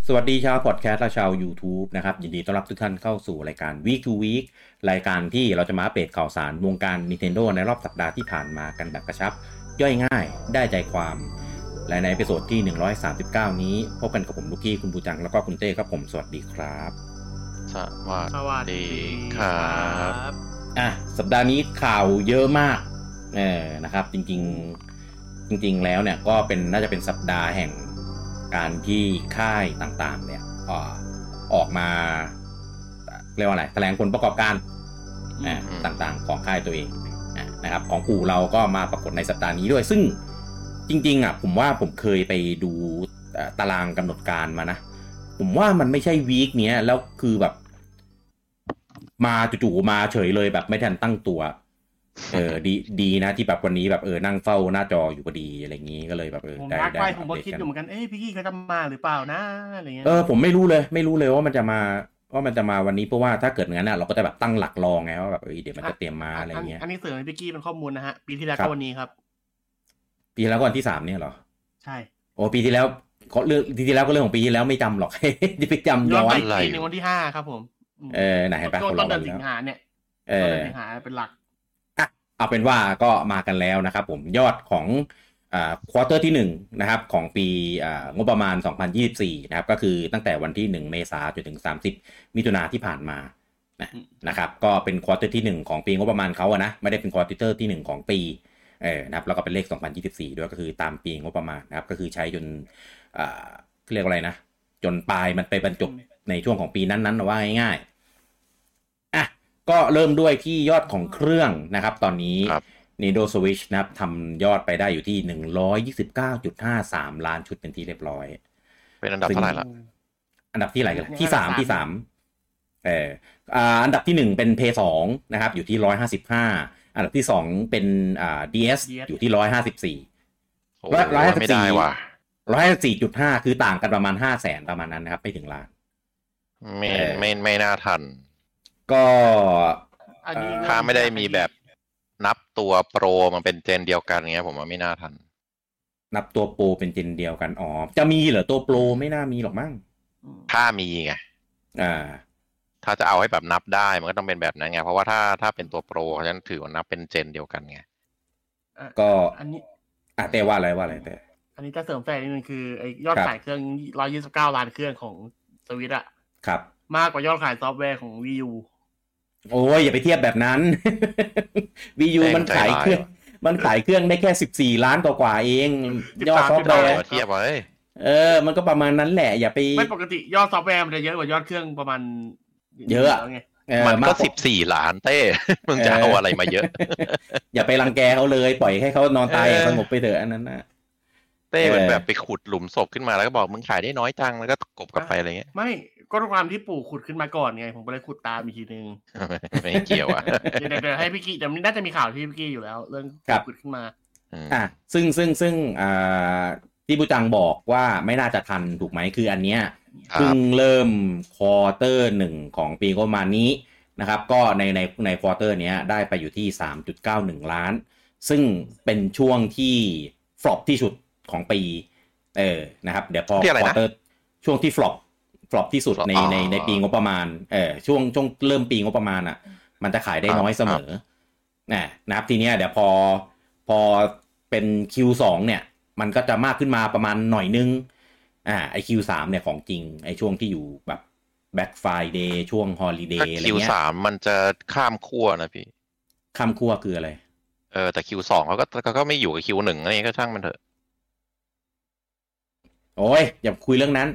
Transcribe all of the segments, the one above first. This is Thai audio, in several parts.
สวัสดีชาวพอดแคสต์และชาว YouTube นะครับยินดีต้อนรับทุกท่านเข้าสู่รายการ Week to Week รายการที่เราจะมาอัปเดตข่าวสารวงการ Nintendo ในรอบสัปดาห์ที่ผ่านมากันแบบกระชับย่อยง่ายได้ใจความและในเอพิโซดที่139นี้พบกันกับผมลูกกี้คุณบูจังแล้วก็คุณเต้ครับผมสวัสดีครับสวัสดีครับสัปดาห์นี้ข่าวเยอะมากนะครับจริงแล้วเนี่ยก็น่าจะเป็นสัปดาห์แห่งการที่ค่ายต่างๆเนี่ยออกมาเรียกว่าอะไรแถลงผลประกอบการต่างๆของค่ายตัวเองนะครับของกูเราก็มาปรากฏในสัปดาห์นี้ด้วยซึ่งจริงๆผมว่าผมเคยไปดูตารางกำหนดการมานะผมว่ามันไม่ใช่วีคนี้แล้วคือแบบมาจู่ๆมาเฉยเลยแบบไม่ทันตั้งตัวดีนะที่แบบวันนี้แบบนั่งเฝ้าหน้าจออยู่พอดีอะไรอย่างงี้ก็เลยแบบได้ผมก็คิดอยู่เหมือนกันพี่กี้เขาจะมาหรือเปล่านะอะไรเงี้ยผมไม่รู้เลยว่ามันจะมาวันนี้เพราะว่าถ้าเกิดงั้นเราก็จะแบบตั้งหลักรอไงว่าแบบเดี๋ยวมันจะเตรียมมาอะไรเงี้ยอันนี้เสริมให้พี่กี้เป็นข้อมูลนะฮะปีที่แล้วก็วันนี้ครับปีแล้วก็วันที่3เนี่ยเหรอใช่โอ้ปีที่แล้วเรื่องที่แล้วก็เรื่องของปีที่แล้วไม่จำหรอกจะไปจำย้อนอะไรในวันที่5ครับผมไหนเห็นปะต้นเดือนสิงหาเนี่ยต้นเดือนสิงหาเป็นหลักเอาเป็นว่าก็มากันแล้วนะครับผมยอดของควอเตอร์ที่1นะครับของปีงบประมาณ2024นะครับก็คือตั้งแต่วันที่1เมษายนจนถึง30มิถุนายนที่ผ่านมานะครับก็เป็นควอเตอร์ที่1ของปีงบประมาณเขานะไม่ได้เป็นควอเตอร์ที่1ของปีนะครับแล้วก็เป็นเลข2024ด้วยก็คือตามปีงบประมาณนะครับก็คือใช้จนเรียกว่าอะไรนะจนปลายมันไปบรรจบในช่วงของปีนั้นๆว่าง่ายๆก็เริ่มด้วยที่ยอดของเครื่องนะครับตอนนี้ Nintendo Switch นะครับทำยอดไปได้อยู่ที่ 129.53 ล้านชุดเป็นที่เรียบร้อยเป็นอันดับเท่าไหร่ล่ะอันดับที่ไหนกันที่3อันดับที่1เป็น PS2 นะครับอยู่ที่155อันดับที่2เป็นDS อยู่ที่154 ไม่ได้ว่ะ 154.5คือต่างกันประมาณ 500,000 ประมาณนั้นนะครับไม่ถึงล้านไม่น่าทันก็ถ้าไม่ได้มีแบบนับตัวโปรมันเป็นเจนเดียวกันเงี้ยผมว่าไม่น่าทันนับตัวโปรเป็นเจนเดียวกันจะมีเหรอตัวโปรไม่น่ามีหรอกมั้งถ้ามีไงถ้าจะเอาให้แบบนับได้มันก็ต้องเป็นแบบนั้นไงเพราะว่าถ้าเป็นตัวโปรฉะนั้นถือว่านับเป็นเจนเดียวกันไงก็อันนี้แต่ว่าอะไรแต่อันนี้จะเสริมแฝงนิดนึงคือไอ้ยอดขายเครื่อง129ล้านเครื่องของสวิตอ่ะครับมากกว่ายอดขายซอฟต์แวร์ของ Wii U โอ้ยอย่าไปเทียบแบบนั้น Wii U มันขายเครื่องได้แค่14ล้านกว่าเองยอดซอฟต์แวร์เทียบไว้มันก็ประมาณนั้นแหละอย่าไปไม่ปกติยอดซอฟต์แวร์มันจะเยอะกว่ายอดเครื่องประมาณเยอะมันก็14ล้านเต้มึงจะเอาอะไรมาเยอะอย่าไปรังแกเขาเลยปล่อยให้เขานอนตายสงบไปเถอะอันนั้นนะเต้เป็นแบบไปขุดหลุมศพขึ้นมาแล้วก็บอกมึงขายได้น้อยจังแล้วก็กบกลับไปอะไรเงี้ยไม่ก็ด้วยความที่ปู่ขุดขึ้นมาก่อนไงผมก็เลยขุดตามอีกทีนึงไม่เกี่ยวอ่ะเดี๋ยวให้พี่กี้แต่น่าจะมีข่าวที่พี่กี้อยู่แล้วเรื่องขุดขึ้นมาซึ่งที่บูจังบอกว่าไม่น่าจะทันถูกไหมคืออันเนี้ยเพิ่งเริ่มควอเตอร์1ของปีประมาณนี้นะครับก็ในควอเตอร์เนี้ยได้ไปอยู่ที่ 3.91 ล้านซึ่งเป็นช่วงที่ฟลอปที่สุดของปีนะครับเดี๋ยวพอควอเตอร์ช่วงที่ฟลอปที่สุดในปีงบประมาณช่วงเริ่มปีงบประมาณมันจะขายได้น้อยเสมอนะครับทีเนี้ยเดี๋ยวพอเป็น Q2 เนี่ยมันก็จะมากขึ้นมาประมาณหน่อยนึงไอ้ Q3 เนี่ยของจริงไอ้ช่วงที่อยู่แบบ Black Friday ช่วง Holiday อะไรเงี้ย Q3 มันจะข้ามขั้วนะพี่ข้ามขั้วคืออะไรแต่ Q2 เขาก็ไม่อยู่กับ Q1 อะไรก็ช่างมันเถอะโอ้ยอย่าคุยเรื่องนั้น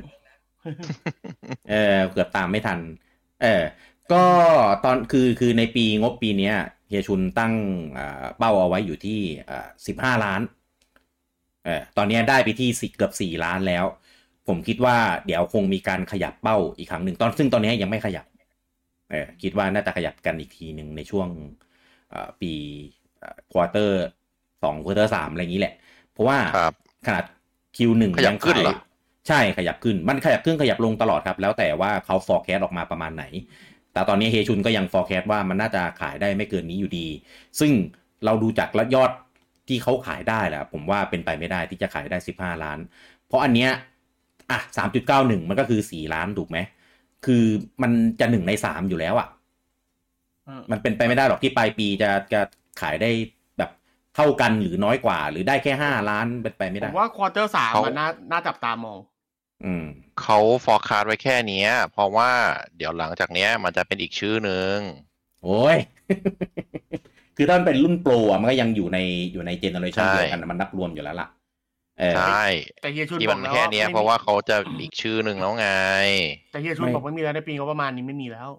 เกือบตามไม่ทันก็ตอนคือในงบปีนี้เฮียชุนตั้งเป้าเอาไว้อยู่ที่15ล้านตอนนี้ได้ไปที่เกือบ4ล้านแล้วผมคิดว่าเดี๋ยวคงมีการขยับเป้าอีกครั้งหนึ่งซึ่งตอนนี้ยังไม่ขยับคิดว่าน่าจะขยับกันอีกทีหนึ่งในช่วงปีควอเตอร์2ควอเตอร์3อะไรอย่างนี้แหละเพราะว่าขนาด Q1 ยังขายใช่ขยับขึ้นมันขยับขึ้นขยับลงตลอดครับแล้วแต่ว่าเขา forecast ออกมาประมาณไหนแต่ตอนนี้เฮชุนก็ยัง forecast ว่ามันน่าจะขายได้ไม่เกินนี้อยู่ดีซึ่งเราดูจากยอดที่เขาขายได้แหละผมว่าเป็นไปไม่ได้ที่จะขายได้15ล้านเพราะอันเนี้ยอ่ะ 3.91 มันก็คือ4ล้านถูกไหมคือมันจะ1ใน3อยู่แล้วอ่ะมันเป็นไปไม่ได้หรอกที่ปลายปีจะขายได้แบบเท่ากันหรือน้อยกว่าหรือได้แค่5ล้านเป็นไปไม่ได้ผมว่าควอเตอร์3มันน่าจับตามองเขาฟอร์คาสไว้แค่นี้เพราะว่าเดี๋ยวหลังจากเนี้ยมันจะเป็นอีกชื่อนึงโอ้ย คือถ้ามันเป็นรุ่นโปรอ่ะมันก็ยังอยู่ในเจเนอเรชันเดียวกันมันนับรวมอยู่แล้วล่ะใช่แต่เฮียชุนที่มันแค่นี้เพราะว่าเขาจะอีกชื่อนึงแล้วไงแต่เฮียชุนบอกไม่มีแล้วในปีก็ประมาณนี้ไม่มีแล้ว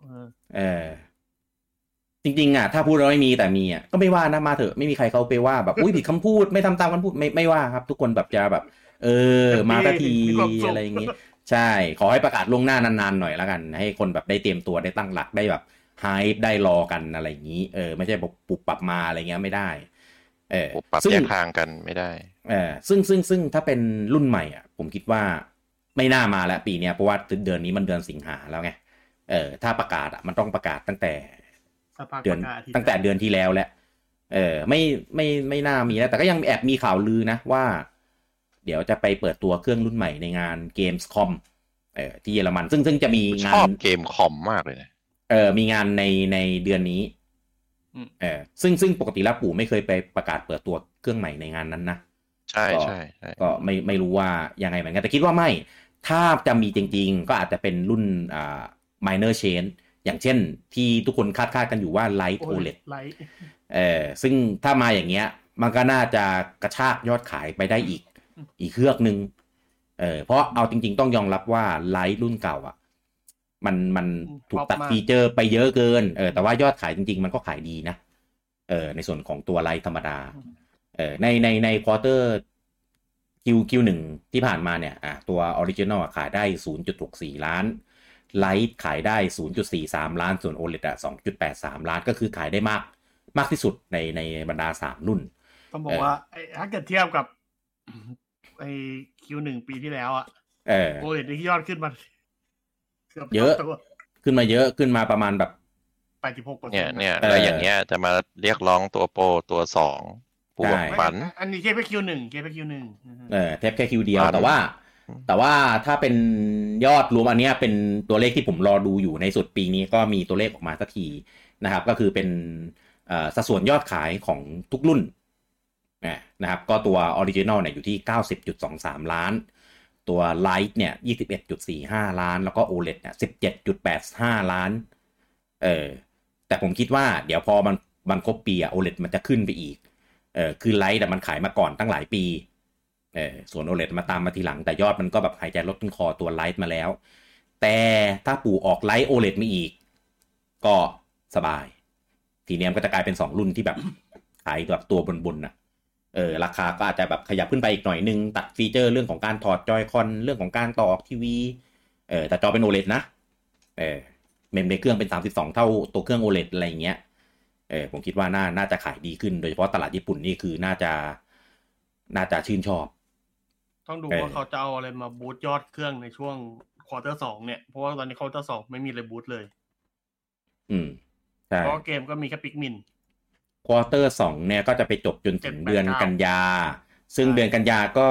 จริงๆอ่ะถ้าพูดเราไม่มีแต่มีอ่ะก็ไม่ว่านะมาเถอะไม่มีใครเขาไปว่าแบบอุ้ยผิดคำพูดไม่ทำตามคำพูดไม่ว่าครับทุกคนแบบจะแบบมาทันทีอะไรอย่างงี้ใช่ขอให้ประกาศล่วงหน้านานๆหน่อยแล้วกันให้คนแบบได้เตรียมตัวได้ตั้งหลักได้แบบไฮป์ได้รอกันอะไรอย่างนี้ไม่ใช่ปุบปับมาอะไรเงี้ยไม่ได้ปุบปับแยกทางกันไม่ได้ซึ่งถ้าเป็นรุ่นใหม่อ่ะผมคิดว่าไม่น่ามาแล้วปีเนี้ยเพราะว่าเดือนนี้มันเดือนสิงหาแล้วไงถ้าประกาศอ่ะมันต้องประกาศตั้งแต่เดือนที่แล้วแหละไม่น่ามีแล้วแต่ก็ยังแอบมีข่าวลือนะว่าเดี๋ยวจะไปเปิดตัวเครื่องรุ่นใหม่ในงาน Gamescom ที่เยอรมันซึ่งจะมีงานชอบเกมคอมมากเลยนะมีงานในเดือนนี้ซึ่งปกติแล้วปู่ไม่เคยไปประกาศเปิดตัวเครื่องใหม่ในงานนั้นนะใช่ก็ไม่รู้ว่ายังไงเหมือนกันแต่คิดว่าไม่ถ้าจะมีจริงๆก็อาจจะเป็นรุ่นminor change อย่างเช่นที่ทุกคนคาดกันอยู่ว่า Light OLED ซึ่งถ้ามาอย่างเงี้ยมันก็น่าจะกระชากยอดขายไปได้อีกเครื่องนึงเพราะเอาจริงๆต้องยอมรับว่า Light รุ่นเก่าอ่ะมันถูกตัดฟีเจอร์ไปเยอะเกินแต่ว่ายอดขายจริงๆมันก็ขายดีนะในส่วนของตัว Light ธรรมดาในควอเตอร์Q1 ที่ผ่านมาเนี่ยตัว Original ขายได้ 0.64 ล้านไลท์ขายได้ 0.43 ล้านส่วน OLED 2.83 ล้านก็คือขายได้มากที่สุดในบรรดา3รุ่นต้องบอกว่าถ้าเกิดเทียบกับQ1 ปีที่แล้วOLED นี่ยอดขึ้นมาเยอะขึ้นมาเยอะขึ้นมาประมาณแบบ 86% เนี่ยอะไรอย่างเงี้ยจะมาเรียกร้องตัวโปรตัว2ปวดฝันอันนี้แค่Q1เทปแค่ Q เดียวแต่ว่าถ้าเป็นยอดรวมอันเนี้ยเป็นตัวเลขที่ผมรอดูอยู่ในสุดปีนี้ก็มีตัวเลขออกมาสักทีนะครับก็คือเป็นสัดส่วนยอดขายของทุกรุ่นนะครับก็ตัว Original เนี่ยอยู่ที่ 90.23 ล้านตัว Lite เนี่ย 21.45 ล้านแล้วก็ OLED เนี่ย 17.85 ล้านแต่ผมคิดว่าเดี๋ยวพอมันครบปีOLED มันจะขึ้นไปอีกคือ Lite แต่มันขายมาก่อนตั้งหลายปีส่วน OLED มาตามมาทีหลังแต่ยอดมันก็แบบหายใจลดต้นคอตัว Lite มาแล้วแต่ถ้าปู่ออก Lite OLED มาอีกก็สบายทีนี้มันก็จะกลายเป็น2รุ่นที่แบบขายแบบตัวบนๆน่ะราคาก็อาจจะแบบขยับขึ้นไปอีกหน่อยนึงตัดฟีเจอร์เรื่องของการถอดจอยคอนเรื่องของการต่อทีวีแต่จอเป็น OLED นะเมมในเครื่องเป็น32เท่าตัวเครื่อง OLED อะไรอย่างเงี้ยผมคิดว่าน่าจะขายดีขึ้นโดยเฉพาะตลาดญี่ปุ่นนี่คือน่าจะชื่นชอบต้องดูว่าเขาจะเอาอะไรมาบูสต์ยอดเครื่องในช่วงควอเตอร์2เนี่ยเพราะว่าตอนนี้ควอเตอร์2ไม่มีอะไรบูสต์เลยใช่เพราะเกมก็มีแค่ปิกมินควอเตอร์2เนี่ยก็จะไปจบจนถึงเดือนกันยาซึ่งเดือนกันยาก็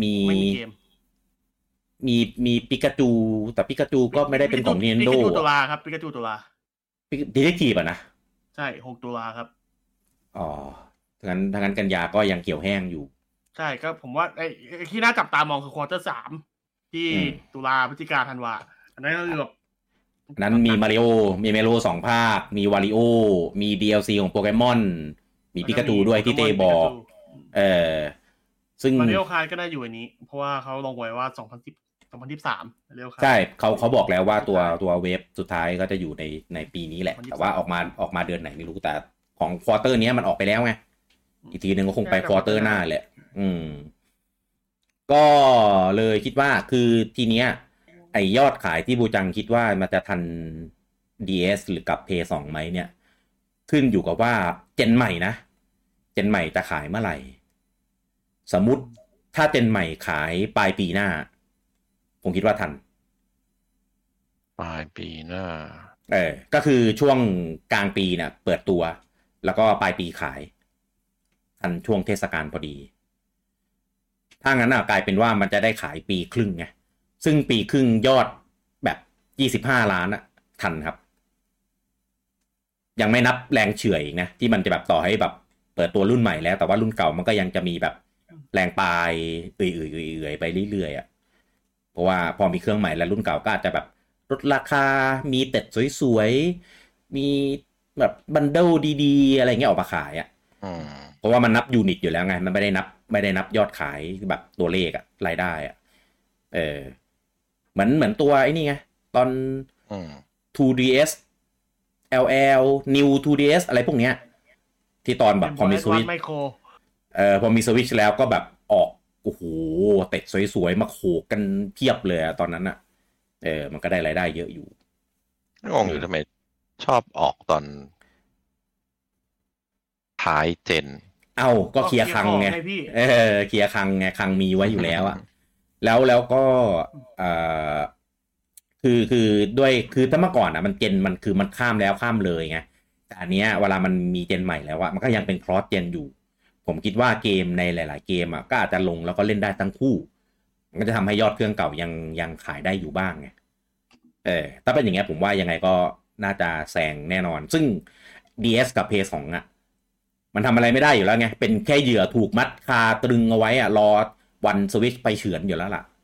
มีปิกาจูแต่ปิกาจูก็ไม่ได้เป็นของ Nintendo ปิกาจูตุลาครับปิกาจูตุลาดีเทคทีฟนะใช่6ตุลาครับอ๋อถ้างั้นกันยาก็ยังเกี่ยวแห้งอยู่ใช่ก็ผมว่าไอ้ที่น่าจับตามองคือควอเตอร์3ที่ตุลาพฤศจิกาธันวาอันนั้นก็คือแบบนั้นมีมาริโอมีเมโล2ภาคมีวาริโอมี DLC ของโปเกมอนมีปิกาจูด้วยที่เต้บอกซึ่งมาริโอคาร์ก็ได้อยู่อันนี้เพราะว่าเขาลงไว้ว่า2023เร็วครับใช่เขาบอกแล้วว่าตัวเวฟสุดท้ายก็จะอยู่ในปีนี้แหละแต่ว่าออกมาเดือนไหนไม่รู้แต่ของควอเตอร์นี้มันออกไปแล้วไงอีกทีนึงก็คงไปควอเตอร์หน้าแหละก็เลยคิดว่าคือทีเนี้ยไอยอดขายที่บูจังคิดว่ามันจะทัน DS หรือกับ Play 2ไหมเนี่ยขึ้นอยู่กับว่าเจนใหม่นะเจนใหม่จะขายเมื่อไหร่สมมุติถ้าเจนใหม่ขายปลายปีหน้าผมคิดว่าทันปลายปีหน้าก็คือช่วงกลางปีเนี่ยเปิดตัวแล้วก็ปลายปีขายทันช่วงเทศกาลพอดีถ้างั้นกลายเป็นว่ามันจะได้ขายปีครึ่งไงซึ่งปีครึ่งยอดแบบ25 ล้านอะทันครับยังไม่นับแรงเฉื่อยอีกนะที่มันจะแบบต่อให้แบบเปิดตัวรุ่นใหม่แล้วแต่ว่ารุ่นเก่ามันก็ยังจะมีแบบแรงปลายเอื่อยๆไปเรื่อยๆอ่ะเพราะว่าพอมีเครื่องใหม่แล้วรุ่นเก่าก็อาจจะแบบลดราคามีเต็ดสวยๆมีแบบบันเดิลดีๆอะไรเงี้ยออกมาขายอ่ะเพราะว่ามันนับยูนิตอยู่แล้วไงมันไม่ได้นับยอดขายแบบตัวเลขอะรายได้อะเหมือนตัวไอ้นี่ไงตอน 2DS LL New 2DS อะไรพวกเนี้ยที่ตอนแบบพอมีสวิตช์พอมีสวิตช์แล้วก็แบบออกโอ้โหเตะสวยๆมาโขกกันเพียบเลยอะตอนนั้นอะมันก็ได้รายได้เยอะอยู่งงอยู่ทำไมชอบออกตอนท้ายเจนก็เคลียร์คลังไงเคลียร์คลังไงคลังมีไว้อยู่แล้วอะแล้วก็คือด้วยคือถ้าเมื่อก่อนอ่ะมันเจนมันคือมันข้ามแล้วข้ามเลยไงแต่อันเนี้ยเวลามันมีเจนใหม่แล้วอะมันก็ยังเป็นครอสเจนอยู่ผมคิดว่าเกมในหลายๆเกมอ่ะก็อาจจะลงแล้วก็เล่นได้ทั้งคู่มันก็จะทำให้ยอดเครื่องเก่ายังขายได้อยู่บ้างไงถ้าเป็นอย่างเงี้ยผมว่ายังไงก็น่าจะแซงแน่นอนซึ่ง DS กับ PS2 อ่ะมันทำอะไรไม่ได้อยู่แล้วไงเป็นแค่เหยื่อถูกมัดคาตรึงเอาไว้อ่ะรอวันสวิตช์ไปเฉือนอยู่แล้วล่ะ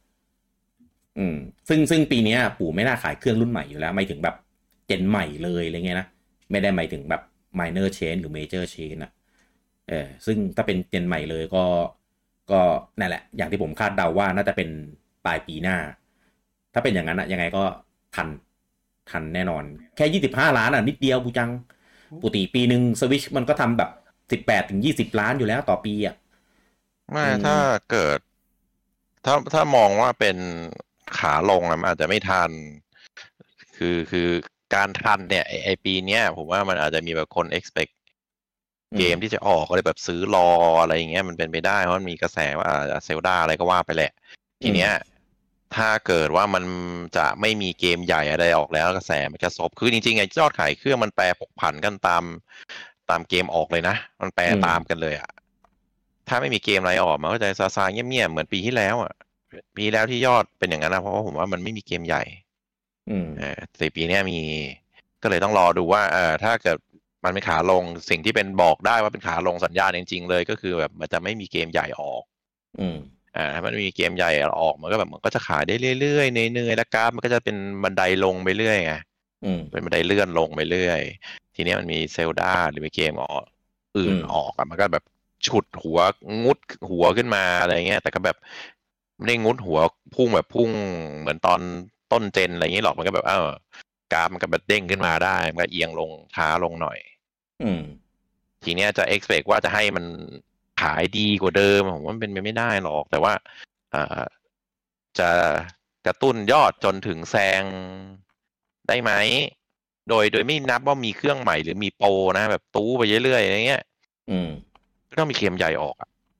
ซึ่งปีนี้ปู่ไม่น่าขายเครื่องรุ่นใหม่อยู่แล้วไม่ถึงแบบเจนใหม่เลยอะไรเงี้ยนะไม่ได้หมายถึงแบบ minor change หรือ major change นะซึ่งถ้าเป็นเจนใหม่เลยก็นั่นแหละอย่างที่ผมคาดเดาว่าน่าจะเป็นปลายปีหน้าถ้าเป็นอย่างนั้นอะยังไงก็ทันแน่นอนแค่25 ล้านอะนิดเดียวปูจังปกติปีนึงสวิชมันก็ทำแบบ18 ถึง 20 ล้านอยู่แล้วต่อปีอะไม่ถ้าเกิดถ้ามองว่าเป็นขาลงมันอาจจะไม่ทันคือการทันเนี่ยไอปีเนี้ยผมว่ามันอาจจะมีแบบคน expect เกมที่จะออกอะไรแบบซื้อรออะไรอย่างเงี้ยมันเป็นไปได้เพราะมันมีกระแสว่าเซลดาอะไรก็ว่าไปแหละทีเนี้ยถ้าเกิดว่ามันจะไม่มีเกมใหญ่อะไรออกแล้วกระแสมันจะซบคือจริงๆไอ้ยอดขายเครื่องมันแปรผกผันกันตามเกมออกเลยนะมันแปรตามกันเลยอ่ะถ้าไม่มีเกมอะไรออกมันก็จะซาๆเงียบๆเหมือนปีที่แล้วอ่ะปีแล้วที่ยอดเป็นอย่างนั้นนะเพราะว่าผมว่ามันไม่มีเกมใหญ่แต่ปีนี้มีก็เลยต้องรอดูว่าถ้าเกิดมันเป็นขาลงสิ่งที่เป็นบอกได้ว่าเป็นขาลงสัญญาณจริงๆเลยก็คือแบบมันจะไม่มีเกมใหญ่ออกถ้ามันมีเกมใหญ่ออกมันก็แบบมันก็จะขายได้เรื่อยๆเนื่อยๆแล้วกราฟมันก็จะเป็นบันไดลงไปเรื่อยไงเป็นบันไดเลื่อนลงไปเรื่อยทีนี้มันมีเซลดาหรือมีเกมอื่นออกมันก็แบบฉุดหัวงุดหัวขึ้นมาอะไรเงี้ยแต่ก็แบบไม่ได้งุดหัวพุ่งแบบพุ่งเหมือนตอนต้นเจนอะไรอย่างนี้หรอกมันก็แบบกราฟมันก็แบบเด้งขึ้นมาได้มันก็เอียงลงช้าลงหน่อยทีเนี้ยจะ expect ว่าจะให้มันขายดีกว่าเดิมผมว่ามันเป็นไปไม่ได้หรอกแต่ว่าจะกระตุ้นยอดจนถึงแซงได้ไหมโดยไม่นับว่ามีเครื่องใหม่หรือมีโปรนะแบบตู้ไปเรื่อยๆอะไรเงี้ยก็ต้องมีเกมใหญ่ออก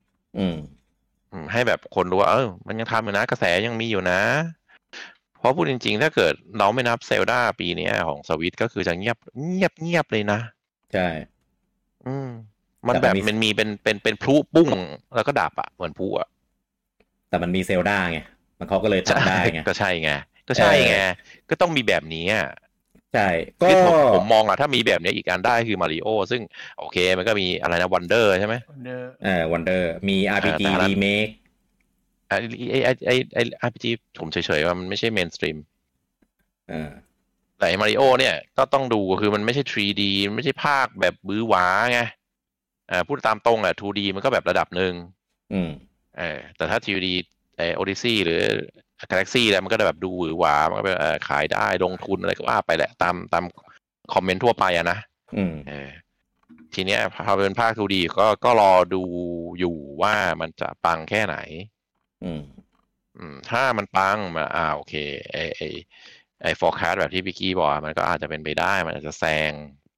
ให้แบบคนรู้ว่ามันยังทำอยู่นะกระแสยังมีอยู่นะเพราะพูดจริงๆถ้าเกิดเราไม่นับเซลดาปีนี้ของสวิตก็คือจะเงียบเลยนะใช่มันแบบมันมีเป็นพลุปุ้งแล้วก็ดับเหมือนพลุแต่มันมีเซลดาไงมันเขาก็เลยทำได้ไงก็ใช่ไงก็ต้องมีแบบนี้ใช่ก็ผมมองถ้ามีแบบนี้อีกอันได้คือมาริโอซึ่งโอเคมันก็มีอะไรนะวันเดอร์ใช่ไหมวันเดอร์มี RPG remake ไอ RPG ผมเฉยๆว่ามันไม่ใช่เมนสตรีมแต่มาริโอเนี่ยก็ต้องดูคือมันไม่ใช่ 3D มันไม่ใช่ภาคแบบบื้อหวาไงพูดตามตรง2D มันก็แบบระดับหนึ่งแต่ถ้า 3D Odyssey หรือ Galaxy แล้วมันก็แบบดูหวือหวามันก็แบบขายได้ลงทุนอะไรก็ว่าไปแหละตามคอมเมนต์ทั่วไปนะทีเนี้ยพอเป็นภาค 2D ก็รอดูอยู่ว่ามันจะปังแค่ไหนถ้ามันปังมาโอเคไอ้ forecast แบบที่พี่กี้บอกมันก็อาจจะเป็นไปได้มันอาจจะแซง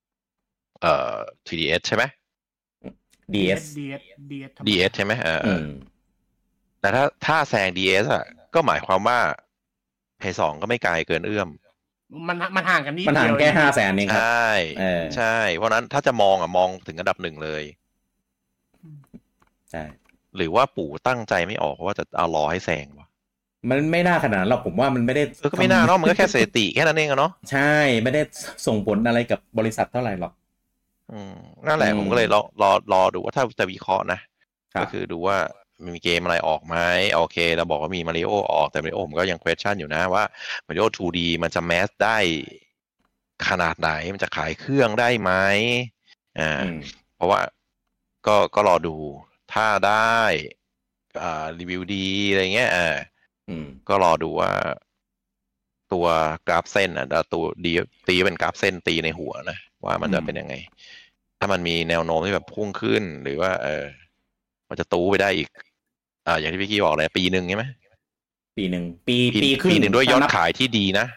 3DS ใช่ไหม DS ใช่ไหมแต่ถ้าแซง DS ก็หมายความว่า PS2 ก็ไม่ไกลเกินเอื้อมมันห่างกันนิดเดียวมันห่างแค่500,000เองครับใช่เพราะนั้นถ้าจะมองถึงอันดับหนึ่งเลยใช่หรือว่าปู่ตั้งใจไม่ออกว่าจะเอารอให้แซงวะมันไม่น่าขนาดนั้นหรอกผมว่ามันไม่ได้ก็ไม่น่าเนาะมันก็แค่สถิติแค่นั้นเองเนาะใช่ไม่ได้ส่งผลอะไรกับบริษัทเท่าไหร่หรอกนั่นแหละผมก็เลยรอดูว่าถ้าจะวิเคราะห์นะก็คือดูว่ามีเกมอะไรออกไหมโอเคเราบอกว่ามีมาริโอออกแต่มาริโอผมก็ยัง question อยู่นะว่ามาริโอ 2D มันจะแมสได้ขนาดไหนมันจะขายเครื่องได้ไหมเพราะว่าก็รอดูถ้าได้รีวิวดีอะไรเงี้ยก็รอดูว่าตัวกราฟเส้นตัวดีตีเป็นกราฟเส้นตีในหัวนะว่ามันจะเป็นยังไงถ้ามันมีแนวโน้มที่แบบพุ่งขึ้นหรือว่ามันจะตู้ไปได้อีกอย่างที่พี่กี้บอกเลยปีหนึ่งใช่ไหมปีหนึ่งปีหนึ่งด้วยยอดขายที่ดีนะ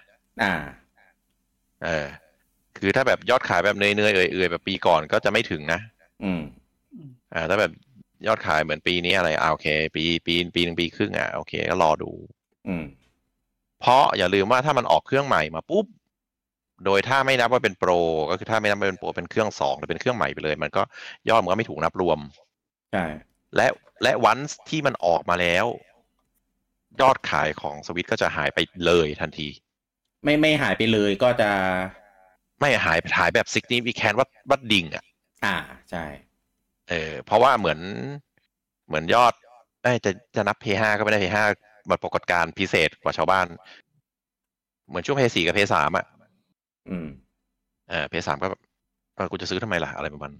คือถ้าแบบยอดขายแบบเนื่อยๆเอื่อยๆแบบปีก่อนก็จะไม่ถึงนะถ้าแบบยอดขายเหมือนปีนี้อะไรโอเคปีหนึ่งปีครึ่งโอเคก็รอดูเพราะอย่าลืมว่าถ้ามันออกเครื่องใหม่มาปุ๊บโดยถ้าไม่นับว่าเป็นโปรก็คือถ้าไม่นับว่าเป็นโปรเป็นเครื่อง2หรือเป็นเครื่องใหม่ไปเลยมันก็ยอดมันก็ไม่ถูกนับรวมใช่และวันที่มันออกมาแล้วยอดขายของสวิตก็จะหายไปเลยทันทีไม่หายไปเลยก็จะไม่หายแบบsignificantวัดดิ่งใช่เพราะว่าเหมือนยอดจะนับ P5 ก็ไม่ได้ P5 มันปรากฏการณ์พิเศษกว่าชาวบ้านเหมือนช่วง P4 กับ P3 P3 ก็แบบกูจะซื้อทำไมล่ะอะไรประมาณ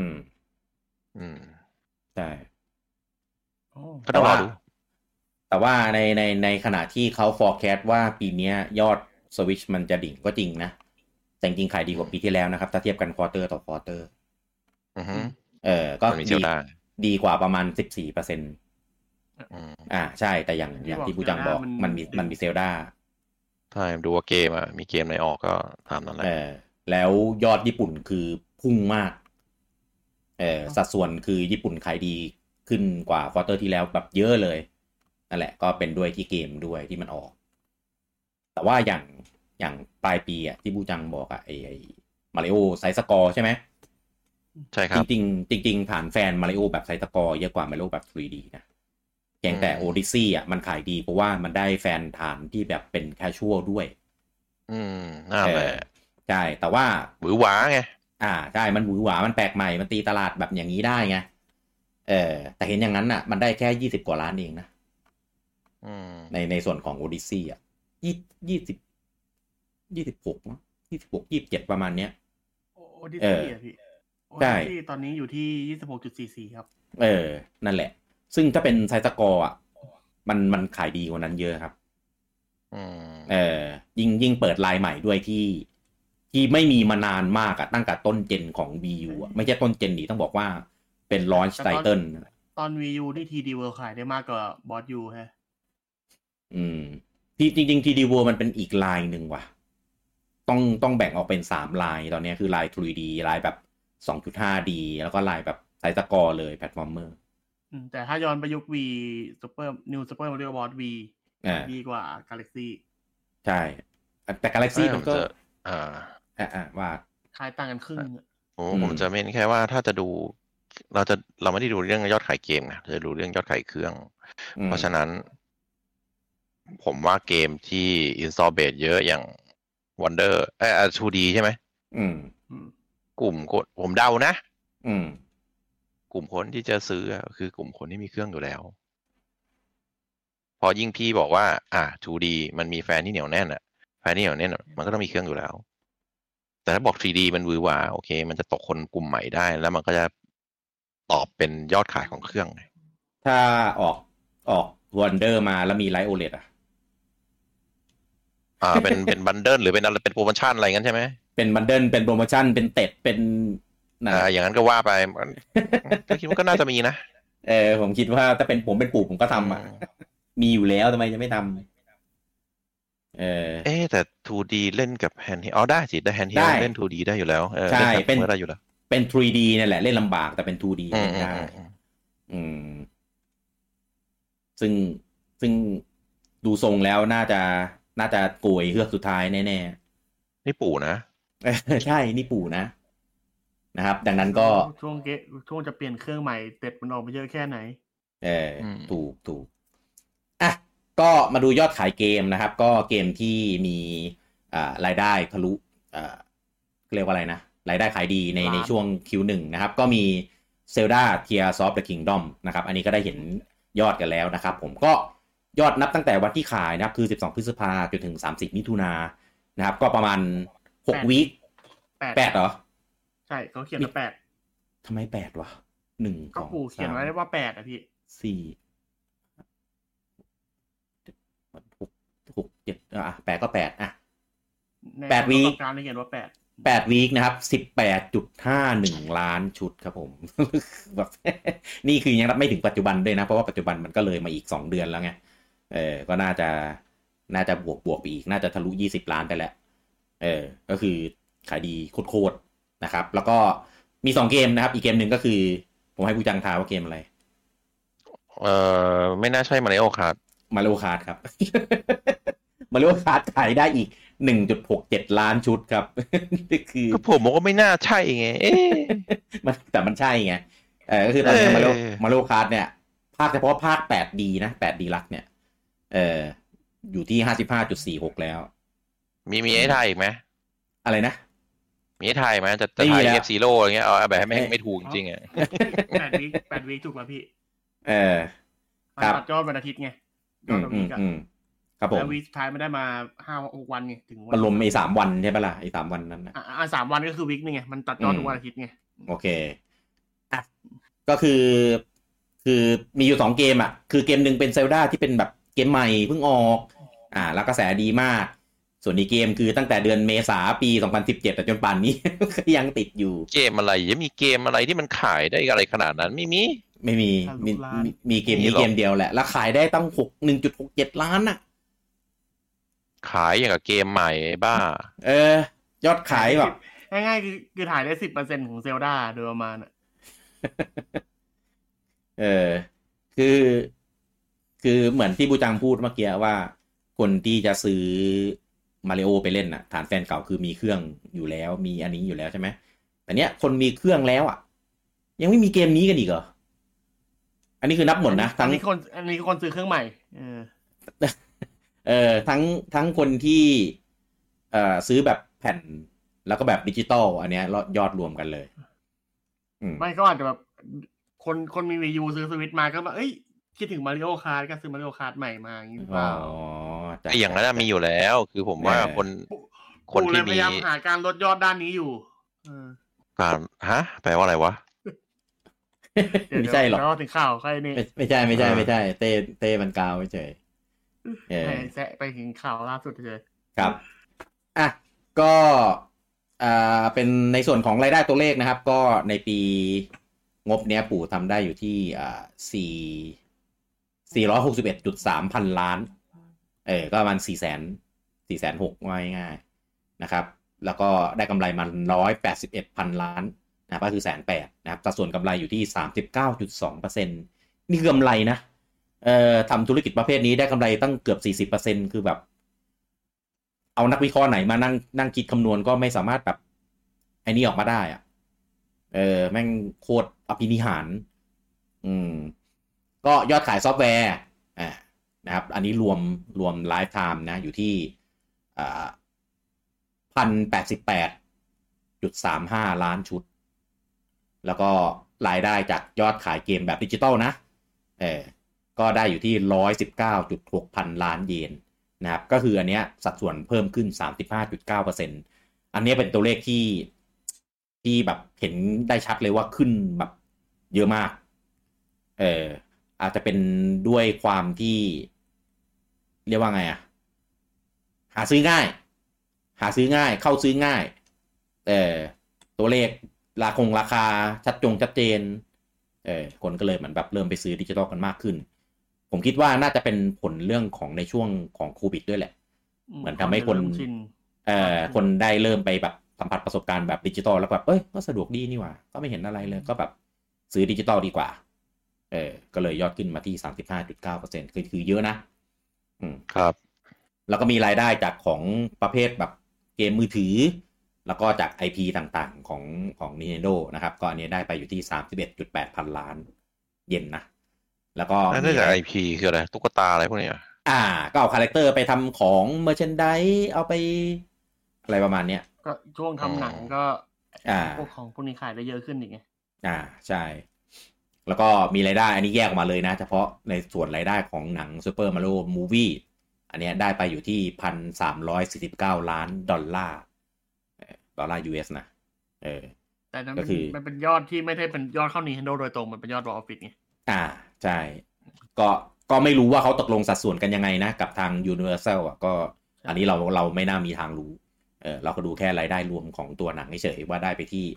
ใช่ก็ต้องรอดูแต่ว่าในขณะที่เขา forecast ว่าปีนี้ยอด Switch มันจะดิ่งก็จริงนะแต่จริงขายดีกว่าปีที่แล้วนะครับถ้าเทียบกันควอเตอร์ต่อควอเตอร์ก็ดีกว่าประมาณ 14%ใช่แต่อย่างที่ผู้จังบอกมันมีเซลดาใช่ดูว่าเกมมีเกมไหนออกก็ตามนั้นแหละแล้วยอดญี่ปุ่นคือพุ่งมากสัดส่วนคือญี่ปุ่นขายดีขึ้นกว่าควอเตอร์ที่แล้วแบบเยอะเลยนั่นแหละก็เป็นด้วยที่เกมด้วยที่มันออกแต่ว่าอย่างปลายปีที่ผู้จังบอกไอ้มาริโอไซส์สกอร์ใช่ไหมใช่ครับจริงฐานแฟนมาริโอแบบไซส์สกอร์เยอะกว่ามาริโอแบบ 3D นะเพียงแต่โอดิซี่มันขายดีเพราะว่ามันได้แฟนฐานที่แบบเป็นแคชชวลด้วยน่าแหละใช่แต่ว่าหวือหวาไงใช่มันหวือหวามันแปลกใหม่มันตีตลาดแบบอย่างนี้ได้ไงแต่เห็นอย่างนั้นมันได้แค่20 กว่าล้านเองนะในส่วนของโอดิซี่26มั้ง26 27ประมาณเนี้ยโอดิซี่พี่โอดิซี่ตอนนี้อยู่ที่26.44ครับนั่นแหละซึ่งถ้าเป็นไซส์สกอร์มันขายดีกว่านั้นเยอะครับยิ่งเปิดไลน์ใหม่ด้วยที่ไม่มีมานานมากตั้งแต่ต้นเจนของ BU ไม่ใช่ต้นเจนนี่ต้องบอกว่าเป็น launch title ตอน VU นี่ TD World ขายได้มากกว่า Boss U ฮะที่จริงๆ TD World มันเป็นอีกไลน์หนึ่งว่ะต้องแบ่งออกเป็น3ไลน์ตอนนี้คือไลน์ 3D ไลน์แบบ 2.5D แล้วก็ไลน์แบบไซส์สกอร์เลยแพลตฟอร์มเมอร์แต่ถ้าย้อนไปยุค V New Super Mario Bros. V ดีกว่า Galaxy ใช่แต่ Galaxy มันก็ว่าขายต่างกันครึ่งผมจะเม้นแค่ว่าถ้าจะดูเราไม่ได้ดูเรื่องยอดขายเกมนะจะดูเรื่องยอดขายเครื่องเพราะฉะนั้นผมว่าเกมที่ install base เยอะอย่าง Wonder 2D ใช่ไหมกลุ่มผมเดานะกลุ่มคนที่จะซื้อคือกลุ่มคนที่มีเครื่องอยู่แล้วพอยิ่งพี่บอกว่า 2D มันมีแฟนที่เหนียวแน่นแฟนที่เหนียวแน่นมันก็ต้องมีเครื่องอยู่แล้วแต่ถ้าบอก 3D มันวือหวาโอเคมันจะตกคนกลุ่มใหม่ได้แล้วมันก็จะตอบเป็นยอดขายของเครื่องถ้าออก Wonder มาแล้วมีไลท์ OLED เป็นบันเดิลหรือเป็นอะไรเป็นโปรโมชั่นอะไรงั้นใช่ไหมเป็นบันเดิลเป็นโปรโมชั่นเป็นเต็ดเป็นอย่างนั้นก็ว่าไปคิดว่าก็น่าจะมีนะผมคิดว่าถ้าเป็นผมเป็นปู่ผมก็ทำมีอยู่แล้วทำไมจะไม่ทำแต่ 2D เล่นกับแฮนด์เฮลได้สิได้แฮนด์เฮลเล่น 2D ได้อยู่แล้วใช่เป็นได้อยู่แล้วเป็น 3D นั่นแหละเล่นลำบากแต่เป็น 2D ได้ซึ่งดูทรงแล้วน่าจะโกยเฮือกสุดท้ายแน่ๆนี่ปู่นะใช่นี่ปู่นะครับดังนั้นก็ช่วงจะเปลี่ยนเครื่องใหม่เต็ดมันออกไปเยอะแค่ไหนถูกก็มาดูยอดขายเกมนะครับก็เกมที่มีรายได้ทะลุเรียกว่าอะไรนะรายได้ขายดีในช่วง Q1 นะครับก็มี Zelda Tears of the Kingdom นะครับอันนี้ก็ได้เห็นยอดกันแล้วนะครับผมก็ยอดนับตั้งแต่วันที่ขายนะครับคือ12พฤษภาคมจนถึง30มิถุนายนนะครับก็ประมาณ6วีค8เหรอใช่เขาเขียนว่า8 ทำไม8วะ1 ก็ปู่เขียนไว้ว่า8อ่ะพี่ 4 6 78ก็8อ่ะ8วีคการเขียนว่า 8วีคนะครับ 18.51 ล้านชุดครับผม แบบนี่คือยังรับไม่ถึงปัจจุบันด้วยนะเพราะว่าปัจจุบันมันก็เลยมาอีก2เดือนแล้วไงก็น่าจะบวกไปอีกน่าจะทะลุ20ล้านไปแล้วก็คือขายดีโคตรๆนะครับแล้วก็มี2เกมนะครับอีกเกมหนึ่งก็คือผมให้ผู้จังทายว่าเกมอะไรไม่น่าใช่ Mario Kart ครับ Mario Kart ขายได้อีก 1.67 ล้านชุดครับนี่คือก็ผมบอกว่าไม่น่าใช่ไงแต่มันใช่ไงก็คือตอนนี้Mario Kart เนี่ยภาคเฉพาะภาค 8D นะ 8D Luxe เนี่ยอยู่ที่ 55.46 แล้วมีให้ถ่ายอีกไหมอะไรนะมีให้ถ่ายไหมจะถ่าย F0 อะไรเงี้ยเอาแบบให้ไม่ถูกจริงอ่ะ 8 วีคถูกป่ะพี่ครับตัดยอดวันอาทิตย์ไงยอดวีคอ่ะครับผมแล้ววีคสุดท้ายไม่ได้มา 5-6 วันไงถึงมันรวมไอ้3วันใช่ป่ะล่ะไอ้3วันนั้นนะ 3วันก็คือวีคนึงไงมันตัดยอดทุกวันอาทิตย์ไงโอเคอ่ะก็คือมีอยู่2เกมอ่ะคือเกมนึงเป็น Zelda ที่เป็นแบบเกมใหม่เพิ่งออกแล้วกระแสดีมากส่วนอีกเกมคือตั้งแต่เดือนเมษาปี2017จนป่านนี้ ยังติดอยู่เกมอะไรยังมีเกมอะไรที่มันขายได้อะไรขนาดนั้นไม่มีเกมนี้เกมเดียวแหละแล้วขายได้ตั้ง 1.67 ล้านน่ะขายอย่างกับเกมใหม่บ้ายอดขายแบบง่ายๆคือถ่ายได้ 10% ของเซลดาโดยประมาณน่ะคือเหมือนที่บูจังพูดเมื่อกี้ว่าคนที่จะซื้อมาริโอไปเล่นน่ะฐานแฟนเก่าคือมีเครื่องอยู่แล้วมีอันนี้อยู่แล้วใช่ไหมแต่เนี้ยคนมีเครื่องแล้วอ่ะยังไม่มีเกมนี้กันอีกเหรออันนี้คือนับหมดนะอันนี้คนซื้อเครื่องใหม่ทั้งคนที่ซื้อแบบแผ่นแล้วก็แบบดิจิตอลอันเนี้ยยอดรวมกันเลยไม่ก็อาจจะแบบคนมีวียูซื้อสวิตมาก็แบบคิดถึงมาริโอคาร์ทก็ซื้อมาริโอคาร์ทใหม่มาอย่างนี้หรือเปล่าอย่างนั้นมีอยู่แล้วคือผมว่าคนที่มีพยายามหาการลดยอดด้านนี้อยู่การแปลว่าอะไรวะไม่ใช่หรอกถึงข่าวใครนี่ไม่ใช่เต้มันกาวไม่เฉยแซะไปถึงข่าวล่าสุดเลยครับก็เป็นในส่วนของรายได้ตัวเลขนะครับก็ในปีงบเนี้ยปู่ทำได้อยู่ที่461.3 พันล้านก็ประมาณ406,000ว่าง่ายๆนะครับแล้วก็ได้กำไรมา181 พันล้านนะก็คือ180,000นะครับสัดส่วนกำไรอยู่ที่ 39.2% นี่คือกำไรนะทำธุรกิจประเภทนี้ได้กำไรตั้งเกือบ 40% คือแบบเอานักวิเคราะห์ไหนมานั่งคิดคำนวณก็ไม่สามารถแบบไอ้นี่ออกมาได้อะแม่งโคตรอภินิหารก็ยอดขายซอฟต์แวร์นะครับอันนี้รวมไลฟ์ไทม์นะอยู่ที่1,088.35 ล้านชุดแล้วก็รายได้จากยอดขายเกมแบบดิจิตอลนะก็ได้อยู่ที่ 119.6 พันล้านเยนนะครับก็คืออันเนี้ยสัดส่วนเพิ่มขึ้น 35.9% อันนี้เป็นตัวเลขที่แบบเห็นได้ชัดเลยว่าขึ้นแบบเยอะมากอาจจะเป็นด้วยความที่เรียกว่าไงหาซื้อง่ายเข้าซื้อง่ายตัวเลขราคาชัดเจนคนก็เลยเหมือนแบบเริ่มไปซื้อดิจิตอลกันมากขึ้นผมคิดว่าน่าจะเป็นผลเรื่องของในช่วงของโควิดด้วยแหละเหมือนทำให้คนได้เริ่มไปแบบสัมผัสประสบการณ์แบบดิจิตอลแล้วแบบก็สะดวกดีนี่หว่าก็ไม่เห็นอะไรเลยก็แบบซื้อดิจิตอลดีกว่าก็เลยยอดขึ้นมาที่ 35.9% คือเยอะนะครับแล้วก็มีรายได้จากของประเภทแบบเกมมือถือแล้วก็จาก IP ต่างๆของ Nintendo นะครับก็อันนี้ได้ไปอยู่ที่ 31.8 พันล้านเยนนะแล้วก็ได้จาก IP คืออะไรตุ๊กตาอะไรพวกนี้ก็เอาคาแรคเตอร์ไปทำของเมอร์แชนไดส์เอาไปอะไรประมาณเนี้ยก็ช่วงทำหนังก็พวกของพวกนี้ขายได้เยอะขึ้นอีกไงใช่แล้วก็มีรายได้อันนี้แยกออกมาเลยนะเฉพาะในส่วนรายได้ของหนัง Super Mario Movie อันนี้ได้ไปอยู่ที่ $1,349 ล้านดอลลาร์US นะแต่นั้นมันเป็นยอดที่ไม่ได้เป็นยอดเข้า Nintendo โดยตรงมันเป็นยอด box office ไงใช่ก็ไม่รู้ว่าเขาตกลงสัดส่วนกันยังไงนะกับทาง Universal ก็อันนี้เราไม่น่ามีทางรู้เราก็ดูแค่รายได้รวมของตัวหนังเฉยๆว่าได้ไปที่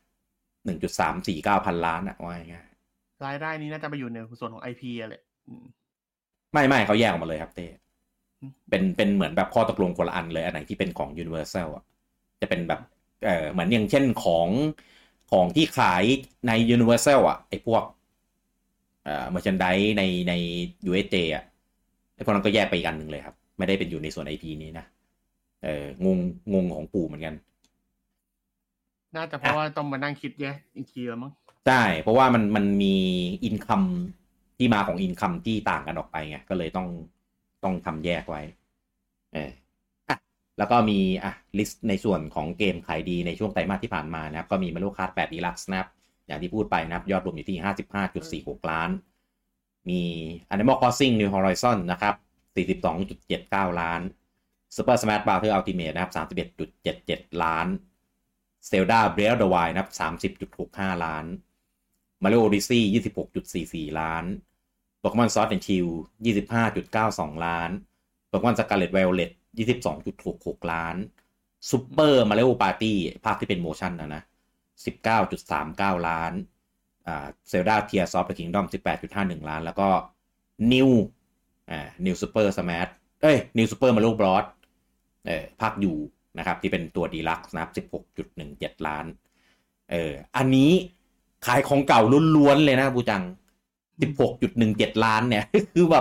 1.349 พันล้านว่าง่ายรายได้นี้น่าจะไปอยู่ในส่วนของ IP แหละไม่เขาแยกออกมาเลยครับเต้เป็นเหมือนแบบข้อตกลงคนละอันเลยอันไหนที่เป็นของ Universal จะเป็นแบบเหมือนอย่างเช่นของที่ขายใน Universal ไอ้พวกmerchandise ใน USJ ไอ้พวกนั้นก็แยกไปอีกอันนึงเลยครับไม่ได้เป็นอยู่ในส่วน IP นี้นะงงของปู่เหมือนกันน่าจะเพราะว่าต้องมานั่งคิดแยกอีกทีมั้งใช่เพราะว่ามันมีอินคัมที่มาของอินคัมที่ต่างกันออกไปไงก็เลยต้องทำแยกไว้แล้วก็มีลิสต์ในส่วนของเกมขายดีในช่วงไตรมาสที่ผ่านมานะครับก็มี Mario Kart 8 Deluxe นะครับอย่างที่พูดไปนะครับยอดรวมอยู่ที่ 55.46 ล้านมี Animal Crossing New Horizon นะครับ 42.79 ล้าน Super Smash Bros Ultimate นะครับ 31.77 ล้าน Zelda Breath of the Wild นะครับ 30.65 ล้าน Mario Odyssey 26.44 ล้าน Pokemon Sword and Shield 25.92 ล้าน Pokemon Scarlet Violet 22.66 ล้าน Super Mario Party ภาคที่เป็นโมชั่นนะ 19.39 ล้านZelda Tears of the Kingdom 18.51 ล้านแล้วก็ New Super Smash New Super Mario Bros ภาคอยู่นะครับที่เป็นตัว Deluxe นะครับ 16.17 ล้านอันนี้ขายของเก่าล้วนๆเลยนะบูจัง 16.17 ล้านเนี่ยคือแบบ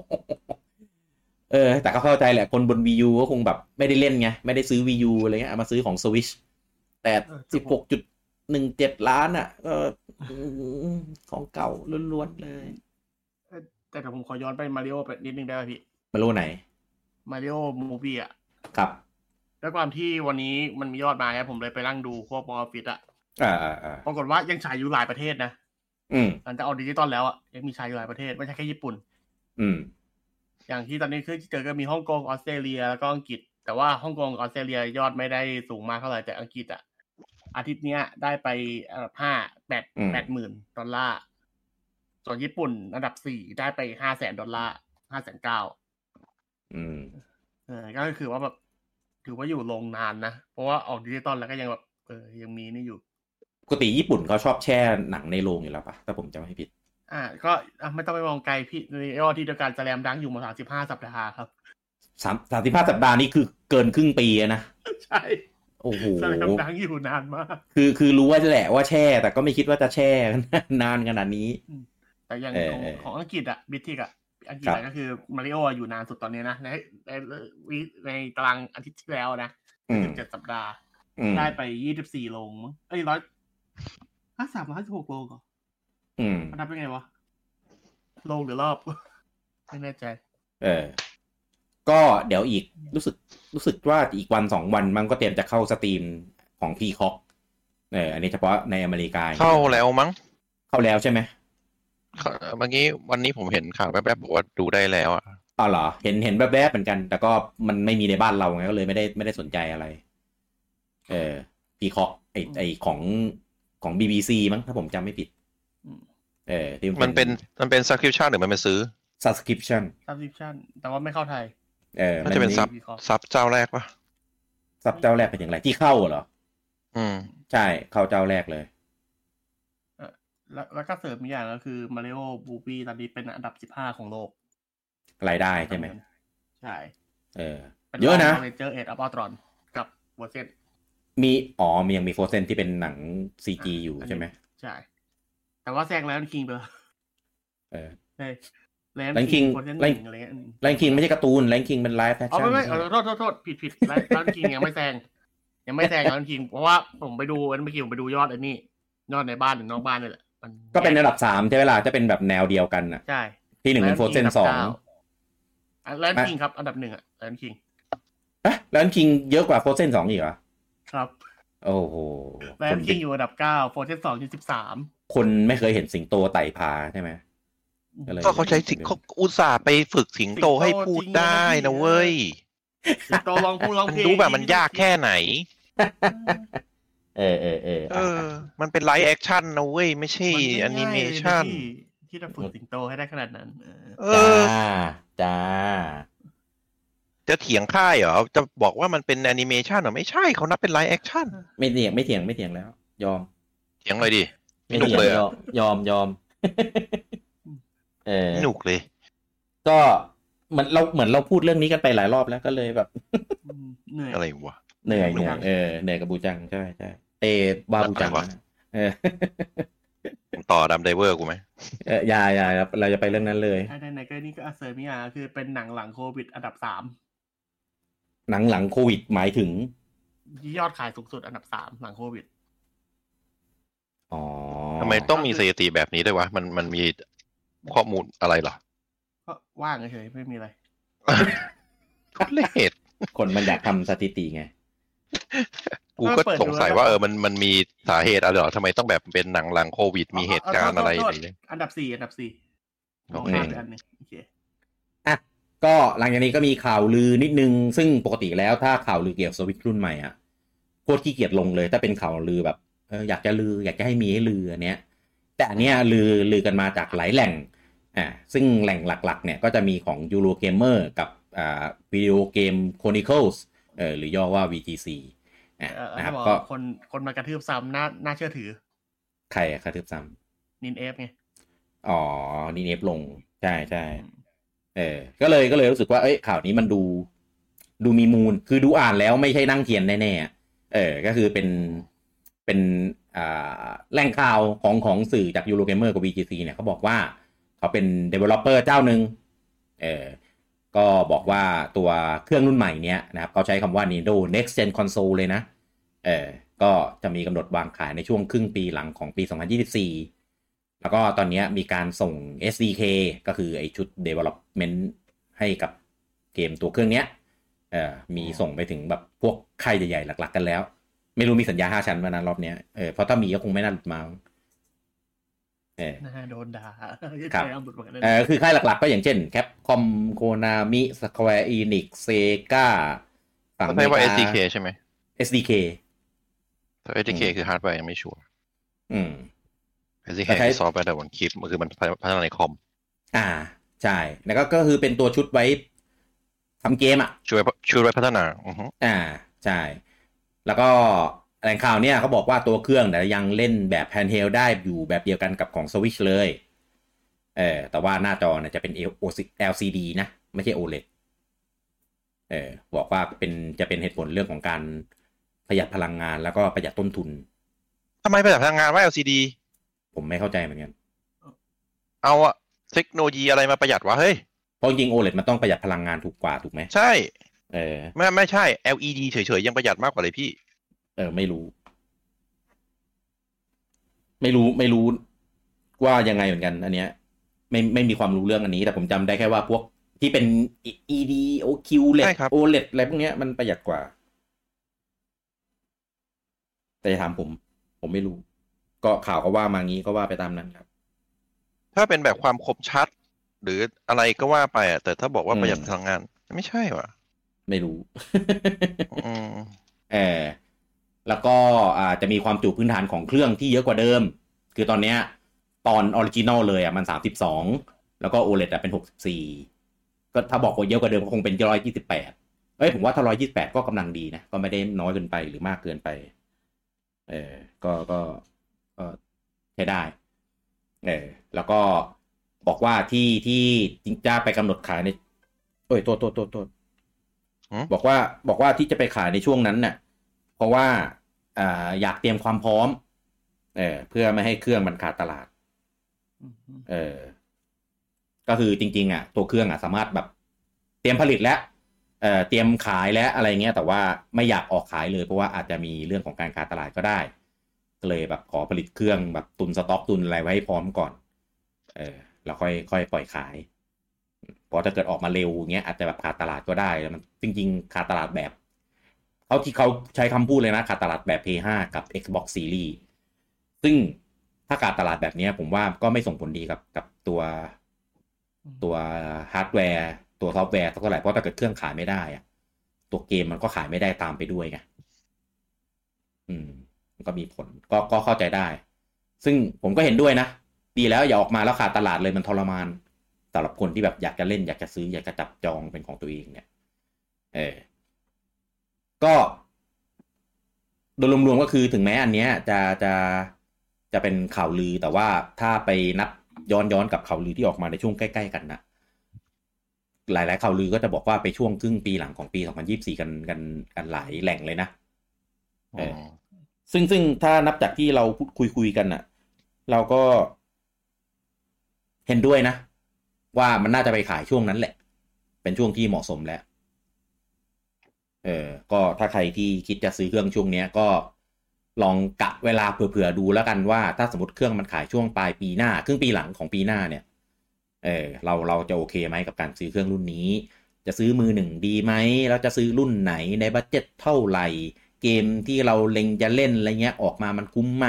แต่ก็เข้าใจแหละคนบน Wii U ก็คงแบบไม่ได้เล่นไงไม่ได้ซื้อ Wii U อะไรเงี้ยมาซื้อของ Switch แต่ 16.17 ล้านก็ของเก่าล้วนๆเลยแต่ผมขอย้อนไปมาริโอไปนิดนึงได้ป่ะพี่มาริโอไหนมาริโอมูฟวี่ครับด้วยความที่วันนี้มันมียอดมาครับผมเลยไปนั่งดูพวกบอลฟิตปรากฏว่ายังฉายอยู่หลายประเทศนะหลังจากเอาดิจิตอลแล้วยังมีฉายอยู่หลายประเทศไม่ใช่แค่ญี่ปุ่นอย่างที่ตอนนี้คือเจอก็มีฮ่องกงออสเตรเลียแล้วก็อังกฤษแต่ว่าฮ่องกงออสเตรเลียยอดไม่ได้สูงมากเท่าไหร่แต่อังกฤษอาทิตย์นี้ได้ไป80,000 ดอลลาร์ส่วนญี่ปุ่นอันดับ4ได้ไป$500,000 590,000ก็คือว่าแบบถือว่าอยู่ลงนานนะเพราะว่าออกดิจิตอลแล้วก็ยังแบบยังมีนี่อยู่ปกติญี่ปุ่นเขาชอบแช่หนังในโรงอยู่แล้วปะถ้าผมจำไม่ผิดก็ไม่ต้องไปมองไกลพี่ในยอดที่เดียวกันแสลมดังอยู่มา35 สัปดาห์ครับ 35 สัปดาห์นี่คือเกินครึ่งปีนะใช่โอ้โหแสลมดังอยู่นานมากคือรู้ว่าแหละว่าแช่แต่ก็ไม่คิดว่าจะแช่นานขนาดนี้แต่อย่างของอังกฤษบิทติกอังกฤษก็คือมาริโออยู่นานสุดตอนนี้นะในตารางอาทิตย์ที่แล้วนะ17 สัปดาห์ได้ไป24 โลงมั้ง316 โลงเหรอนับเป็นไงวะโลงหรือรอบไม่แน่ใจก็เดี๋ยวอีกรู้สึกว่าอีกวัน2 วันมันก็เตรียมจะเข้าสตรีมของพีคอกอันนี้เฉพาะในอเมริกาเข้าแล้วมั้งเข้าแล้วใช่ไหมเมื่อกี้วันนี้ผมเห็นข่าวแป๊บๆบอกว่าดูได้แล้วเหรอเห็นแวบๆเหมือนกันแต่ก็มันไม่มีในบ้านเราไงก็เลยไม่ได้สนใจอะไรพีคอกไอของ BBC มั้งถ้าผมจำไม่ผิดมันเป็น subscription หรือมันเป็นซื้อ subscription แต่ว่าไม่เข้าไทยน่าจะเป็นซับเจ้าแรกปะซับเจ้าแรกเป็นอย่างไรที่เข้าเหรอใช่เข้าเจ้าแรกเลยแล้วก็เสริมอีกอย่างก็คือ Mario Movie ตอนนี้เป็นอันดับ15ของโลกรายได้ใช่ไหมใช่เยอะนะ Avengers Age of Ultron กับ Frozen มียังมี Frozen ที่เป็นหนัง CG อยู่ใช่ไหมใช่แต่ว่าแซงLion King ไปแล้ว Lion King ไม่ใช่การ์ตูน Lion King เป็นไลฟ์แฟชั่นไม่โทษผิด Lion King ยังไม่แซงLion King เพราะว่าผมไปดูผมไปดูยอดอันนี้ยอดในบ้านหรือนอกบ้านนี่แหละก็เป็นอันดับ3ใช่ไหมล่ะจะเป็นแบบแนวเดียวกันใช่ที่1เป็น Frozen 2 แลนด์คิงครับอันดับ1อ่ะแลนด์คิงแลนด์คิงเยอะกว่าโฟเซน2อีกเหรอครับโอ้โหแลนด์คิงอยู่อันดับ9โฟเซน2อยู่13 คนไม่เคยเห็นสิงโตไต่ผาใช่ไหมก็เขาใช้เขาอุตส่าห์ไปฝึกสิงโตให้พูดได้นะเว้ยสิงโตร้องเพลงรู้แบบมันยากแค่ไหนมันเป็นไลฟ์แอคชั่นนะเว้ยไม่ใช่แอนิเมชั่นที่จะฝึกสิงโตให้ได้ขนาดนั้นจ้าจะเถียงค่ายเหรอจะบอกว่ามันเป็นแอนิเมชันเหรอไม่ใช่เขานับเป็นไลฟ์แอคชั่นไม่เถียงแล้วยอมเถียงเลยดิไม่หนุกเลยยอมหนุกเลยก็เหมือนเราพูดเรื่องนี้กันไปหลายรอบแล้วก็เลยแบบเหนื่อยอะไรวะเหนื่อยกับบูจังใช่บาบูจังต่อดัมไดเวอร์กูไหมอย่าเราจะไปเรื่องนั้นเลยไหนก็นี่ก็อาเซอร์มิอาคือเป็นหนังหลังโควิดอันดับ3 หนังหลังโควิดหมายถึงยอดขายสูงสุดอันดับ3หลังโควิดทำไมต้องมีสถิติแบบนี้ด้วยวะมันมีข้อมูลอะไรเหรอก็ว่างเฉยไม่มีอะไรทุเรศคนมันอยากทำสถิติไงกูก็สงสัยว่ามันมีสาเหตุอะไรหรอทำไมต้องแบบเป็นหนังหลังโควิดมีเหตุการณ์อะไรนี่อันดับ4โอเคอันนึงโอเคก็หลังจากนี้ก็มีข่าวลือนิดนึงซึ่งปกติแล้วถ้าข่าวลือเกี่ยวกับสวิตช์รุ่นใหม่อ่ะโคตรขี้เกียจลงเลยถ้าเป็นข่าวลือแบบอยากจะให้มีให้ลืออันเนี้ยแต่อันเนี้ยลือกันมาจากหลายแหล่งซึ่งแหล่งหลักๆเนี่ยก็จะมีของ Eurogamer กับVideo Game Chronicles หรือย่อว่า VGC นะครับก็คนมากระทืบซ้ำน่าเชื่อถือใครกระทืบซ้ำนินเอฟไงนินเอฟลงใช่ก็เลยรู้สึกว่าข่าวนี้มันดูมีมูลคือดูอ่านแล้วไม่ใช่นั่งเทียนแน่ๆก็คือเป็นแหล่งข่าวของสื่อจาก Eurogamer กับ VGC เนี่ยเขาบอกว่าเขาเป็น developer เจ้านึงก็บอกว่าตัวเครื่องรุ่นใหม่เนี้ยนะครับเขาใช้คำว่า Nintendo Next Gen Console เลยนะก็จะมีกำหนดวางขายในช่วงครึ่งปีหลังของปี2024แล้วก็ตอนนี้มีการส่ง SDK ก็คือไอชุด development ให้กับเกมตัวเครื่องเนี้ยมีส่งไปถึงแบบพวกค่ายใหญ่ๆหลักๆกันแล้วไม่รู้มีสัญญา5ชั้นมานั้นรอบเนี้ยเพราะถ้ามีก็คงไม่น่าหลุดมาโดนด่าครับคือค่ายหลักๆก็อย่างเช่น Capcom Konami Square Enix Sega ฝั่งไม่ว่า SDK ใช่ไหม SDK แต่ SDK คือฮาร์ดแวร์ยังไม่ชัวร์SDK คือซอฟต์แวร์แต่บนคลิปมันคือมันพัฒนาในคอมใช่แล้วก็คือเป็นตัวชุดไว้ทำเกมช่วยไว้พัฒนาใช่แล้วก็แหล่งข่าวเนี่ยเขาบอกว่าตัวเครื่องแต่ยังเล่นแบบแฮนด์เฮลได้อยู่แบบเดียวกันกับของ Switch เลยแต่ว่าหน้าจอเนี่ยจะเป็น LCD นะไม่ใช่ OLED บอกว่าจะเป็นเหตุผลเรื่องของการประหยัดพลังงานแล้วก็ประหยัดต้นทุนทำไมประหยัดพลังงานว่า LCD ผมไม่เข้าใจเหมือนกันเอาเทคโนโลยีอะไรมาประหยัดวะเฮ้ยเพราะจริง OLED มันต้องประหยัดพลังงานถูกไหมใช่ไม่ใช่ LED เฉยๆยังประหยัดมากกว่าเลยพี่ไม่รู้ว่ายังไงเหมือนกันอันเนี้ยไม่มีความรู้เรื่องอันนี้แต่ผมจำได้แค่ว่าพวกที่เป็น ED OLED อะไรพวกเนี้ยมันประหยัดกว่าแต่จะถามผมไม่รู้ก็ข่าวก็ว่ามางี้ก็ว่าไปตามนั้นครับถ้าเป็นแบบความคมชัดหรืออะไรก็ว่าไปแต่ถ้าบอกว่าประหยัดพลังงานไม่ใช่ว่ะไม่รู้แล้วก็จะมีความจุพื้นฐานของเครื่องที่เยอะกว่าเดิมคือตอนเนี้ยตอนออริจินอลเลยมัน32แล้วก็ OLED เป็น64ก็ถ้าบอกว่าเยอะกว่าเดิมก็คงเป็น128ผมว่าถ้า128ก็กำลังดีนะก็ไม่ได้น้อยเกินไปหรือมากเกินไปก็ใช้ได้แล้วก็บอกว่าที่จริงจ้าไปกำหนดขายในโทษบอกว่าที่จะไปขายในช่วงนั้นน่ะเพราะว่าอยากเตรียมความพร้อมเพื่อไม่ให้เครื่องมันขาดตลาดก็คือจริงๆตัวเครื่องสามารถแบบเตรียมผลิตแล้วเตรียมขายแล้วอะไรเงี้ยแต่ว่าไม่อยากออกขายเลยเพราะว่าอาจจะมีเรื่องของการขาดตลาดก็ได้ก็เลยแบบขอผลิตเครื่องแบบตุนสต็อกตุนอะไรไว้ให้พร้อมก่อนแล้วค่อยปล่อยขายพอถ้าเกิดออกมาเร็วเงี้ยอาจจะแบบขาดตลาดก็ได้มันจริงๆขาดตลาดแบบเขาใช้คำพูดเลยนะขาดตลาดแบบ PS5 กับ Xbox Series ซึ่งถ้าขาดตลาดแบบนี้ผมว่าก็ไม่ส่งผลดีกับตัวฮาร์ดแวร์ตัวซอฟต์แวร์เท่าไหร่เพราะถ้าเกิดเครื่องขายไม่ได้อะตัวเกมมันก็ขายไม่ได้ตามไปด้วยไงมันก็มีผลก็เข้าใจได้ซึ่งผมก็เห็นด้วยนะดีแล้วอย่าออกมาแล้วขาดตลาดเลยมันทรมานสำหรับคนที่แบบอยากจะเล่นอยากจะซื้ออยากจะจับจองเป็นของตัวเองเนี่ยก็โดยรวมๆก็คือถึงแม้อันเนี้ยจะเป็นข่าวลือแต่ว่าถ้าไปนับย้อนกับข่าวลือที่ออกมาในช่วงใกล้ๆกันนะหลายๆข่าวลือก็จะบอกว่าไปช่วงครึ่งปีหลังของปี2024กันหลายแหล่งเลยนะซึ่งถ้านับจากที่เราคุยกันน่ะเราก็เห็นด้วยนะว่ามันน่าจะไปขายช่วงนั้นแหละเป็นช่วงที่เหมาะสมแล้วก็ถ้าใครที่คิดจะซื้อเครื่องช่วงนี้ก็ลองกะเวลาเผื่อๆดูแล้วกันว่าถ้าสมมติเครื่องมันขายช่วงปลายปีหน้าครึ่งปีหลังของปีหน้าเนี่ยเราจะโอเคไหมกับการซื้อเครื่องรุ่นนี้จะซื้อมือหนึ่งดีไหมแล้วจะซื้อรุ่นไหนในบัดเจ็ตเท่าไหร่เกมที่เราเล็งจะเล่นอะไรเงี้ยออกมามันคุ้มไหม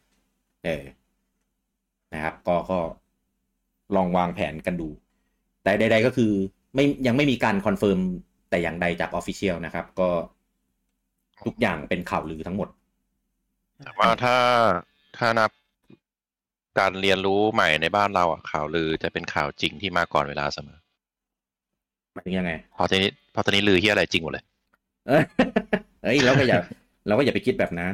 นะครับก็ลองวางแผนกันดูแต่ใดๆก็คือยังไม่มีการคอนเฟิร์มแต่อย่างใดจาก Official นะครับก็ทุกอย่างเป็นข่าวลือทั้งหมดแต่ว่าถ้านับการเรียนรู้ใหม่ในบ้านเราข่าวลือจะเป็นข่าวจริงที่มาก่อนเวลาเสมอหมายถึงยังไงพอตอนนี้ลือที่อะไรจริงหมดเลยเราก็อย่าไปคิดแบบนั้น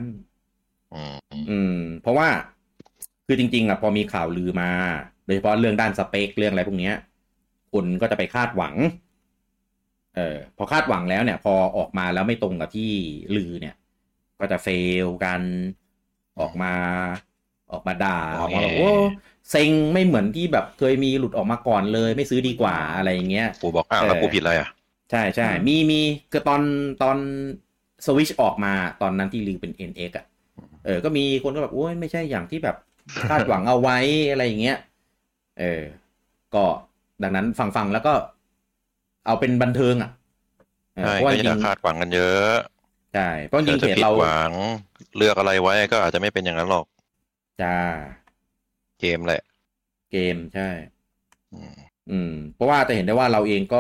เพราะว่าคือจริงๆพอมีข่าวลือมาโดยเฉพาะเรื่องด้านสเปคเรื่องอะไรพวกนี้คนก็จะไปคาดหวังพอคาดหวังแล้วเนี่ยพอออกมาแล้วไม่ตรงกับที่ลือเนี่ยก็จะเฟลกันออกมาด่าออกมาโอ้เซ็งไม่เหมือนที่แบบเคยมีหลุดออกมาก่อนเลยไม่ซื้อดีกว่าอะไรอย่างเงี้ยกูบอกแล้วกูผิดอะไรใช่มีคือตอนสวิชออกมาตอนนั้นที่ลือเป็น NX ก็มีคนก็แบบโอ้ยไม่ใช่อย่างที่แบบคาดหวังเอาไว้อะไรอย่างเงี้ยก็ดังนั้นฟังแล้วก็เอาเป็นบันเทิงเพราะว่าจริงคาดหวังกันเยอะใช่เพราะจริงเพจเราหวังเลือกอะไรไว้ก็อาจจะไม่เป็นอย่างนั้นหรอกจ้าเกมแหละเกมใช่เพราะว่าจะเห็นได้ว่าเราเองก็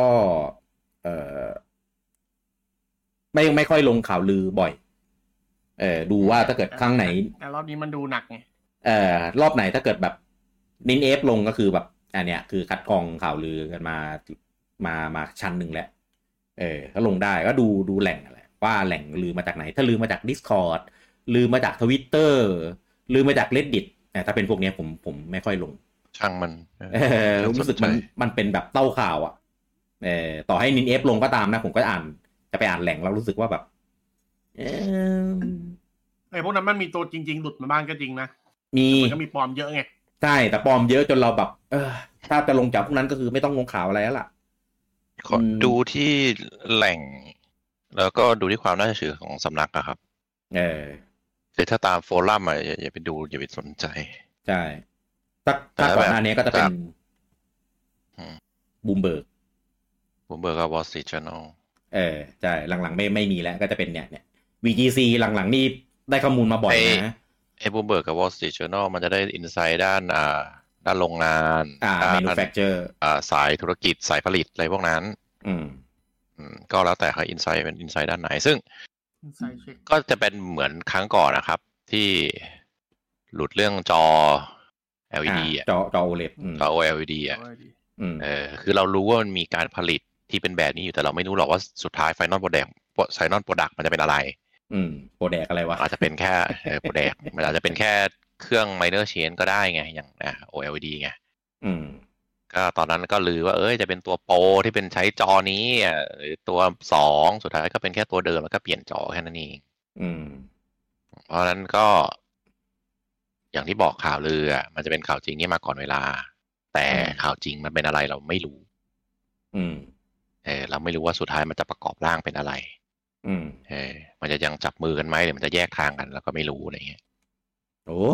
ไม่ค่อยลงข่าวลือบ่อยดูว่าถ้าเกิดครั้งไหนแต่รอบนี้มันดูหนักไงรอบไหนถ้าเกิดแบบนินเอฟลงก็คือแบบอันเนี้ยคือคัดกรองข่าวลือกันมาชั้นหนึ่งแล้วก็ลงได้ก็ดูแหล่งอะไรว่าแหล่งลือมาจากไหนถ้าลือมาจาก Discord ลือมาจาก Twitter ลือมาจาก Reddit ถ้าเป็นพวกนี้ผมไม่ค่อยลงช่างมันรู้สึกมันเป็นแบบเต้าข่าวต่อให้นินเอฟลงก็ตามนะผมก็จะไปอ่านแหล่งแล้วรู้สึกว่าแบบพวกนั้นมันมีตัวจริงๆหลุดมาบ้างก็จริงนะมันก็มีปลอมเยอะไงใช่แต่ปลอมเยอะจนเราแบบถ้าจะลงจากพวกนั้นก็คือไม่ต้องลงข่าวอะไรแล้วล่ะขอดูที่แหล่งแล้วก็ดูที่ความน่าเชื่อถือของสำนักอะครับแต่ถ้าตามโฟรัมอย่าไปดูอย่าไปสนใจใช่ถ้าก่อนหน้านี้ก็จะเป็นบูมเบิร์กกับ Wall Street Journal ใช่หลังๆไม่มีแล้วก็จะเป็นเนี่ย VGC หลังๆนี่ได้ข้อมูลมาบ่อยนะบูมเบิร์กกับ Wall Street Journal มันจะได้อินไซต์ด้านโรงงาน manufacture สายธุรกิจสายผลิตอะไรพวกนั้นก็แล้วแต่เขาอินไซต์เป็นอินไซต์ด้านไหนซึ่งก็จะเป็นเหมือนครั้งก่อนนะครับที่หลุดเรื่องจอ LED จอ OLED จอ OLED คือเรารู้ว่ามันมีการผลิตที่เป็นแบบนี้อยู่แต่เราไม่รู้หรอกว่าสุดท้าย Final Product มันจะเป็นอะไรโปรแดกอะไรวะอาจจะเป็นแค่โปรแดกมันอาจจะเป็นแค่เครื่อง minor change ก็ได้ไงอย่างOLED ไงก็ตอนนั้นก็ลือว่าจะเป็นตัวโปรที่เป็นใช้จอนี้หรือตัว2สุดท้ายก็เป็นแค่ตัวเดิมแล้วก็เปลี่ยนจอแค่นั้นเองเพราะนั้นก็อย่างที่บอกข่าวลือมันจะเป็นข่าวจริงนี่มาก่อนเวลาแต่ข่าวจริงมันเป็นอะไรเราไม่รู้เราไม่รู้ว่าสุดท้ายมันจะประกอบร่างเป็นอะไรมันจะยังจับมือกันไหมหรือมันจะแยกทางกันแล้วก็ไม่รู้อะไรเงี้ยโอ้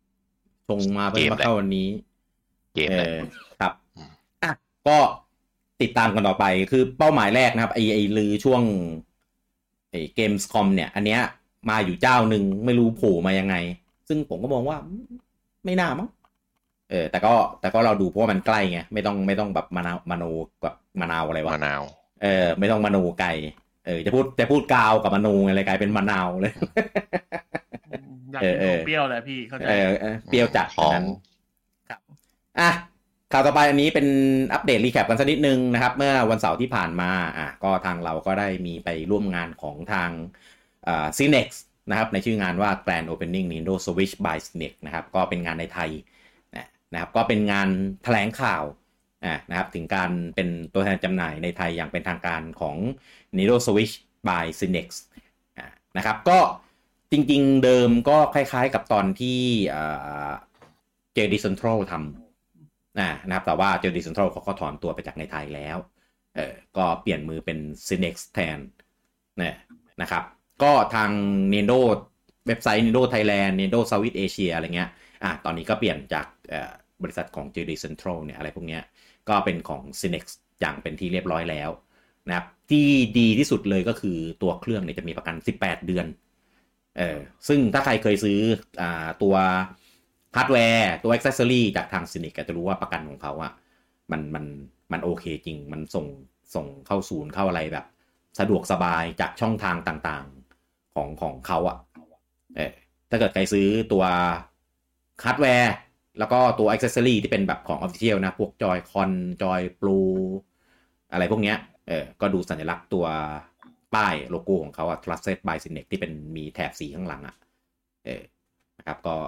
ชงมาเป็นมาเข้าวันนี้เกมครับก็ติดตามกันต่อไปคือเป้าหมายแรกนะครับไอลือช่วงไอ Gamescom เนี่ยอันเนี้ยมาอยู่เจ้าหนึ่งไม่รู้โผล่มายังไงซึ่งผมก็มองว่าไม่น่ามั้งแต่ก็เราดูเพราะว่ามันใกล้ไงไม่ต้องแบบมโนกับมะนาวอะไรวะมะนาวไม่ต้องมโนไกลจะพูดกาวกับมโนอะไรกลายเป็นมะนาวเลยอยากกินของเปรี้ยวเลยพี่เข้าใจเปรี้ยวจัดนั้นครับอ่ะข่าวต่อไปอันนี้เป็นอัปเดตรีแคปกันสักนิดนึงนะครับเมื่อวันเสาร์ที่ผ่านมาก็ทางเราก็ได้มีไปร่วมงานของทางCinex นะครับในชื่องานว่า Grand Opening Nintendo Switch by Cinex นะครับก็เป็นงานในไทยนะครับก็เป็นงานแถลงข่าวนะครับถึงการเป็นตัวแทนจำหน่ายในไทยอย่างเป็นทางการของ Nintendo Switch by Cinex นะครับก็จริงๆเดิมก็คล้ายๆกับตอนที่JD Central ทำนะครับแต่ว่า JD Central เขาก็ถอนตัวไปจากในไทยแล้วก็เปลี่ยนมือเป็น Cinex แทนนะครับก็ทาง Nintendo เว็บไซต์ Nintendo Thailand Nintendo Southeast Asia อะไรเงี้ยตอนนี้ก็เปลี่ยนจากบริษัทของ JD Central เนี่ยอะไรพวกเนี้ยก็เป็นของ Cinex อย่างเป็นที่เรียบร้อยแล้วนะครับที่ดีที่สุดเลยก็คือตัวเครื่องเนี่ยจะมีประกัน18 เดือนซึ่งถ้าใครเคยซื้อตัวฮาร์ดแวร์ตัว Accessory จากทาง Cinex จะรู้ว่าประกันของเขาอะมันโอเคจริงมันส่งเข้าศูนย์เข้าอะไรแบบสะดวกสบายจากช่องทางต่างๆของเขาอะถ้าเกิดใครซื้อตัวฮาร์ดแวร์แล้วก็ตัว Accessory ที่เป็นแบบของ Official นะพวกจอยคอนจอยปลูอะไรพวกเนี้ยก็ดูสัญลักษณ์ตัวป้ายโลโก้ของเขาTrusted by Cinex ที่เป็นมีแถบสีข้างหลังนะครับก็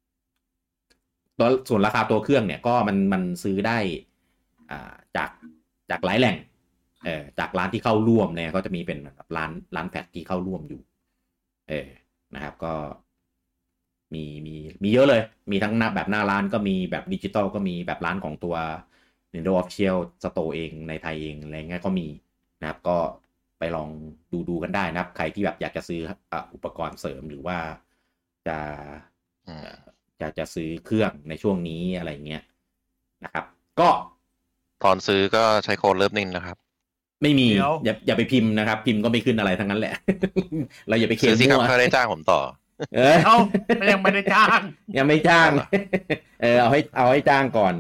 ส่วนราคาตัวเครื่องเนี่ยก็มันซื้อได้จากหลายแหล่งจากร้านที่เข้าร่วมเนี่ยก็จะมีเป็นร้านแพทที่เข้าร่วมอยู่นะครับก็มีเยอะเลยมีทั้งแบบหน้าร้านก็มีแบบดิจิตอลก็มีแบบร้านของตัว Nintendo Official Store เองในไทยเองอะไรเงี้ยก็มีนะครับก็ไปลองดูกันได้นะครับใครที่แบบอยากจะซื้ออุปกรณ์เสริมหรือว่าจะซื้อเครื่องในช่วงนี้อะไรเงี้ยนะครับก็ตอนซื้อก็ใช้โค้ดเลิฟนิ่งนะครับไม่มีอย่าไปพิมพ์นะครับพิมพ์ก็ไม่ขึ้นอะไรทั้งนั้นแหละ เราอย่าไปเขียนมั่วซื้อสิครับเขาได้จ้างผมต่อยังไม่ได้จ้างยังไม่จ้างเอาให้จ้างก่อน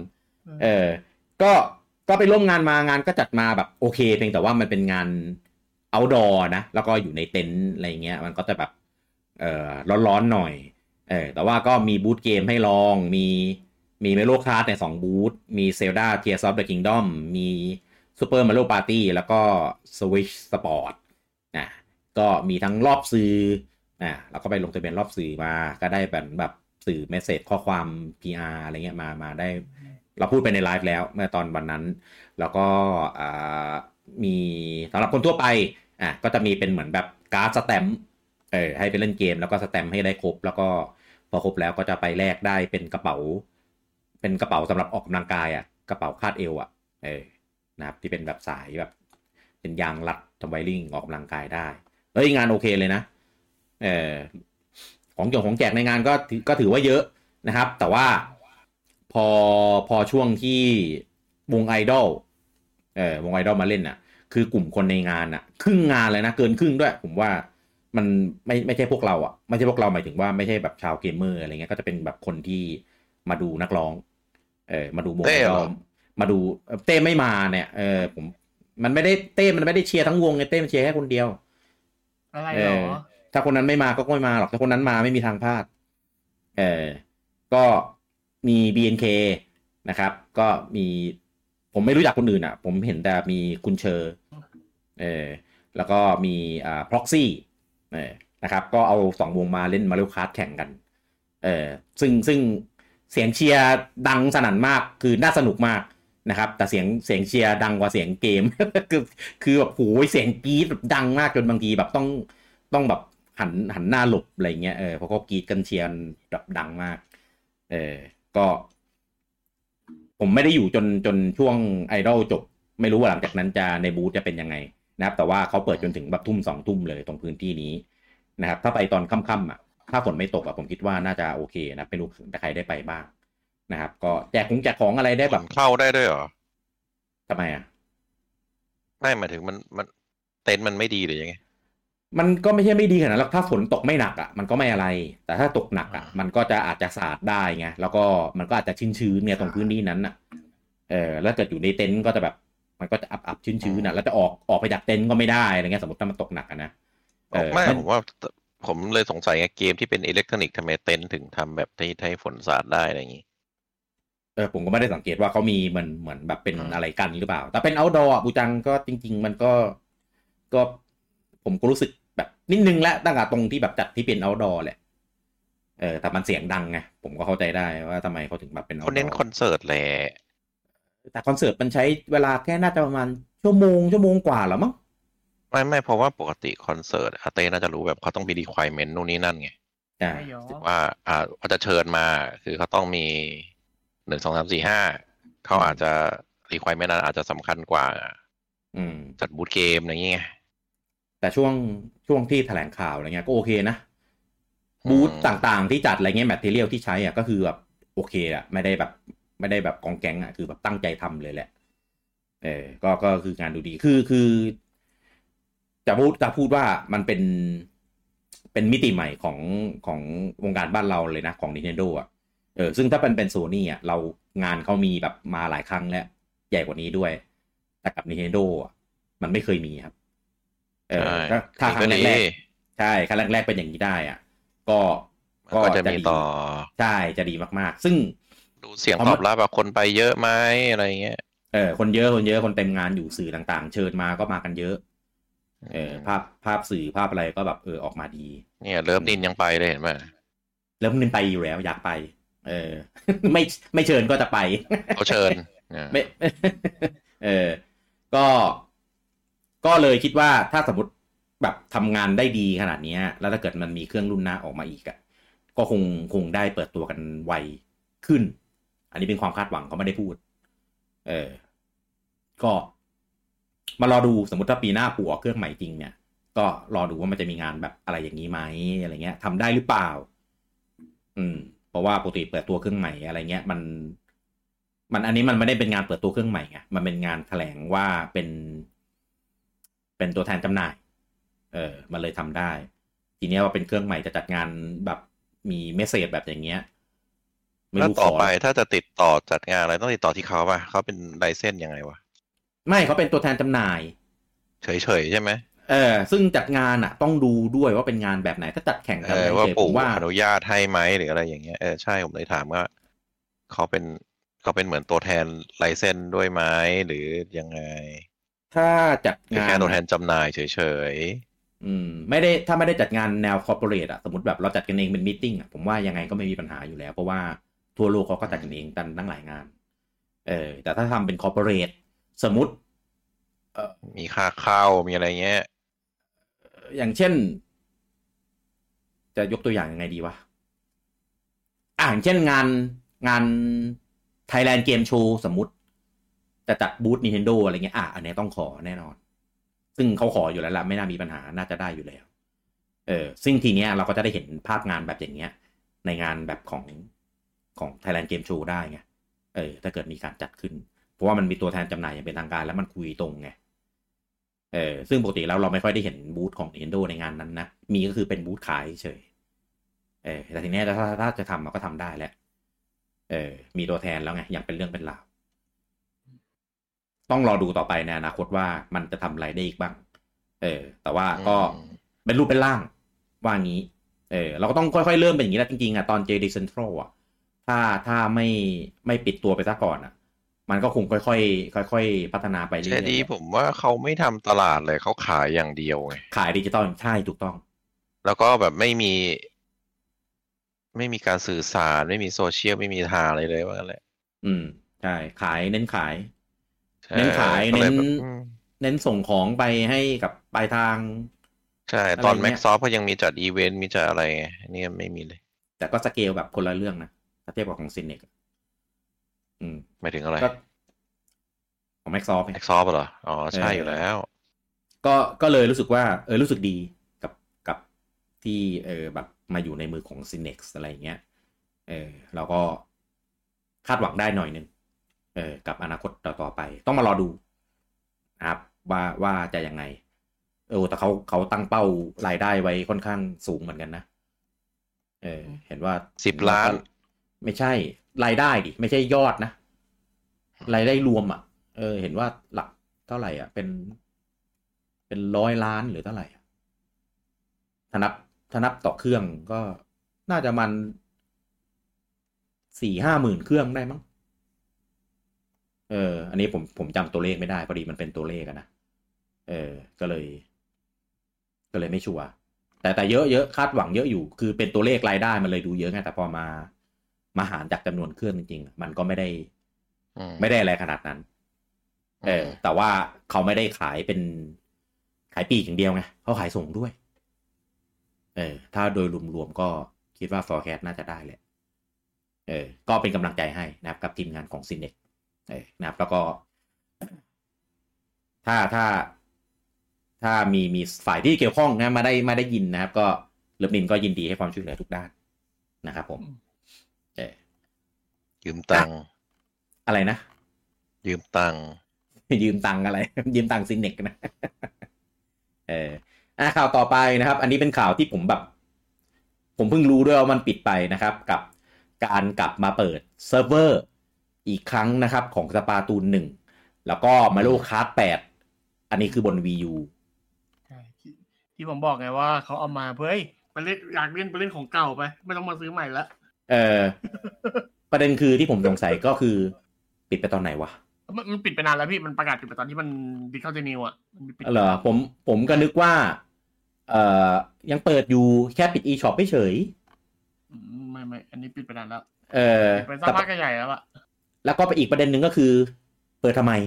ก็ไปร่วมงานมางานก็จัดมาแบบโอเคเพียงแต่ว่ามันเป็นงานoutdoor นะแล้วก็อยู่ในเต็นท์อะไรเงี้ยมันก็จะแบบร้อนๆหน่อยแต่ว่าก็มีบูธเกมให้ลองมีเมโลคาร์ดใน2บูธมี Zelda Tears of the Kingdom มี Super Mario Party แล้วก็ Switch Sport ก็มีทั้งรอบสื่อแล้วก็ไปลงทะเบียนรอบสื่อมาก็ได้แบบสื่อเมสเสจข้อความ PR อะไรเงี้ยมาได้เราพูดไปในไลฟ์แล้วเมื่อตอนวันนั้นแล้วก็มีสำหรับคนทั่วไปก็จะมีเป็นเหมือนแบบการ์ดสแตมป์ให้ไปเล่นเกมแล้วก็สแตมป์ให้ได้ครบแล้วก็พอครบแล้วก็จะไปแลกได้เป็นกระเป๋าสำหรับออกกำลังกายกระเป๋าคาดเอวนะครับที่เป็นแบบสายแบบเป็นยางรัดทำไวริ่งออกกำลังกายได้งานโอเคเลยนะของแจกในงานก็ถือว่าเยอะนะครับแต่ว่าพอช่วงที่วงไอดอลมาเล่นคือกลุ่มคนในงานครึ่งงานเลยนะเกินครึ่งด้วยผมว่ามันไม่ใช่พวกเราไม่ใช่พวกเราหมายถึงว่าไม่ใช่แบบชาวเกมเมอร์อะไรเงี้ยก็จะเป็นแบบคนที่มาดูนักร้องมาดูวงไอดอลมาดูเต้ไม่มาเนี่ยผมมันไม่ได้เชียร์ทั้งวงไงเต้มันเชียร์แค่คนเดียวอะไรหรอถ้าคนนั้นไม่มาก็ไม่มาหรอกถ้าคนนั้นมาไม่มีทางพลาดก็มี BNK นะครับก็มีผมไม่รู้จักคนอื่นผมเห็นแต่มีคุณเชอร์แล้วก็มีProxy นะครับก็เอา2วงมาเล่นมาเล่นคาร์ดแข่งกันซึ่งเสียงเชียร์ดังสนั่นมากคือน่าสนุกมากนะครับแต่เสียงเชียร์ดังกว่าเสียงเกม คือแบบโหยเสียงกรี๊ดแบบดังมากจนบางทีแบบต้องแบบหันหน้าหลบอะไรเงี้ยเพราะเขากรี๊ดกันเชียร์แบบดังมากก็ผมไม่ได้อยู่จนช่วงไอดอลจบไม่รู้ว่าหลังจากนั้นจะในบูธจะเป็นยังไงนะครับแต่ว่าเขาเปิดจนถึงแบบ2 ทุ่มเลยตรงพื้นที่นี้นะครับถ้าไปตอนค่ำถ้าฝนไม่ตกผมคิดว่าน่าจะโอเคนะไม่รู้ใครได้ไปบ้างนะครับก็แจกของอะไรได้แบบเข้าได้ด้วยเหรอทำไมไม่หมายถึงมันเต็นท์มันไม่ดีหรือยังไงมันก็ไม่ใช่ไม่ดีขนาดนั้นหรอกถ้าฝนตกไม่หนักอ่ะมันก็ไม่อะไรแต่ถ้าตกหนักอ่ะมันก็จะอาจจะสาดได้ไงแล้วก็มันก็อาจจะชื้นๆเนี่ยตรงพื้นที่นั้นอ่ะแล้วเกิดอยู่ในเต็นท์ก็จะแบบมันก็จะอับชื้นๆนะแล้วจะออกไปจากเต็นท์ก็ไม่ได้อะไรเงี้ยสมมติถ้ามันตกหนักนะไม่ผมว่าผมเลยสงสัยไงเกมที่เป็นอิเล็กทรอนิกส์ทำไมเต็นท์ถึงทำแบบที่ให้ฝนสาดได้อะไรอย่างนี้ผมก็ไม่ได้สังเกตว่าเขามีเหมือนแบบเป็นอะไรกันหรือเปล่าแต่เป็น outdoor อ่ะบูจังก็จริงๆมันก็ผมก็รู้สึกแบบนิดนึงแล้วตั้งแต่ตรงที่แบบจัดที่เป็น outdoor แหละแต่มันเสียงดังไงผมก็เข้าใจได้ว่าทำไมเขาถึงแบบเป็น outdoor เขาเน้นคอนเสิร์ตแหละแต่คอนเสิร์ตมันใช้เวลาแค่น่าจะประมาณชั่วโมงกว่าหรอมั้งไม่เพราะว่าปกติคอนเสิร์ตอาเต้น่าจะรู้แบบเขาต้องมี requirement นู่นนี่นั่นไงใช่ว่าเขาจะเชิญมาคือเขาต้องมี1 2 3 4 5เขาอาจจะ requirement นั้นอาจจะสำคัญกว่าจัดบูธเกมอะไรเงี้ยแต่ช่วงที่แถลงข่าวอะไรเงี้ยก็โอเคนะบูธต่างๆที่จัดอะไรเงี้ยแมทเทอเรียลที่ใช้อ่ะก็คือแบบโอเคอ่ะไม่ได้แบบกองแก๊งอ่ะคือแบบตั้งใจทำเลยแหละก็คืองานดูดีคือจะพูดว่ามันเป็นมิติใหม่ของวงการบ้านเราเลยนะของ Nintendo อ่ะซึ่งถ้าเป็นโซนี่อ่ะเรางานเขามีแบบมาหลายครั้งแล้วใหญ่กว่านี้ด้วยแต่กับ Nintendo อ่ะมันไม่เคยมีครับถ้าครั้งแรกใช่ครั้งแรกเป็นอย่างนี้ได้อ่ะก็จะมีต่อใช่จะดีมากๆซึ่งดูเสียงตอบรับแบบคนไปเยอะไหมอะไรเงี้ยคนเยอะคนเต็มงานอยู่สื่อต่างๆเชิญมาก็มากันเยอะภาพสื่อภาพอะไรก็แบบออกมาดีเนี่ยเลิฟนินยังไปเลยเห็นไหมเลิฟนินไปอยู่แล้วอยากไปไม่เชิญก็จะไปเขาเชิญไม่ก็เลยคิดว่าถ้าสมมติแบบทำงานได้ดีขนาดนี้แล้วถ้าเกิดมันมีเครื่องรุ่นหน้าออกมาอีกอะก็คงได้เปิดตัวกันไวขึ้นอันนี้เป็นความคาดหวังเขาไม่ได้พูดก็มารอดูสมมติถ้าปีหน้าปู่ออกเครื่องใหม่จริงเนี่ยก็รอดูว่ามันจะมีงานแบบอะไรอย่างนี้ไหมอะไรเงี้ยทำได้หรือเปล่าเพราะว่าปกติเปิดตัวเครื่องใหม่อะไรเงี้ยมันอันนี้มันไม่ได้เป็นงานเปิดตัวเครื่องใหม่ไงมันเป็นงานแถลงว่าเป็นตัวแทนจำหน่ายมันเลยทำได้ทีนี้ว่าเป็นเครื่องใหม่จะจัดงานแบบมีเมสเสจแบบอย่างเงี้ยไม่รู้ต่อไปถ้าจะติดต่อจัดงานอะไรต้องติดต่อที่เขาป่ะเขาเป็นไลเซนส์ยังไงวะไม่เขาเป็นตัวแทนจำหน่ายเฉยๆใช่ไหมซึ่งจัดงานอ่ะต้องดูด้วยว่าเป็นงานแบบไหนถ้าจัดแข่งกันว่าปู่อนุญาตให้ไหมหรืออะไรอย่างเงี้ยใช่ผมเลยถามว่าเขาเป็นเหมือนตัวแทนไลเซนส์ด้วยไหมหรือยังไงถ้าจัดงานแค่ตัวแทนจำหน่ายเฉยๆไม่ได้จัดงานแนวคอร์ปอเรทอ่ะสมมติแบบเราจัดกันเองเป็นมีตติ้งอ่ะผมว่ายังไงก็ไม่มีปัญหาอยู่แล้วเพราะว่าทั่วโลกเขาก็จัดกันเองตั้งหลายงานแต่ถ้าทำเป็นคอร์ปอเรทสมมติมีค่าเข้ามีอะไรเงี้ยอย่างเช่นจะยกตัวอย่างยังไงดีวะอย่างเช่นงาน Thailand Game Show สมมุติจะจัดบูธ Nintendo อะไรเงี้ยอันนี้ต้องขอแน่นอนซึ่งเขาขออยู่แล้วล่ะไม่น่ามีปัญหาน่าจะได้อยู่แล้วซึ่งทีเนี้ยเราก็จะได้เห็นภาพงานแบบอย่างเงี้ยในงานแบบของ Thailand Game Show ได้ไงถ้าเกิดมีการจัดขึ้นเพราะว่ามันมีตัวแทนจำหน่ายอย่างเป็นทางการแล้วมันคุยตรงไงซึ่งปกติแล้วเราไม่ค่อยได้เห็นบูธของ Nintendo ในงานนั้นนะมีก็คือเป็นบูธขายเฉยแต่ทีนี้ถ้าจะทำมันก็ทำได้แหละมีตัวแทนแล้วไงอย่างเป็นเรื่องเป็นราวต้องรอดูต่อไปในอนาคตว่ามันจะทำอะไรได้อีกบ้างแต่ว่าก็เป็นรูปเป็นร่างว่างี้เราก็ต้องค่อยๆเริ่มเป็นอย่างนี้แล้วจริงๆตอน JD Central ถ้าไม่ปิดตัวไปซะก่อนมันก็คงค่อยๆพัฒนาไปเรื่อยๆ JD ผมว่าเขาไม่ทำตลาดเลยเขาขายอย่างเดียวไงขายดิจิตอลใช่ถูกต้องแล้วก็แบบไม่มีการสื่อสารไม่มีโซเชียลไม่มีทางอะไรเลยว่าอะไรใช่ขายเน้นขายเน้นส่งของไปให้กับปลายทางใช่ตอน Microsoft ก็ยังมีจัดอีเวนต์มีจัดอะไรนี่ไม่มีเลยแต่ก็สเกลแบบคนละเรื่องนะถ้าเทียบกับของ Cinex หมายถึงอะไรของ Microsoft เหรออ๋อใช่อยู่แล้วก็เลยรู้สึกว่ารู้สึกดีกับที่แบบมาอยู่ในมือของ Cinex อะไรเงี้ยเราก็คาดหวังได้หน่อยนึงกับอนาคตต่อไปต้องมารอดูนะครับว่าจะยังไงแต่เขาตั้งเป้ารายได้ไว้ค่อนข้างสูงเหมือนกันนะเห็นว่า 10 ล้านไม่ใช่รายได้ดิไม่ใช่ยอดนะรายได้รวมอ่ะเห็นว่าหลักเท่าไหร่อ่ะเป็น100 ล้านหรือเท่าไหร่ถ้านับต่อเครื่องก็น่าจะมัน 4-5 หมื่นเครื่องได้มั้งอันนี้ผมจำตัวเลขไม่ได้พอดีมันเป็นตัวเลขนะก็เลยไม่ชัวร์แต่เยอะคาดหวังเยอะอยู่คือเป็นตัวเลขรายได้มันเลยดูเยอะไงแต่พอมาหารจากจำนวนเครื่องจริงๆมันก็ไม่ได้อะไรขนาดนั้นแต่ว่าเขาไม่ได้ขายเป็นขายปีกอย่างเดียวไงเขาขายส่งด้วยถ้าโดยรวมๆก็คิดว่า forecast น่าจะได้แหละก็เป็นกำลังใจให้นะครับกับทีมงานของ Cinex นะครับแล้วก็ถ้ามีฝ่ายที่เกี่ยวข้องนะมาได้ยินนะครับก็เลิฟนินก็ยินดีให้ความช่วยเหลือทุกด้านนะครับผมยืมตังค์อะไรนะยืมตังค์อะไรยืมตังค์ Cinex นะข่าวต่อไปนะครับอันนี้เป็นข่าวที่ผมเพิ่งรู้ด้วยว่ามันปิดไปนะครับกับการกลับมาเปิดเซิร์ฟเวอร์อีกครั้งนะครับของสปาตูน1แล้วก็มาโลคาร์ด8อันนี้คือบน Wii U ใช่ที่ผมบอกไงว่าเขาเอามาเพื่อไปเล่นอยากเล่นไปเล่นของเก่าไปไม่ต้องมาซื้อใหม่ละประเด็นคือที่ผมสงสัยก็คือปิดไปตอนไหนวะมันปิดไปนานแล้วพี่มันประกาศปิดไปตอนที่มันดิจิทัลเจนิวอ่ะเหรอผมก็นึกว่ายังเปิดอยู่แค่ปิด eShop ไม่เฉยไม่อันนี้ปิดไปนานแล้วเป็นสักพักใหญ่แล้วอะแล้วก็ไปอีกประเด็นหนึ่งก็คือเปิดทำไม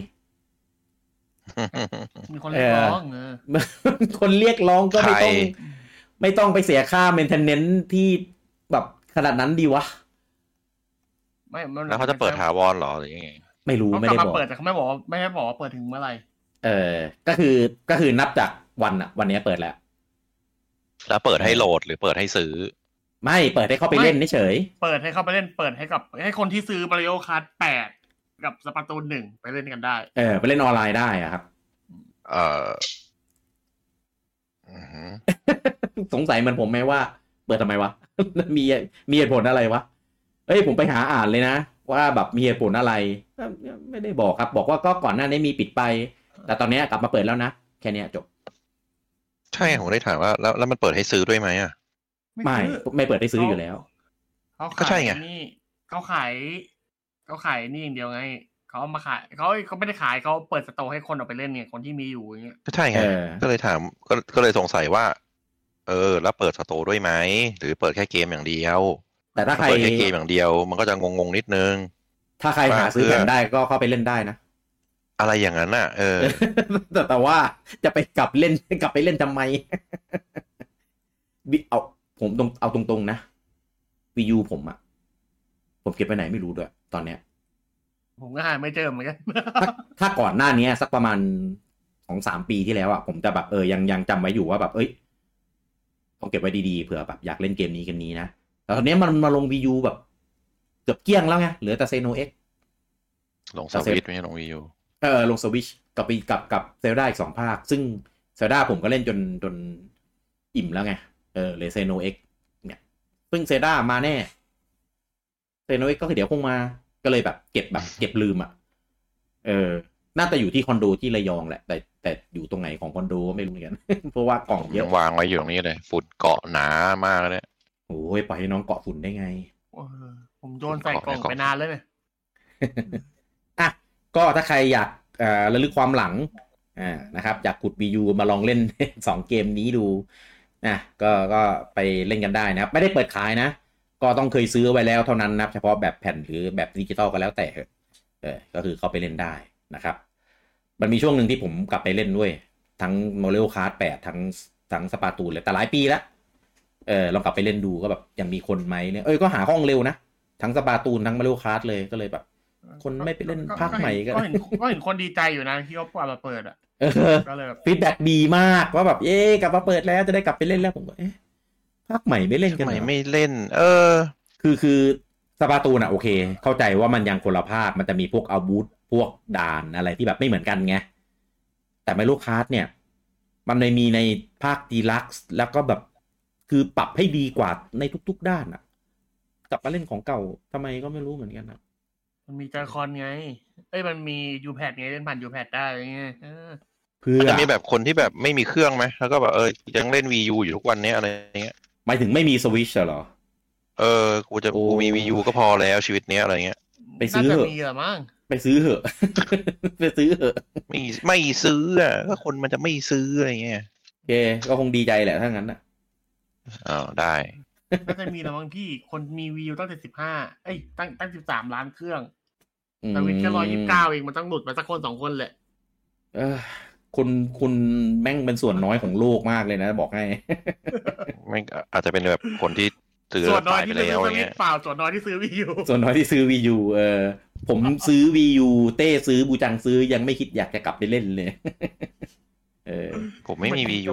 มีคนเรียกร้องคนเรียกร้องก็ไม่ต้องไปเสียค่า maintenance ที่แบบขนาดนั้นดีวะแล้วเขาจะเปิดถาวรหรอหรือยังไงไม่รู้ไม่ได้บอกเปิดแต่เขาไม่บอกว่าเปิดถึงเมื่อไหร่ก็คือนับจากวันนี้เปิดแล้วเปิดให้โหลดหรือเปิดให้ซื้อไม่เปิดให้เข้าไปเล่นเฉยเปิดให้เข้าไปเล่นเปิดให้คนที่ซื้อ Mario Kart 8กับสปาตูน1ไปเล่นกันได้ไปเล่นออนไลน์ได้อะครับสงสัยเหมือนผมไหมว่าเปิดทำไมวะ มีเหตุผลอะไรวะผมไปหาอ่านเลยนะว่าแบบมีเหตุผลอะไรไม่ได้บอกครับบอกว่าก็ก่อนหน้านี้มีปิดไปแต่ตอนนี้กลับมาเปิดแล้วนะแค่นี้จบใช่ผมได้ถามว่าแล้วมันเปิดให้ซื้อด้วยไหมอ่ะไม่เปิดให้ซื้ออยู่แล้วก็ใช่ไงนี่เขาขายนี่อย่างเดียวไงเขามาขายเขาไม่ได้ขายเขาเปิดสโตร์ให้คนเอาไปเล่นเนี่ยคนที่มีอยู่อย่างเงี้ยก็ใช่ไงก็เลยถามก็เลยสงสัยว่าแล้วเปิดสโตร์ด้วยไหมหรือเปิดแค่เกมอย่างเดียวแต่ถ้าใครเปิดแค่เกมอย่างเดียวมันก็จะงงนิดนึงถ้าใครหาซื้อแผ่นได้ก็เข้าไปเล่นได้นะอะไรอย่างนั้นน่ะแต่ว่าจะไปกลับไปเล่นทำไมเอาตรงๆนะ Wii U ผมเก็บไปไหนไม่รู้ด้วยตอนเนี้ยผมก็หาไม่เจอเหมือนกันถ้าก่อนหน้านี้สักประมาณ 2-3 ปีที่แล้วผมจะแบบยังจำไว้อยู่ว่าแบบต้องเก็บไว้ดีๆเผื่อแบบอยากเล่นเกมนี้นะแต่ตอนนี้มันมาลง Wii U แบบเกือบเกลี้ยงแล้วไงเหลือแต่ Xeno X ลงสวิตช์ไม่ใช่ลง Wii U ลงสวิตช์กับเซลดาอีก2 ภาคซึ่งเซลดาผมก็เล่นจนอิ่มแล้วไงเลย Xeno X เนี่ยซึ่งเซลดามาแน่เซโนเอ็กก็คือเดี๋ยวคงมาก็เลยแบบเก็บลืมน่าจะอยู่ที่คอนโดที่ระยองแหละแต่อยู่ตรงไหนของคอนโดไม่รู้เหมือนกัน เพราะว่ากล่องเยอะวางไว้อยู่ตรงนี้เลยฝุ่นเกาะหนามากเลยโอ้ยปล่อยให้น้องเกาะฝุ่นได้ไงผมโยนใส่กล่องไปนานเลยก็ถ้าใครอยากระลึกความหลังนะครับอยากขุด Wii U มาลองเล่น 2 เกมนี้ดูนะก็ไปเล่นกันได้นะครับไม่ได้เปิดขายนะก็ต้องเคยซื้อไว้แล้วเท่านั้นนะเฉพาะแบบแผ่นหรือแบบดิจิตอลก็แล้วแต่ก็คือเข้าไปเล่นได้นะครับมันมีช่วงหนึ่งที่ผมกลับไปเล่นด้วยทั้ง Mario Kart 8ทั้งสปาตูนเลยแต่หลายปีแล้วลองกลับไปเล่นดูก็แบบยังมีคนไหมเนี่ยก็หาห้องเร็วนะทั้งสปาตูนทั้ง Mario Kart เลยก็เลยแบบคนไม่ไปเล่นภาคใหม่ก็เห็นคนดีใจอยู่นะที่เขาเปิดอ่ะก็เลยแบบฟีดแบ็กดีมากว่าแบบกลับมาเปิดแล้วจะได้กลับไปเล่นแล้วผมก็ภาคใหม่ไม่เล่นกันไม่เล่นคือสปาตูนโอเคเข้าใจว่ามันยังคนละภาคมันจะมีพวกอาวุธพวกด่านอะไรที่แบบไม่เหมือนกันไงแต่ไมโลคาร์ทเนี่ยมันไม่มีในภาคดีลักซ์แล้วก็แบบคือปรับให้ดีกว่าในทุกๆด้านอะกลับมาเล่นของเก่าทำไมก็ไม่รู้เหมือนกันนะมันมีจอยคอนไงมันมียูแพดไงเล่นผ่านยูแพดได้ไงเพื่อจะมีแบบคนที่แบบไม่มีเครื่องไหมแล้วก็แบบยังเล่น Wii U อยู่ทุกวันนี้อะไรเงี้ยหมายถึงไม่มีสวิตช์เหรอกูมี Wii U ก็พอแล้วชีวิตนี้อะไรเงี้ยไปซื้อเหอะมีเหรอมั้งไปซื้อเหอะไปซื้อเหอะไม่ซื้ออ่ะก็คนมันจะไม่ซื้ออะไรเงี้ยโอเคก็คงดีใจแหละถ้างั้นนะได้น่าจะมีแล้วมั้งพี่คนมี Wii U ตั้งแต่15ตั้ง13 ล้านเครื่องแต่วินแค่129เองมันต้องหลุดไปสักคน2คนแหละคุณแม่งเป็นส่วนน้อยของโลกมากเลยนะบอกให้ไม่อาจจะเป็นแบบคนที่ซื้อส่วนน้อยที่ซื้อไม่เปล่าส่วนน้อยที่ซื้อ Wii U ส่วนน้อยที่ซื้อ Wii U ผมซื้อ Wii U เต้ซื้อบูจังซื้อยังไม่คิดอยากจะกลับไปเล่นเลยผมไม่มี Wii U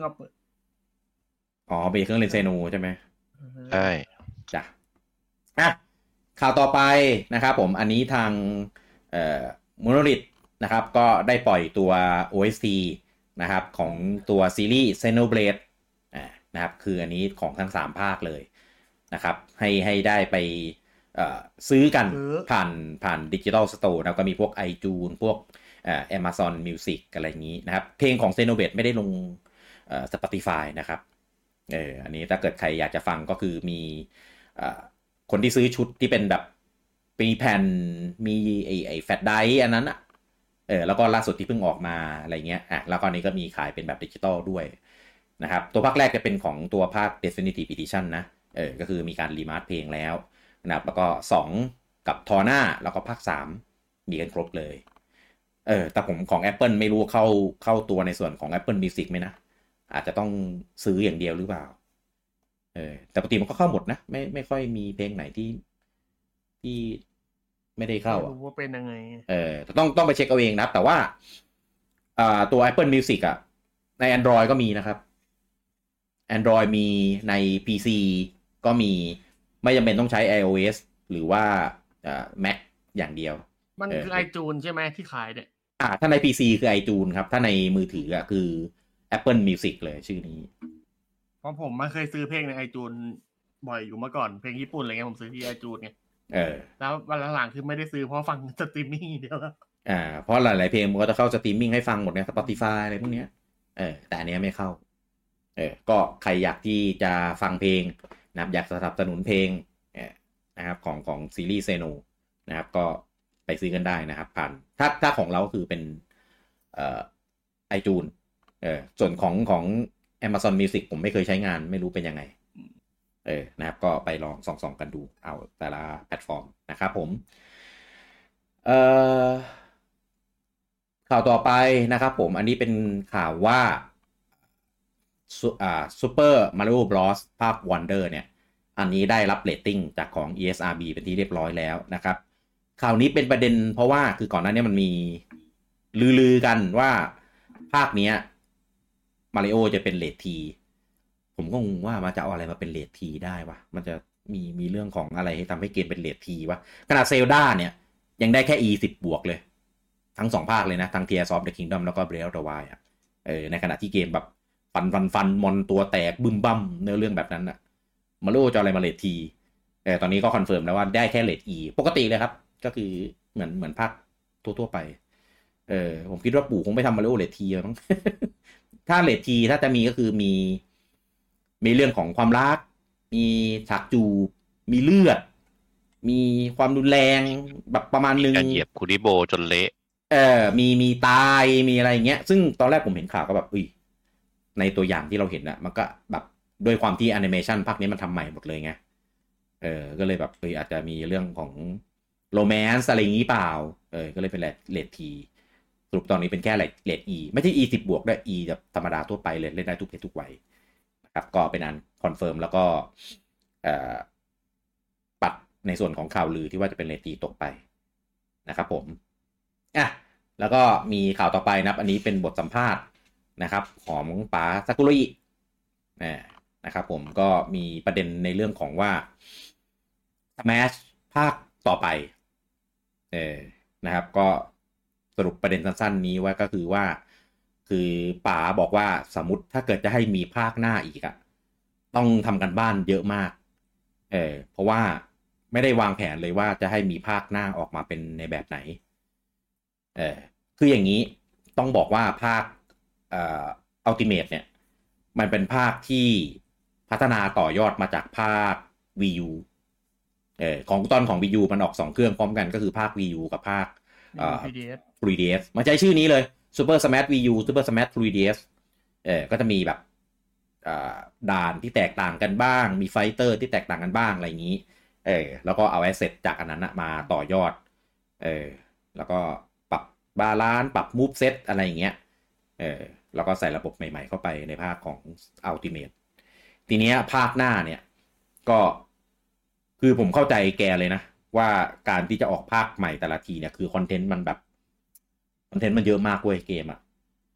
เป็นเครื่องเล่นเซโนใช่ไหมใช่จ้ะข่าวต่อไปนะครับผมอันนี้ทางMonolith นะครับก็ได้ปล่อยตัว OST นะครับของตัวซีรีส์ Xenoblade นะครับคืออันนี้ของทั้ง3ภาคเลยนะครับให้ได้ไปซื้อกันผ่าน Digital Store แล้วก็มีพวก iTunes พวกAmazon Music อะไรอย่างนี้นะครับเพลงของ Xenoblade ไม่ได้ลงSpotify นะครับอันนี้ถ้าเกิดใครอยากจะฟังก็คือมีคนที่ซื้อชุดที่เป็นแบบมีแผ่นมีไอ้แฟลชไดรฟ์อันนั้นแล้วก็ล่าสุดที่เพิ่งออกมาอะไรเงี้ยแล้วก็นี้ก็มีขายเป็นแบบดิจิตอลด้วยนะครับตัวภาคแรกจะเป็นของตัวภาค Definitive Edition นะก็คือมีการรีมาสเพลงแล้วนะครับแล้วก็2กับทอร์นาแล้วก็ภาค3มีกันครบเลยแต่ผมของ Apple ไม่รู้เข้าตัวในส่วนของ Apple Music ไหมนะอาจจะต้องซื้ออย่างเดียวหรือเปล่าแต่ปกติมันก็เข้าหมดนะไม่ค่อยมีเพลงไหนที่ไม่ได้เข้ารู้ว่าเป็นยังไงแต่ต้องไปเช็คเอาเองนะแต่ว่าตัว Apple Music อ่ะใน Android ก็มีนะครับ Android มีใน PC ก็มีไม่จำเป็นต้องใช้ iOS หรือว่าMac อย่างเดียวมันคือ iTunes ใช่ไหมที่ขายเนี่ยถ้าใน PC คือ iTunes ครับถ้าในมือถือคือ Apple Music เลยชื่อนี้เพราะผมไม่เคยซื้อเพลงใน iTunes บ่อยอยู่เมื่อก่อนเพลงญี่ปุ่นอะไรเงี้ยผมซื้อที่ iTunes ไงแล้ววันหลังๆคือไม่ได้ซื้อเพราะฟังสตรีมมิ่งเดียวแล้วเพราะหลายๆเพลงมันก็จะเข้าสตรีมมิ่งให้ฟังหมดเนี่ย Spotify อะไรพวกเนี้ยแต่อันนี้ไม่เข้าก็ใครอยากที่จะฟังเพลงนะครับอยากสนับสนุนเพลงนะครับของซีรีส์เซโนนะครับก็ไปซื้อกันได้นะครับผ่านถ้าของเราคือเป็นiTunes ส่วนของ Amazon Music ผมไม่เคยใช้งานไม่รู้เป็นยังไงนะครับก็ไปลองส่องกันดูเอาแต่ละแพลตฟอร์มนะครับผมข่าวต่อไปนะครับผมอันนี้เป็นข่าวว่าSuper Mario Bros ภาค Wonder เนี่ยอันนี้ได้รับเรตติ้งจากของ ESRB เป็นที่เรียบร้อยแล้วนะครับข่าวนี้เป็นประเด็นเพราะว่าคือก่อนหน้านี้มันมีลือกันว่าภาคเนี้ยมาริโอจะเป็นเรททีผมก็งงว่ามันจะเอาอะไรมาเป็นเรททีได้วะมันจะมีเรื่องของอะไรให้ทำให้เกมเป็นเรททีวะขนาดเซลดาเนี่ยยังได้แค่ E10 บวกเลยทั้ง2ภาคเลยนะทั้ง Tears of the Kingdom แล้วก็ Breath of the Wild ในขณะที่เกมแบบฟันมอนตัวแตกบึ้มบั้มเนื้อเรื่องแบบนั้นอะมาริโอจะอะไรมาเรททีตอนนี้ก็คอนเฟิร์มแล้วว่าได้แค่เรท E ปกติเลยครับก็คือเหมือนภาคทั่วไปผมคิดว่าปู่คงไม่ทำมาริโอเรททีมั้ง ถ้าเรททีถ้าจะมีก็คือมีเรื่องของความรักมีฉากจูบมีเลือดมีความรุนแรงแบบประมาณนึงการเหยียบคุริโบจนเละมีตายมีอะไรเงี้ยซึ่งตอนแรกผมเห็นข่าวก็แบบในตัวอย่างที่เราเห็นอะมันก็แบบด้วยความที่แอนิเมชันภาคนี้มันทำใหม่หมดเลยไงก็เลยแบบอาจจะมีเรื่องของโรแมนซ์อะไรอย่างนี้เปล่าก็เลยเป็นเรททีสรุปตอนนี้เป็นแค่เรท E ไม่ใช่ E10 บวกด้วย E แบบธรรมดาทั่วไปเลยเล่นได้ทุกเพศทุกวัยนะครับก็เป็นอันคอนเฟิร์มแล้วก็ปัดในส่วนของข่าวลือที่ว่าจะเป็นเรท E ตกไปนะครับผมแล้วก็มีข่าวต่อไปนะครับอันนี้เป็นบทสัมภาษณ์นะครับของป๋าซากุระอินะครับผมก็มีประเด็นในเรื่องของว่า Smash ภาคต่อไปนะครับก็สรุปประเด็นสั้นๆนี้ว่าก็คือว่าคือป๋าบอกว่าสมมติถ้าเกิดจะให้มีภาคหน้าอีกอะต้องทำกันบ้านเยอะมากเพราะว่าไม่ได้วางแผนเลยว่าจะให้มีภาคหน้าออกมาเป็นในแบบไหนคืออย่างนี้ต้องบอกว่าภาคUltimate เนี่ยมันเป็นภาคที่พัฒนาต่อยอดมาจากภาค Wii U ของตอนของ Wii U มันออก2เครื่องพร้อมกันก็คือภาค Wii U กับภาค3DS มาใช้ชื่อนี้เลย Super Smash Wii U Super Smash 3DS ก็จะมีแบบด่านที่แตกต่างกันบ้างมีไฟเตอร์ที่แตกต่างกันบ้างอะไรอย่างนี้แล้วก็เอาแอสเซทจากอันนั้นมาต่อยอดแล้วก็ปรับบาลานซ์ปรับมูฟเซตอะไรอย่างเงี้ยแล้วก็ใส่ระบบใหม่ๆเข้าไปในภาคของ Ultimate ทีนี้ภาคหน้าเนี่ยก็คือผมเข้าใจแกเลยนะว่าการที่จะออกภาคใหม่แต่ละทีเนี่ยคือคอนเทนต์มันแบบคอนเทนต์มันเยอะมากเว้ยเกมอ่ะ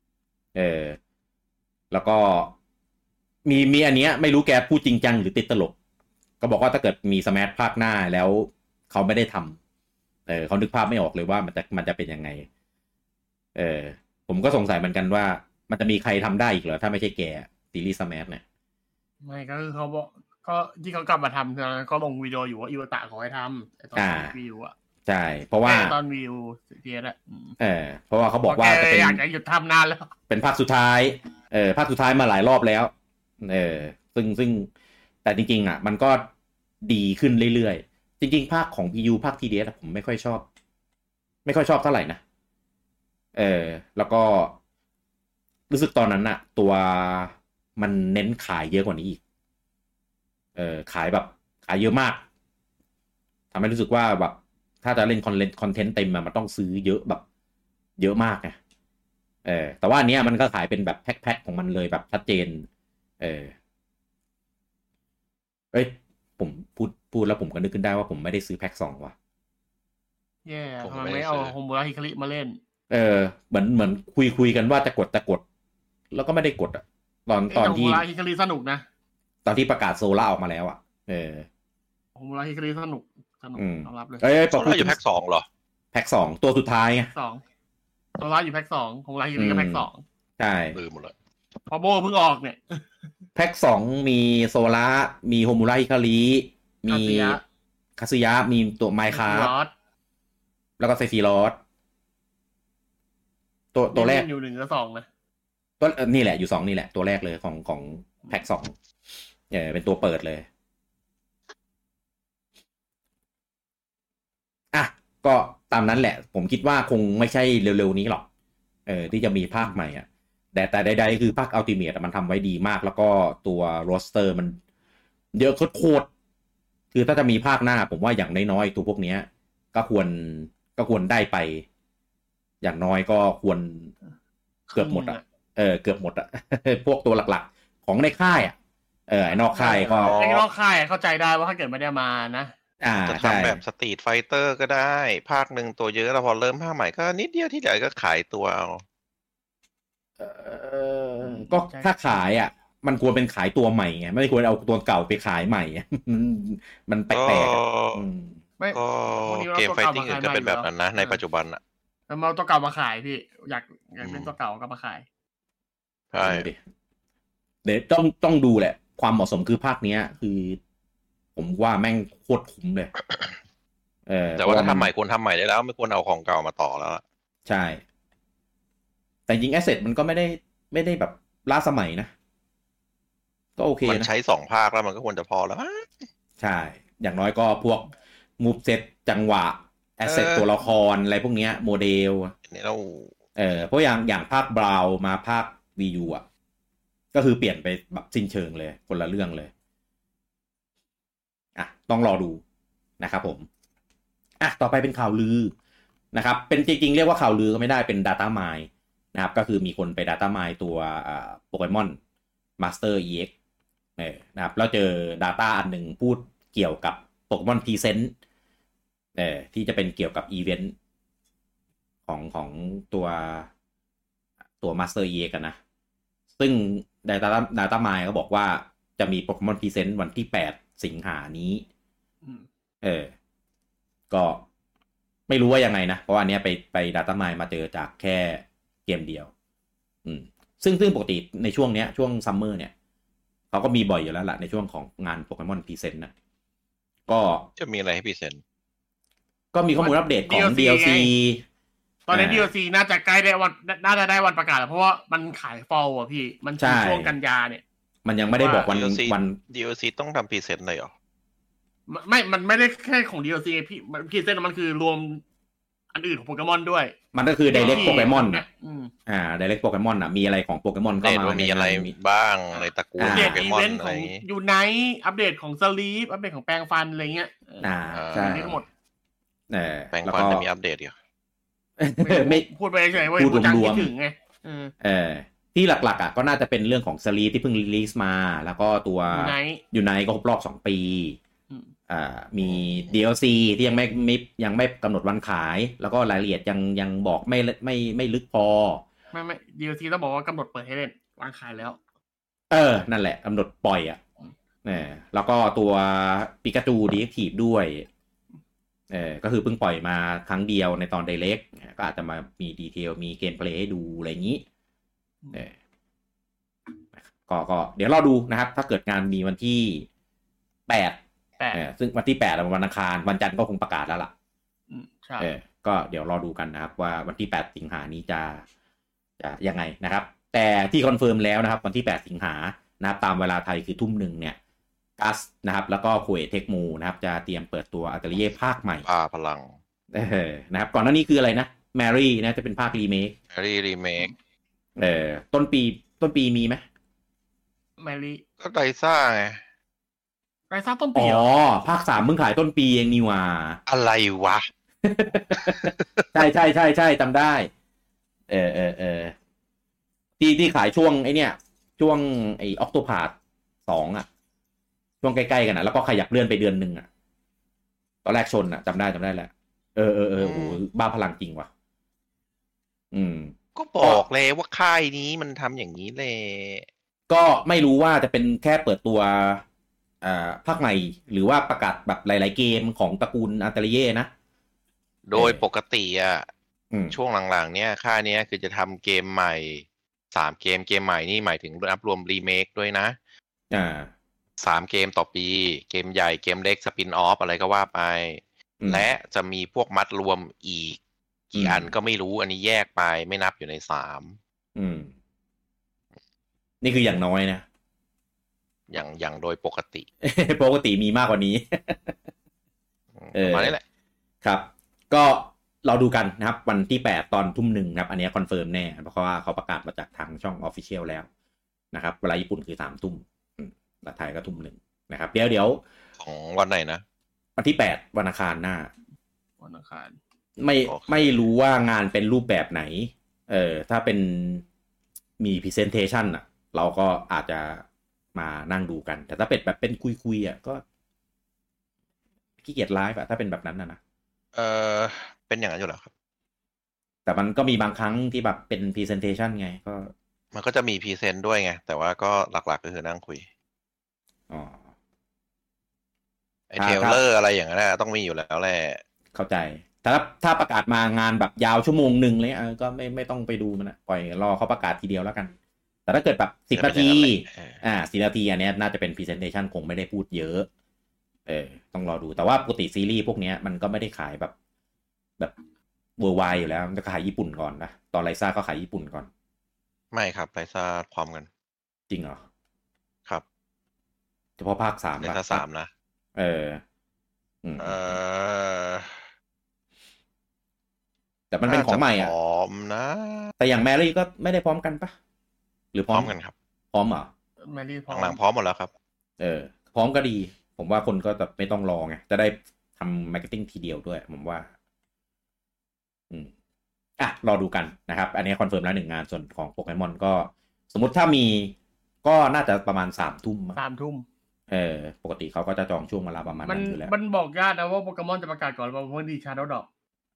แล้วก็มีอันเนี้ยไม่รู้แกพูดจริงจังหรือติดตลกก็บอกว่าถ้าเกิดมีสแมชภาคหน้าแล้วเขาไม่ได้ทำเขานึกภาพไม่ออกเลยว่ามันจะเป็นยังไงผมก็สงสัยเหมือนกันว่ามันจะมีใครทำได้อีกเหรอถ้าไม่ใช่แกซีรีส์สแมชเนี่ยไม่ก็คือเขาบอกก็ที่เขากลับมาทำก็ลงวิดีโออยู่ว่าอิวตะขอให้ทำตอนวิวอ่ะใช่เพราะว่าตอนวิวเทียร์อ่ะเพราะว่าเขาบอกว่าจะเป็นอยากจะหยุดทำนานแล้วเป็นภาคสุดท้ายภาคสุดท้ายมาหลายรอบแล้วซึ่งแต่จริงๆอ่ะมันก็ดีขึ้นเรื่อยๆจริงๆภาคของ PU ภาค TDS ผมไม่ค่อยชอบเท่าไหร่นะแล้วก็รู้สึกตอนนั้นน่ะตัวมันเน้นขายเยอะกว่านี้อีกขายแบบขายเยอะมากทำให้รู้สึกว่าแบบถ้าจะเล่นคอนเทนต์เต็มมันต้องซื้อเยอะแบบเยอะมากไงแต่ว่าอันเนี้ยมันก็ขายเป็นแบบแพ็คของมันเลยแบบชัดเจนผมพูดแล้วผมก็นึกขึ้นได้ว่าผมไม่ได้ซื้อแพ็ค2ว่ะทำไมไม่เอาโฮมุระฮิคาริมาเล่นเหมือนคุยกันว่าจะกดแล้วก็ไม่ได้กดอ่ะตอนที่โฮมุระฮิคาริสนุกนะตอนที่ประกาศโซล่าออกมาแล้วอ่ะโฮมุระฮิคาริสนุกยอมรับเลยโซล่าอยู่แพ็ค2เหรอแพ็ค2ตัวสุดท้ายไง 2โซล่าอยู่แพ็ค2โฮมุระฮิคาริก็แพ็ค2 ใช่ลืมหมดเลยพอโบเพิ่งออกเนี่ยแพ็ค2มีโซล่ามีโฮมุระฮิคาริมีคาซึยะมีตัวไมคาแล้วก็ไซซีรอสตัวแรกอยู่1กับ2นะตัวนี่แหละอยู่2นี่แหละตัวแรกเลยของแพ็ค2เป็นตัวเปิดเลยอ่ะก็ตามนั้นแหละผมคิดว่าคงไม่ใช่เร็วๆนี้หรอกที่จะมีภาคใหม่อ่ะแต่ใดๆคือภาค Ultimate มันทำไว้ดีมากแล้วก็ตัวโรสเตอร์มันเยอะโคตรคือถ้าจะมีภาคหน้าผมว่าอย่างน้อยๆตัวพวกนี้ก็ควรได้ไปอย่างน้อยก็ควรเกือบหมดอ่ะเกือบหมดอ่ะพวกตัวหลักๆของในค่ายอ่ะไอ้นอกค่ายก็ไอ้นอกค่ายเข้าใจได้ว่าถ้าเกิดไม่ได้มานะจะทำแบบสตรีทไฟเตอร์ก็ได้ภาคหนึ่งตัวเยอะแล้วพอเริ่มภาคใหม่ก็นิดเดียวที่เหลือก็ขายตัวเอาก็ถ้าขายอ่ะมันควรเป็นขายตัวใหม่ไงไม่ควรเอาตัวเก่าไปขายใหม่มันแปลกๆก็เกมไฟติ้งอื่นก็เป็นแบบนั้นนะในปัจจุบันอ่ะเอาตัวเก่ามาขายพี่อยากเป็นตัวเก่าก็มาขายใช่เดี๋ยวต้องดูแหละความเหมาะสมคือภาคเนี้ยคือผมว่าแม่งโคตรคุ้มเลยแต่ว่าถ้าทำใหม่ควรทำใหม่ได้แล้วไม่ควรเอาของเก่ามาต่อแล้วใช่แต่จริงแอสเซทมันก็ไม่ได้แบบล้าสมัยนะก็โอเคมันใช้2ภาคแล้วมันก็ควรจะพอแล้วใช่อย่างน้อยก็พวกมูฟเซตจังหวะแอสเซทตัวละครอะไรพวกเนี้ยโมเดลนี่เราเพราะอย่างภาคบราวมาภาค Wii U อ่ะก็คือเปลี่ยนไปแบบสิ้นเชิงเลยคนละเรื่องเลยต้องรอดูนะครับผมต่อไปเป็นข่าวลือนะครับเป็นจริงๆเรียกว่าข่าวลือก็ไม่ได้เป็น Data Mine นะครับก็คือมีคนไป Data Mine ตัวโปเกมอน Master EX นะครับแล้วเจอ Data อันหนึ่งพูดเกี่ยวกับโปเกมอนพรีเซนต์ที่จะเป็นเกี่ยวกับอีเวนต์ของตัว Master EX กันนะซึ่ง Data Mine ก็บอกว่าจะมีโปเกมอนพรีเซนต์วันที่8สิงหานี้ก็ไม่รู้ว่ายังไงนะเพราะว่าอันเนี้ยไป Data Mine มาเจอจากแค่เกมเดียวซึ่งปกติในช่วงเนี้ยช่วงซัมเมอร์เนี่ยเขาก็มีบ่อยอยู่แล้วล่ะในช่วงของงานโปเกมอนพรีเซนต์นะก็จะมีอะไรให้พรีเซนต์ก็มีข้อมูลอัปเดตของ DLC ตอนนี้ DLC น่าจะใกล้ได้วันน่าจะได้วันประกาศแล้วเพราะว่ามันขายฟอลอ่ะพี่มันช่วงกันยาเนี่ยมันยังไม่ได้บอกวัน DLC ต้องทำพรีเซนต์เลยเหรอมันไม่ได้แค่ของ DLC พี่พรีเซนต์มันคือรวมอันอื่นของโปเกมอนด้วยมันก็คือ Direct Pokemon Direct Pokemon น่ะมีอะไรของโปเกมอนเข้ามามีอะไรบ้างในตระกูลโปเกมอนอะไรยูไนท์อัปเดตของสลีปอัปเดตของแปรงฟันอะไรเงี้ยใช่ทั้งหมดแปรงฟันจะมีอัปเดตอยู่ไม่พูดไปเฉยๆว่าพูดรวมๆถึงไงที่หลักๆอ่ะก็น่าจะเป็นเรื่องของสลีปที่เพิ่งรีลีสมาแล้วก็ตัวยูไนท์ก็ครบรอบ2 ปีมี DLC ที่ยังไม่กำหนดวันขายแล้วก็รายละเอียดยังบอกไม่ลึกพอไม่ DLC ต้องบอกว่ากำหนดเปิดให้เล่นวันขายแล้วนั่นแหละกำหนดปล่อยแล้วก็ตัวปิกาจูดีแอคทีฟด้วยก็คือเพิ่งปล่อยมาครั้งเดียวในตอน Direct ก็อาจจะมามีดีเทลมีเกมเพลย์ให้ดูอะไรอย่างนี้ก็เดี๋ยวเราดูนะครับถ้าเกิดงานมีวันที่8ซึ่งวันที่8วันอังคารวันจันทร์ก็คงประกาศแล้วล่ะใช่ก็เดี๋ยวรอดูกันนะครับว่าวันที่8สิงหานี้จะยังไงนะครับแต่ที่คอนเฟิร์มแล้วนะครับวันที่8สิงหานะครับตามเวลาไทยคือ 19:00 นเนี่ยกัสนะครับแล้วก็คุยเทคมูนะครับจะเตรียมเปิดตัวอัลเทเรียภาคใหม่พลังนะครับก่อนหน้านี้คืออะไรนะแมรี่นะจะเป็นภาครีเมครีเมคต้นปีมีไหมแมรี่ก็ไดซ่าไงไรซ่าต้นปีภาค3มึงขายต้นปีเองนี่ว่าอะไรวะใช่จำได้ที่ขายช่วงไอเนี่ยช่วงไอออกโตพาธ2อ่ะช่วงใกล้ๆกันนะแล้วก็ขยับเลื่อนไปเดือนนึงอ่ะตอนแรกชนอ่ะจำได้แหละโอ้โหบ้าพลังจริงว่ะก็บอกเลยว่าค่ายนี้มันทำอย่างนี้เลยก็ไม่รู้ว่าจะเป็นแค่เปิดตัวภาคใหม่หรือว่าประกาศแบบหลายๆเกมของตระกูลอัลเทเรียนะโดยปกติช่วงหลังๆเนี่ยค่ายนี้คือจะทำเกมใหม่3 เกมใหม่นี่หมายถึงนับรวมรีเมคด้วยนะ3 เกมต่อปีเกมใหญ่เกมเล็กสปินออฟอะไรก็ว่าไปและจะมีพวกมัดรวมอีกกี่อันก็ไม่รู้อันนี้แยกไปไม่นับอยู่ใน3 นี่คืออย่างน้อยนะอย่างโดยปกติมีมากกว่านี้มาได้แหละครับก็เราดูกันนะครับวันที่8ตอน 19:00 นครับอันนี้คอนเฟิร์มแน่เพราะว่าเขาประกาศมาจากทางช่อง Official แล้วนะครับเวลาญี่ปุ่นคือ 3:00 นแล้วไทยก็ 19:00 นนะครับเดี๋ยวของวันไหนนะวันที่8วันอังคารหน้าวันอังคารไม่รู้ว่างานเป็นรูปแบบไหนถ้าเป็นมี presentation อ่ะเราก็อาจจะมานั่งดูกันแต่ถ้าเป็นแบบเป็นคุยอ่ะก็ขี้เกียจไลฟ์อะถ้าเป็นแบบนั้นนะเป็นอย่างนั้นอยู่แล้วครับแต่มันก็มีบางครั้งที่แบบเป็น presentation ไงก็มันก็จะมีพรีเซนต์ด้วยไงแต่ว่าก็หลักๆก็คือนั่งคุยไอเทเลอร์อะไรอย่างนั้นต้องมีอยู่แล้วแหละเข้าใจแต่ถ้าประกาศมางานแบบยาวชั่วโมงนึงเลยก็ไม่ต้องไปดูมันนะปล่อยรอเขาประกาศทีเดียวแล้วกันแต่ถ้าเกิดแบบ10 นาที10 นาทีอันนี้น่าจะเป็น presentation คงไม่ได้พูดเยอะต้องรอดูแต่ว่าปกติซีรีส์พวกนี้มันก็ไม่ได้ขายแบบเวอร์ไวอยู่แล้วมันจะขายญี่ปุ่นก่อนนะตอนไรซ่าก็ขายญี่ปุ่นก่อนไม่ครับไรซ่าพร้อมกันจริงเหรอครับเฉพาะภาค3 ไรซ่า3นะแต่มันเป็นของใหม่อ่ะพร้อมนะแต่อย่างแมรี่ก็ไม่ได้พร้อมกันปะหรือพร้อมกันครับพร้อมเหรอแมรี่พร้อมหลังพร้อมหมดแล้วครับพร้อมก็ดีผมว่าคนก็แบบไม่ต้องรอไงจะได้ทำมาร์เก็ตติ้งทีเดียวด้วยผมว่ารอดูกันนะครับอันนี้คอนเฟิร์มแล้ว1 งานส่วนของโปเกมอนก็สมมติถ้ามีก็น่าจะประมาณ3 ทุ่มปกติเขาก็จะจองช่วงเวลาประมาณนั้นอยู่แล้วมันบอกยากนะว่าโปเกมอนจะประกาศก่อนว่าวันที่ชาโดว์ดอก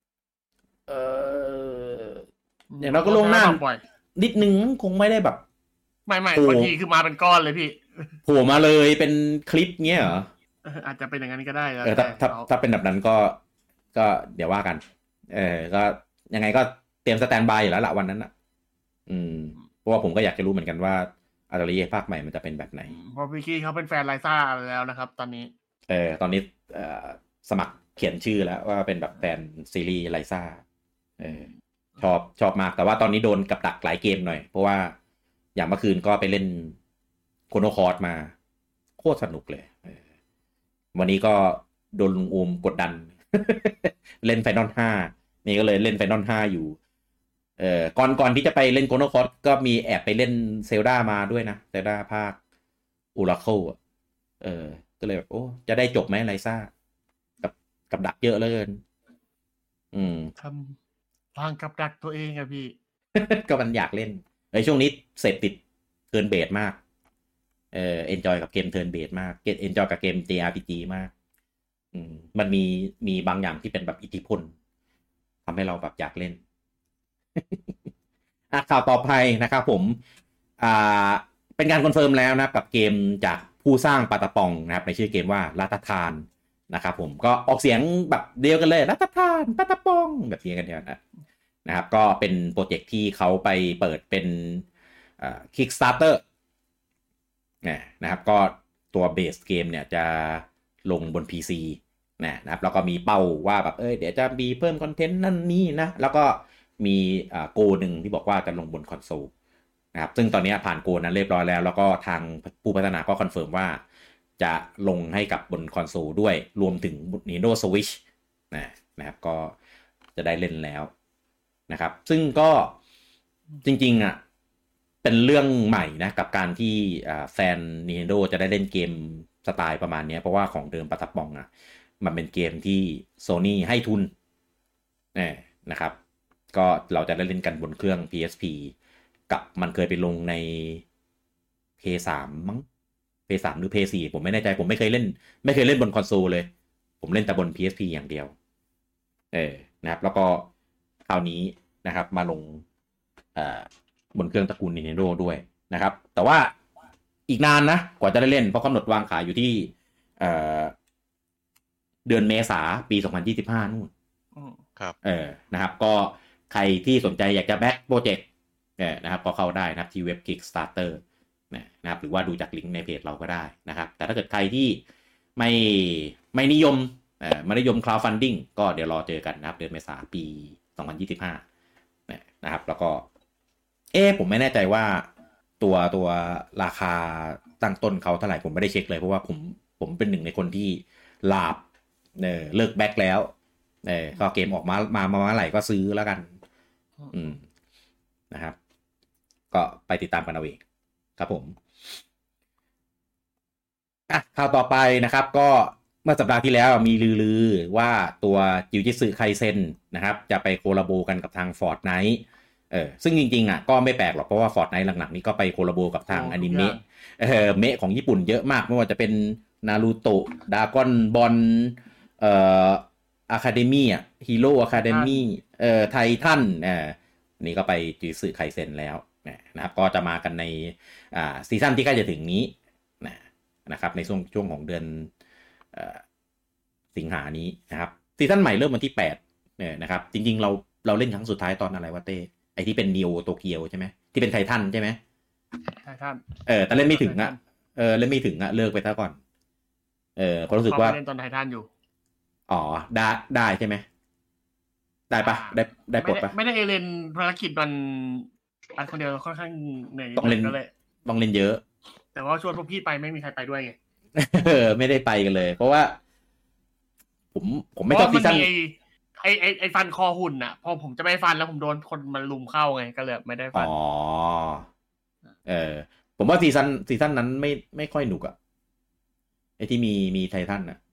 อย่างเราก็ลงหน้านิดนึงคงไม่ได้แบบไม่บางทีคือมาเป็นก้อนเลยพี่โผล่มาเลยเป็นคลิปเงี้ยเหรออาจจะเป็นอย่างนั้นก็ได้แล้วถ้าเป็นแบบนั้นก็เดี๋ยวว่ากันก็ยังไงก็เตรียมสแตนด์บายอยู่แล้วละวันนั้นนะเพราะว่าผมก็อยากจะรู้เหมือนกันว่าอาราลีภาคใหม่มันจะเป็นแบบไหนเพราะพี่กี้เขาเป็นแฟนไลซ่าแล้วนะครับตอนนี้ตอนนี้สมัครเขียนชื่อแล้วว่าเป็นแบบแฟนซีรีส์ไลซ่าชอบมากแต่ว่าตอนนี้โดนกับดักหลายเกมหน่อยเพราะว่าอย่างเมื่อคืนก็ไปเล่นโคโนคอร์สมาโคตรสนุกเลยวันนี้ก็โดนลุงอูมกดดัน เล่นไฟนอล5นี่ก็เลยเล่นไฟนอล5อยู่ก่อนที่จะไปเล่นโคโนคอร์สก็มีแอบไปเล่นเซลดามาด้วยนะเซลดาภาคอูราเคิลก็เลยแบบโอ้จะได้จบไหมไลซ่ากับดักเยอะเหลือเกินทำวางกับดักตัวเองอะพี่ก็มันอยากเล่นช่วงนี้เสพติดเทิร์นเบสมากเอนจอยกับเกมเทิร์นเบสมากเอนจอยกับเกม JRPG มากมันมีบางอย่างที่เป็นแบบอิทธิพลทำให้เราแบบอยากเล่น ข่าวต่อไปนะครับผมเป็นการคอนเฟิร์มแล้วนะกับเกมจากผู้สร้างปาตาปองนะครับในชื่อเกมว่าลาตาทานนะครับผมก็ออกเสียงแบบเดียวกันเลยลาตาทานปาตาปองแบบนี้กันเดียวนะครับก็เป็นโปรเจกต์ที่เขาไปเปิดเป็นKickstarter นะครับก็ตัวเบสเกมเนี่ยจะลงบน PC นะครับแล้วก็มีเป้าว่าแบบเดี๋ยวจะมีเพิ่มคอนเทนต์นั่นนี่นะแล้วก็มีโกหนึ่งที่บอกว่าจะลงบนคอนโซลนะครับซึ่งตอนนี้ผ่านโกนั้นเรียบร้อยแล้วก็ทางผู้พัฒนาก็คอนเฟิร์มว่าจะลงให้กับบนคอนโซลด้วยรวมถึง Nintendo Switch นะครับก็จะได้เล่นแล้วนะครับซึ่งก็จริงๆเป็นเรื่องใหม่นะกับการที่แฟน Nintendo จะได้เล่นเกมสไตล์ประมาณนี้เพราะว่าของเดิมปาตาปองมันเป็นเกมที่ Sony ให้ทุนนะครับก็เราจะได้เล่นกันบนเครื่อง PSP กับมันเคยไปลงใน PS3 มั้ง PS3 หรือ PS4 ผมไม่แน่ใจผมไม่เคยเล่นบนคอนโซลเลยผมเล่นแต่บน PSP อย่างเดียวนะครับแล้วก็คราวนี้นะครับมาลงบนเครื่องตระกูล Nintendo ด้วยนะครับแต่ว่าอีกนานนะกว่าจะได้เล่นเพราะกำหนดวางขายอยู่ที่เดือนเมษาปี2025นู่นครับนะครับก็ใครที่สนใจอยากจะแบ็คโปรเจกต์นะครับก็เข้าได้นะครับที่เว็บ Kickstarter นะครับหรือว่าดูจากลิงก์ในเพจเราก็ได้นะครับแต่ถ้าเกิดใครที่ไม่นิยมcrowdfunding ก็เดี๋ยวรอเจอกันนะครับเดือนเมษาปี2025นะครับแล้วก็ผมไม่แน่ใจว่าตัวราคาตั้งต้นเขาเท่าไหร่ผมไม่ได้เช็คเลยเพราะว่าผมเป็นหนึ่งในคนที่ลาบเลิกแบ็คแล้วก็เกมออกมาเมื่อไหร่ก็ซื้อแล้วกันนะครับก็ไปติดตามกันเอาเองครับผมข่าวต่อไปนะครับก็เมื่อสัปดาห์ที่แล้วมีลือว่าตัวจิวจิสึไคเซ็นนะครับจะไปโคลาโบกันกับทาง Fortnite ซึ่งจริงๆก็ไม่แปลกหรอกเพราะว่า Fortnite หลังๆนี้ก็ไปโคลาโบกับทางอนิเมะเมะของญี่ปุ่นเยอะมากไม่ว่าจะเป็นนารูโตะดราก้อนบอลอะคาเดมี่ฮีโร่อะคาเดมี่ไททันนี่ก็ไปจิวจิสึไคเซ็นแล้วนะครับก็จะมากันในซีซั่นที่ใกล้จะถึงนี้นะครับในช่วงของเดือนสิงหานี้นะครับซีซั่นใหม่เริ่มวันที่8นะครับจริงๆเราเล่นครั้งสุดท้ายตอนอะไรวะเต้ไอที่เป็นนิโอโตเกียวใช่ไหมที่เป็นไททันใช่ไหมไททันแต่เล่นไม่ถึงเล่นไม่ถึงเลิกไปซะก่อนก็รู้สึกว่าเล่นตอนไททันอยู่อ๋อได้ใช่ไหมได้ปะได้ปลดปะไม่ได้เล่นภารกิจมันอันคนเดียวค่อนข้างเหนื่อยต้องเล่นเยอะแต่ว่าชวนพวกพี่ไปไม่มีใครไปด้วยไงไม่ได้ไปกันเลยเพราะว่าผมไม่ชอบซีซั่นไอ้ฟันคอหุ่นน่ะพอผมจะไปฟันแล้วผมโดนคนมันลุมเข้าไงก็เลยไม่ได้ฟันผมว่าซีซั่นนั้นไม่ค่อยหนุกอ่ะไอ้ที่มีไททันอ่ะ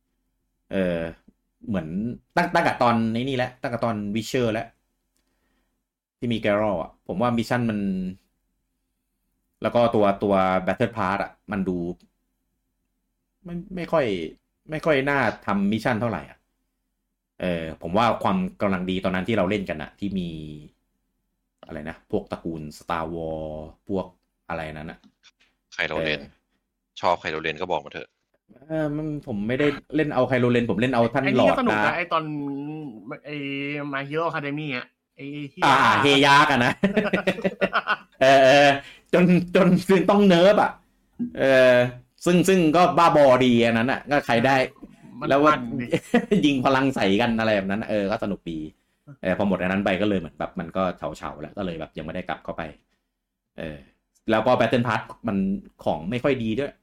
เหมือนตั้งแต่ตอนนี้แหละตั้งแต่ตอนวิเชอร์แล้วที่มีแกรอลอ่ะผมว่ามิชชั่นมันแล้วก็ตัว Battle Pass อ่ะมันดูไม่ค่อยน่าทำมิชชั่นเท่าไหร่อ่ะผมว่าความกำลังดีตอนนั้นที่เราเล่นกันอะที่มีอะไรนะพวกตระกูล Star Wars พวกอะไรนั้นอะไคโรเลนชอบไคโรเลนก็บอกมาเถอะผมไม่ได้เล่นเอาไคโรเลนผมเล่นเอาท่านหลอดนะไอ้ตอนไอ้ My Hero Academy อ่ะไอ้เฮยากอะนะจนต้องเนิร์ฟอ่ะซึ่งก็บ้าบอดีอันนั้นอ่ะก็ใครได้แล้วว่ายิงพลังใส่กันอะไรแบบนั้นก็สนุกดีพอหมดอันนั้นไปก็เลยเหมือนแบบมันก็เฉาๆแล้วก็เลยแบบยังไม่ได้กลับเข้าไปแล้วก็ Battle Pass มันของไม่ค่อยดีด้วย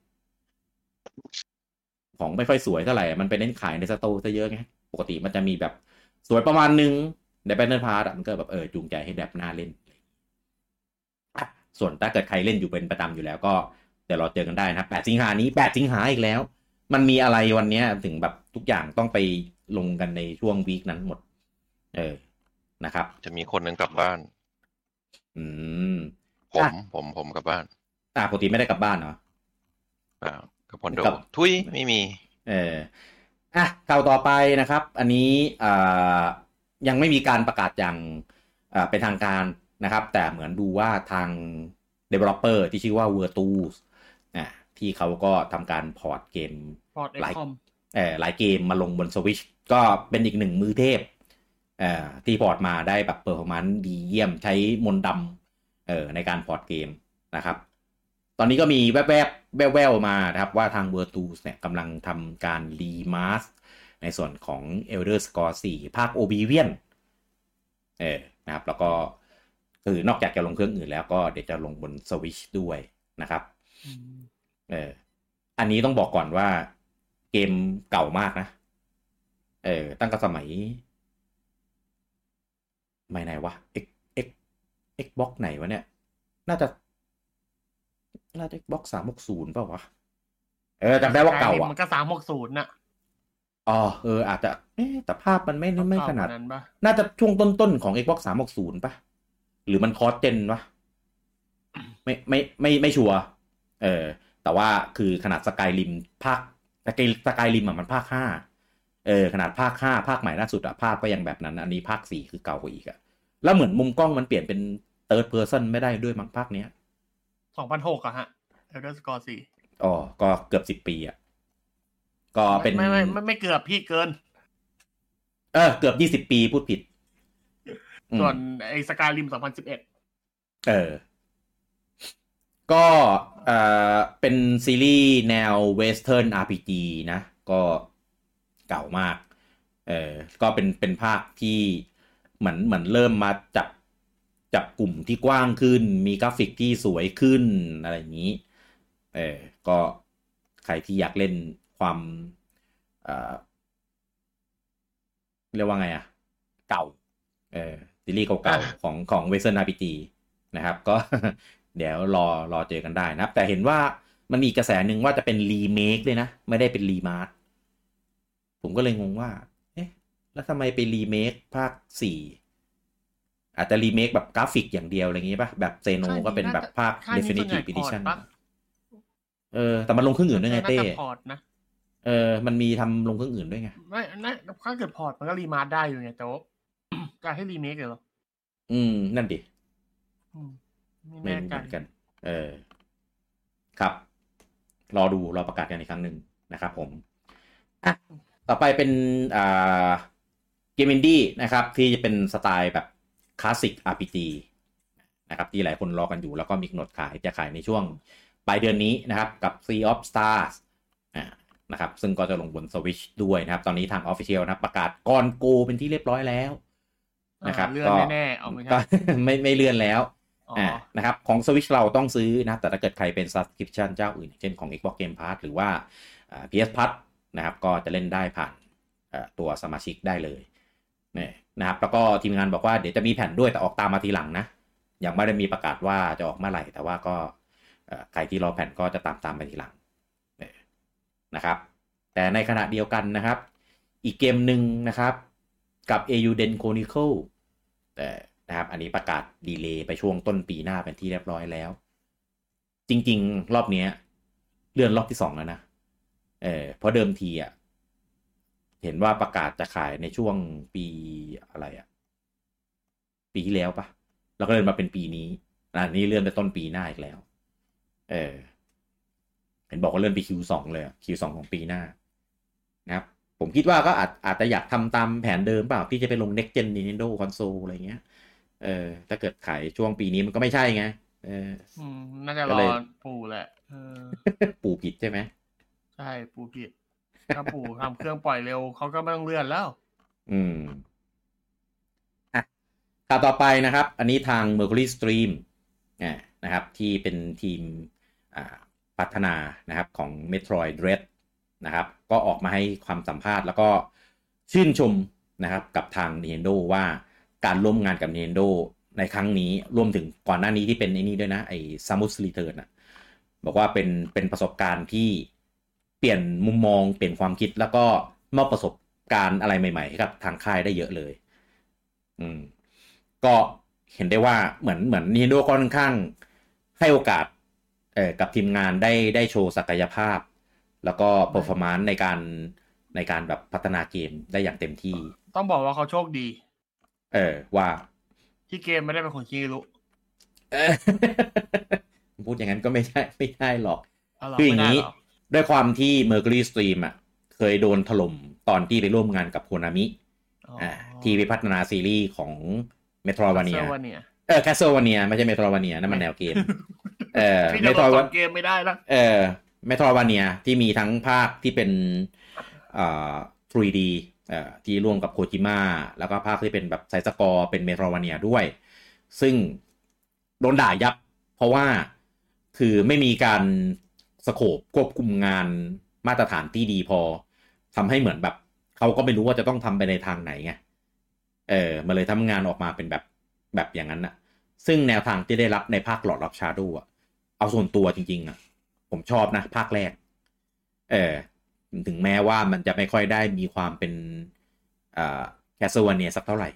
ของไม่ค่อยสวยเท่าไหร่มันไปเน้นขายในสโตร์ซะเยอะไงปกติมันจะมีแบบสวยประมาณนึงใน Battle Pass มันก็แบบจูงใจให้แบบน่าเล่นส่วนถ้าเกิดใครเล่นอยู่เป็นประจำอยู่แล้วก็เดี๋ยวเราเจอกันได้นะ8 สิงหานี้8 สิงหาอีกแล้วมันมีอะไรวันนี้ถึงแบบทุกอย่างต้องไปลงกันในช่วงวีคนั้นหมดนะครับจะมีคนนึงกลับบ้านผมกลับบ้านปกติไม่ได้กลับบ้านเหรอกับพอนโดทุยไม่มีข่าวต่อไปนะครับอันนี้ยังไม่มีการประกาศอย่างเป็นทางการนะครับแต่เหมือนดูว่าทาง developer ที่ชื่อว่า Virtus ที่เขาก็ทำการพอร์ตเกมหลายเกมมาลงบน Switch ก็เป็นอีกหนึ่งมือเทพที่พอร์ตมาได้แบบเปอร์ฟอร์แมนซ์ดีเยี่ยมใช้มนต์ดำในการพอร์ตเกมนะครับตอนนี้ก็มีแวบๆมานะครับว่าทาง Virtus เนี่ยกำลังทำการรีมาสในส่วนของ Elder Scrolls 4 ภาค Oblivion นะครับแล้วก็คือนอกจากจะลงเครื่องอื่นแล้วก็เดี๋ยวจะลงบน Switch ด้วยนะครับอันนี้ต้องบอกก่อนว่าเกมเก่ามากนะตั้งแต่สมัยไม่ไหนวะ Xbox ไหนวะเนี่ยน่าจะ Xbox 360เปล่าวะจำได้ว่าเก่าอ่ะมันก็360น่ะอาจจะแต่ภาพมันไม่ขนาดน่าจะช่วงต้นๆของ Xbox 360ป่ะหรือมันคอร์สเจนวะไม่ชัวร์แต่ว่าคือขนาดสกายริมภาคสกายริมมันภาค5ขนาดภาค5ภาคใหม่ล่าสุดภาพก็ยังแบบนั้นอันนี้ภาค4คือเก่ากว่าอีกแล้วเหมือนมุมกล้องมันเปลี่ยนเป็น third person ไม่ได้ด้วยมั้งภาคเนี้ย 2006ฮะ Elder Scrolls 4 ก็เกือบ10 ปีก็เป็นไม่เกือบพี่เกินเกือบ20 ปีพูดผิดส่วนไอ้สกายริม2011 ก็เป็นซีรีส์แนวเวสเทิร์น RPG นะก็เก่ามากก็เป็นภาคที่เหมือนเริ่มมาจับกลุ่มที่กว้างขึ้นมีกราฟิกที่สวยขึ้นอะไรอย่างนี้ก็ใครที่อยากเล่นความเรียกว่าไงเก่าซีรีส์เก่าๆของเวสเทิร์น RPG นะครับก็เดี๋ยวรอเจอกันได้นะครับแต่เห็นว่ามันมีกระแสหนึ่งว่าจะเป็นรีเมคเลยนะไม่ได้เป็นรีมาสผมก็เลยงงว่าแล้วทำไมไปรีเมคภาค4อาจจะรีเมคแบบกราฟิกอย่างเดียวอะไรอย่างงี้ป่ะแบบเซโนก็เป็นแบบภาค Definitive Edition แต่มันลงเครื่องอื่นด้วยไงเต้มันมีทำลงเครื่องอื่นด้วยไงไม่ถ้าเกิดพอร์ตมันก็รีมาสได้อยู่ไงแต่ว่าการให้รีเมคเหรอนั่นดิไม่รู้เหมือนกันครับรอประกาศกันอีกครั้งหนึ่งนะครับผมต่อไปเป็นเกมอินดี้นะครับที่จะเป็นสไตล์แบบคลาสสิก RPG นะครับที่หลายคนรอกันอยู่แล้วก็มีกำหนดจะขายในช่วงปลายเดือนนี้นะครับกับ Sea of Stars นะครับซึ่งก็จะลงบน Switch ด้วยนะครับตอนนี้ทาง Official นะประกาศก่อนโกเป็นที่เรียบร้อยแล้วนะครับก็แน่ๆเอาไม่เลื่อนแล้วนะครับของ Switch เราต้องซื้อนะแต่ถ้าเกิดใครเป็น Subscription เจ้าอื่นเช่นของ Xbox Game Pass หรือว่า PS Plus นะครับก็จะเล่นได้ผ่านตัวสมาชิกได้เลยนะครับแล้วก็ทีมงานบอกว่าเดี๋ยวจะมีแผ่นด้วยแต่ออกตามมาทีหลังนะยังไม่ได้มีประกาศว่าจะออกเมื่อไหร่แต่ว่าก็ใครที่รอแผ่นก็จะตามไปทีหลังนะครับแต่ในขณะเดียวกันนะครับอีกเกมหนึ่งนะครับกับ Eiyuden Chronicle แต่นะครับอันนี้ประกาศดีเลย์ไปช่วงต้นปีหน้าเป็นที่เรียบร้อยแล้วจริงๆรอบนี้เลื่อนรอบที่2แล้วนะเพราะเดิมทีเห็นว่าประกาศจะขายในช่วงปีอะไรปีที่แล้วปะแล้วก็เลื่อนมาเป็นปีนี้อันนี้เลื่อนไปต้นปีหน้าอีกแล้วเห็นบอกว่าเลื่อนไป Q2 เลยQ2 ของปีหน้านะครับผมคิดว่าก็อาจจะอยากทำตามแผนเดิมเปล่าที่จะไปลง Next Gen Nintendo Console อะไรเงี้ยถ้าเกิดขายช่วงปีนี้มันก็ไม่ใช่ไงน่าจะรอปู่แหละปู่ผิดใช่ไหมใช่ปู่ผิดถ้าปู่ทำเครื่องปล่อยเร็วเขาก็ไม่ต้องเลื่อนแล้วข่าวต่อไปนะครับ อันนี้ทาง Mercury Stream นะครับที่เป็นทีมพัฒนานะครับของ Metroid Dread นะครับก็ออกมาให้ความสัมภาษณ์แล้วก็ชื่นชมนะครับกับทาง Nintendo ว่าการร่วมงานกับ Nintendo ในครั้งนี้รวมถึงก่อนหน้านี้ที่เป็นไอ้นี่ด้วยนะไอ้ Samus Return บอกว่าเป็นประสบการณ์ที่เปลี่ยนมุมมองเปลี่ยนความคิดแล้วก็มอบประสบการณ์อะไรใหม่ๆให้กับทางค่ายได้เยอะเลยก็เห็นได้ว่าเหมือน Nintendo ค่อนข้างให้โอกาสกับทีมงานได้โชว์ศักยภาพแล้วก็ performance ในการแบบพัฒนาเกมได้อย่างเต็มที่ต้องบอกว่าเขาโชคดีว่าที่เกมไม่ได้เป็นคนขี้รู้พูดอย่างนั้นก็ไม่ใช่หรอกคืออย่างนี้ด้วยความที่ Mercury Stream เคยโดนถล่มตอนที่ไปร่วมงานกับ Konami ที่ไปพัฒนาซีรีส์ของ Metroidvania Castlevania ไม่ใช่ Metroidvania นั่นมันแนวเกม Metroidvania เกมไม่ได้ละ Metroidvania ที่มีทั้งภาคที่เป็น3D ที่ร่วมกับโคจิมะแล้วก็ภาคที่เป็นแบบไซส์สกอร์เป็น Metroidvania ด้วยซึ่งโดนด่ายับเพราะว่าคือไม่มีการสโคปควบคุมงานมาตรฐานที่ดีพอทำให้เหมือนแบบเขาก็ไม่รู้ว่าจะต้องทำไปในทางไหนไงมาเลยทำงานออกมาเป็นแบบอย่างนั้นนะซึ่งแนวทางที่ได้รับในภาค Lord of Shadow เอาส่วนตัวจริงๆผมชอบนะภาคแรกถึงแม้ว่ามันจะไม่ค่อยได้มีความเป็นCastlevania สักเท่าไหร่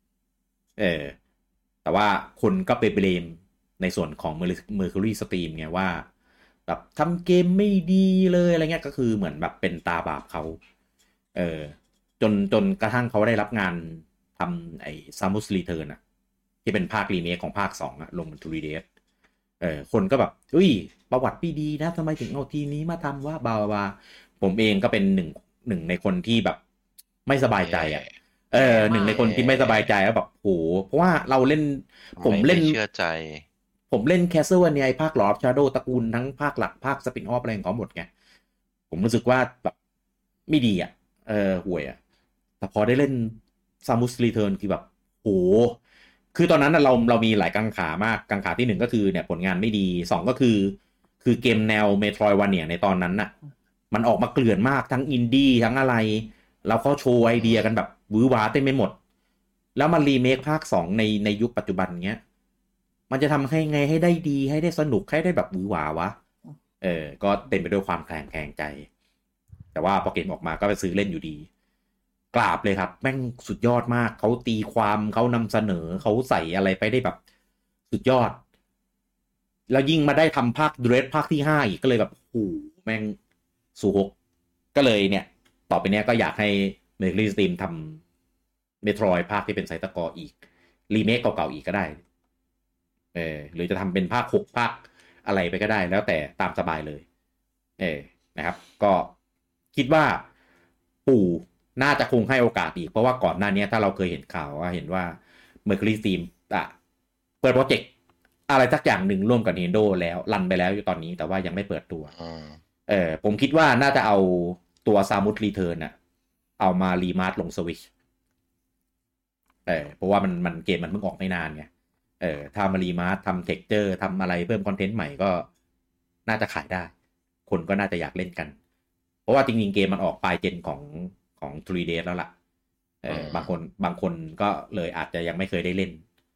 แต่ว่าคนก็ไปเบลมในส่วนของ Mercury Stream ไงว่าแบบทำเกมไม่ดีเลยอะไรเงี้ยก็คือเหมือนแบบเป็นตาบาปเขาจนกระทั่งเขาได้รับงานทำไอ้ Samus Return ที่เป็นภาครีเมคของภาค2ลงบน 3DS คนก็แบบอุ้ยประวัติไม่ดีนะทำไมถึงเอาทีนี้มาทำว่าบาผมเองก็เป็นหนึ่งในคนที่แบบไม่สบายใจหนึ่งในคนที่ไม่สบายใจแล้วแบบโหเพราะว่าเราเล่นผมเล่นเชื่อใจผมเล่น Castlevania ภาค Lord of Shadow ตระกูลทั้งภาคหลักภาคสปินออฟอะไรของเขาหมดไงผมรู้สึกว่าแบบไม่ดีห่วยแต่พอได้เล่น Samus Return คือแบบโหคือตอนนั้นเรามีหลายกังขามากกังขาที่1ก็คือเนี่ยผลงานไม่ดี2ก็คือเกมแนว Metroidvania ในตอนนั้นมันออกมาเกลื่อนมากทั้งอินดี้ทั้งอะไรแล้วเขาโชว์ไอเดียกันแบบวื้อหวาเต็มไปหมดแล้วมันรีเมคภาค2ในยุคปัจจุบันเงี้ยมันจะทำให้ไงให้ได้ดีให้ได้สนุกให้ได้แบบวื้อหวาวะก็เต็มไปด้วยความแคลงใจแต่ว่าพอเกมออกมาก็ไปซื้อเล่นอยู่ดีกราบเลยครับแม่งสุดยอดมากเขาตีความเขานำเสนอเขาใส่อะไรไปได้แบบสุดยอดแล้วยิ่งมาได้ทำภาค Dread ภาคที่5อีกก็เลยแบบโอ้แม่งสูหกก็เลยเนี่ยต่อไปเนี้ยก็อยากให้ Mercury Steam ทำ Metroid ภาคที่เป็นไซต์ตะกออีกรีเมคเก่าๆอีกก็ได้หรือจะทำเป็นภาค6ภาคอะไรไปก็ได้แล้วแต่ตามสบายเลยนะครับก็คิดว่าปู่น่าจะคงให้โอกาสอีกเพราะว่าก่อนหน้านี้ถ้าเราเคยเห็นข่าวว่าเห็นว่า Mercury Steam เปิดโปรเจกต์อะไรสักอย่างหนึ่งร่วมกับ Nintendo แล้วรันไปแล้วอยู่ตอนนี้แต่ว่ายังไม่เปิดตัวผมคิดว่าน่าจะเอาตัว Samus Return เอามารีมาสต์ลง Switch เพราะว่ามันเกมมันเพิ่งออกไม่นานไงถ้ามารีมาสต์ทำเท็กเจอร์ทำอะไรเพิ่มคอนเทนต์ใหม่ก็น่าจะขายได้คนก็น่าจะอยากเล่นกันเพราะว่าจริงๆเกมมันออกปลายเจนของ 3DS แล้วล่ะบางคนก็เลยอาจจะยังไม่เคยได้เล่น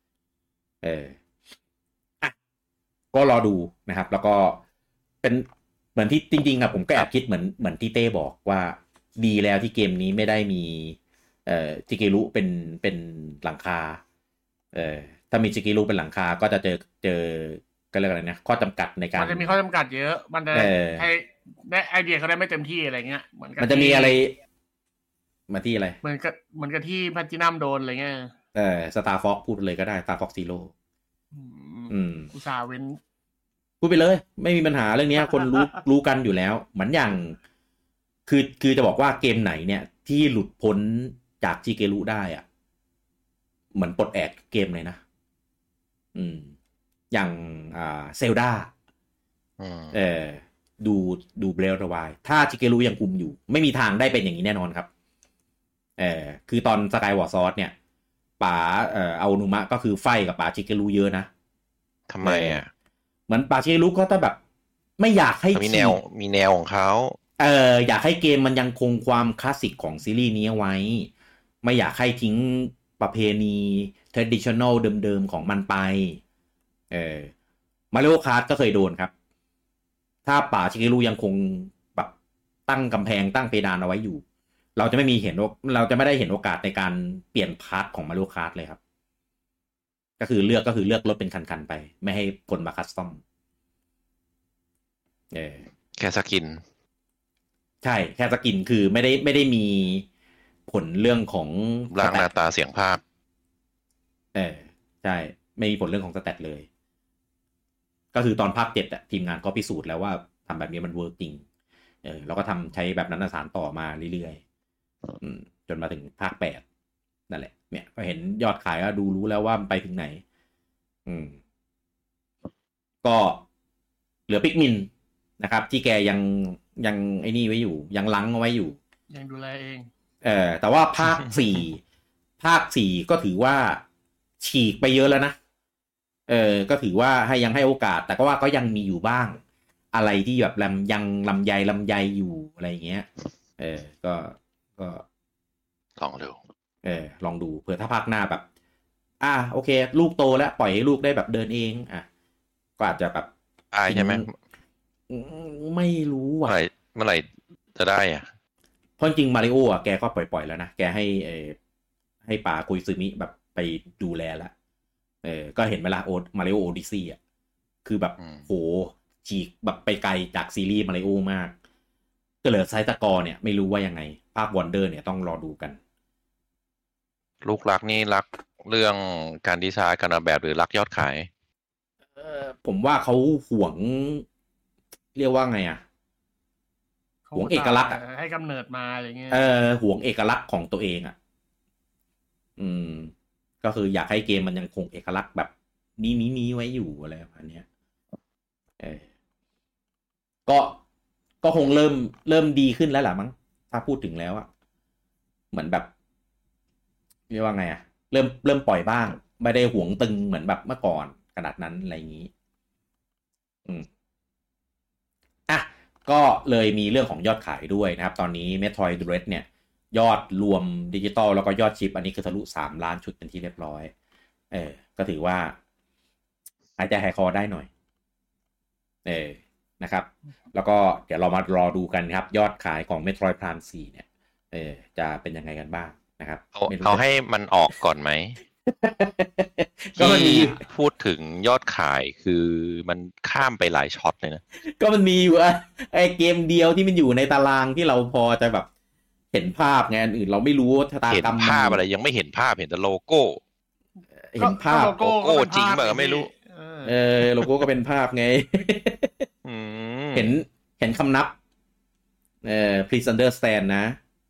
ก็รอดูนะครับแล้วก็เป็นเหมือนที่จริงๆผมก็แอบคิดเหมือนที่เต้บอกว่าดีแล้วที่เกมนี้ไม่ได้มีจิเกรุเป็นหลังคาถ้ามีจิเกรุเป็นหลังคาก็จะเจอก็เรียกอะไรนะข้อจำกัดในการมันจะมีข้อจำกัดเยอะมันจะให้ได้ไอเดียเขาได้ไม่เต็มที่อะไรเงี้ยมันจะมีอะไรมาที่อะไรเหมือนกับที่แพลทินัมโดนอะไรเงี้ยสตาร์ฟ็อกพูดเลยก็ได้สตาร์ฟ็อกซีโร่อุตส่าห์เว้นพูดไปเลยไม่มีปัญหาเรื่องนี้คนรู้กันอยู่แล้วเหมือนอย่างคือจะบอกว่าเกมไหนเนี่ยที่หลุดพ้นจากจิเกรุได้เหมือนปลดแอกเกมเลยนะอย่างเซลดาดูเบรลวายถ้าชิเกรุยังคุมอยู่ไม่มีทางได้เป็นอย่างนี้แน่นอนครับคือตอนสกายวอร์ซอสเนี่ยป๋าอาโอนุมะก็คือไฟกับป๋าชิเกรุเยอะนะทำไมเหมือนป๋าชิเกรุก็จะแบบไม่อยากให้มีแนวของเขาอยากให้เกมมันยังคงความคลาสสิกของซีรีส์นี้ไว้ไม่อยากให้ทิ้งประเพณี traditional เดิมๆของมันไปมาริโอคาร์ทก็เคยโดนครับถ้าป่าชิเกรุยังคงแบบตั้งกำแพงตั้งเพดานเอาไว้อยู่เราจะไม่ได้เห็นโอกาสในการเปลี่ยนพาร์ทของมาริโอคาร์ทเลยครับก็คือเลือกรถเป็นคันๆไปไม่ให้คนมาคัสตอมแค่สกินใช่แค่สกินคือไม่ได้มีผลเรื่องของร่างหน้าตาเสียงภาคใช่ไม่มีผลเรื่องของสแตทเลยก็คือตอนภาค7ทีมงานก็พิสูจน์แล้วว่าทำแบบนี้มันเวิร์กจริงแล้วก็ทำใช้แบบนั้นสานต่อมาเรื่อยๆจนมาถึงภาค8นั่นแหละเนี่ยพอเห็นยอดขายก็ดูรู้แล้วว่ามันไปถึงไหนก็เหลือปิกมินนะครับที่แกยังไอ้นี่ไว้อยู่ยังลังเอาไว้อยู่ยังดูแลเองแต่ว่าภาค4ก็ถือว่าฉีกไปเยอะแล้วนะก็ถือว่ายังให้โอกาสแต่ก็ว่าก็ยังมีอยู่บ้างอะไรที่แบบยังลำไยอยู่อะไรเงี้ยก็ลองดูลองดูเผื่อถ้าภาคหน้าแบบโอเคลูกโตแล้วปล่อยให้ลูกได้แบบเดินเองก็อาจจะแบบใช่ไหมไม่รู้ว่ะเมื่อไหร่จะได้เพราะจริงมาริโอแกก็ปล่อยแล้วนะแกให้ป่าคุยซึมิแบบไปดูแลแล้วก็เห็นไหมล่ะมาริโอโอดิซี่คือแบบโหฉีกแบบไปไกลจากซีรีส์มาริโอมากก็เหลือไซตากอเนี่ยไม่รู้ว่ายังไงภาควอนเดอร์เนี่ยต้องรอดูกันลูกรักนี่รักเรื่องการดีไซน์การออกแบบหรือรักยอดขายผมว่าเขาห่วงเรียกว่าไงห่วงเอกลักษณ์ให้กำเนิดมาอะไรเงี้ยห่วงเอกลักษณ์ของตัวเองก็คืออยากให้เกมมันยังคงเอกลักษณ์แบบนี้ไว้อยู่อะไรประมาณนี้ก็คงเริ่มดีขึ้นแล้วล่ะมั้งถ้าพูดถึงแล้วเหมือนแบบเรียกว่าไงเริ่มปล่อยบ้างไม่ได้หวงตึงเหมือนแบบเมื่อก่อนขนาดนั้นอะไรอย่างนี้ก็เลยมีเรื่องของยอดขายด้วยนะครับตอนนี้ Metroid Dread เนี่ยยอดรวมดิจิตอลแล้วก็ยอดชิปอันนี้คือทะลุ3 ล้านชุดเป็นที่เรียบร้อยก็ถือว่าหายใจหายคอได้หน่อยนะครับแล้วก็เดี๋ยวเรามารอดูกันครับยอดขายของ Metroid Prime 4เนี่ยจะเป็นยังไงกันบ้างนะครับเอาให้มันออกก่อนไหม ก็มันมีพูดถึงยอดขายคือมันข้ามไปหลายช็อตเลยนะก็มันมีอยู่ไอเกมเดียวที่มันอยู่ในตารางที่เราพอจะแบบเห็นภาพไงอันอื่นเราไม่รู้ชะตากรรมเห็นภาพอะไรยังไม่เห็นภาพเห็นแต่โลโก้เห็นภาพโลโก้จริงแบบไม่รู้โลโก้ก็เป็นภาพไงเห็นคำนับplease understand นะ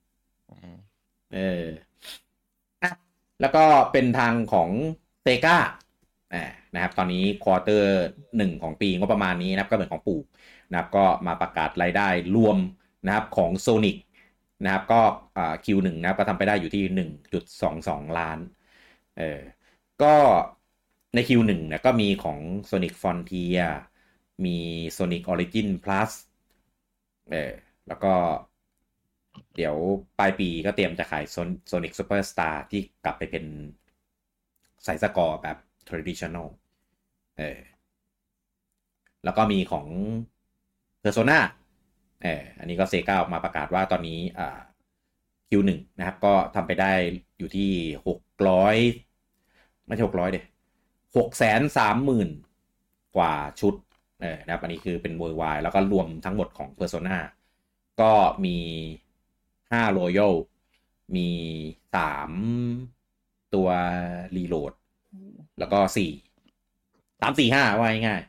แล้วก็เป็นทางของเซกานะครับตอนนี้ควอเตอร์1ของปีงบประมาณนี้นะครับก็เหมือนของปู่นะครับก็มาประกาศรายได้รวมนะครับของ Sonic นะครับก็Q1 นะครับก็ทำไปได้อยู่ที่ 1.22 ล้านก็ใน Q1 เนี่ยก็มีของ Sonic Frontier มี Sonic Origin Plus แล้วก็เดี๋ยวปลายปีก็เตรียมจะขาย Sonic Superstar ที่กลับไปเป็นใส่สกอร์แบบ traditional แล้วก็มีของ Persona อันนี้ก็เซกาออกมาประกาศว่าตอนนี้Q1 นะครับก็ทำไปได้อยู่ที่600ไม่ใช่600เด้ 630,000 กว่าชุดนะครับอันนี้คือเป็น worldwide แล้วก็รวมทั้งหมดของ Persona ก็มี5 Royal มี3ตัว Reload แล้วก็3 4 5ว่าง่าย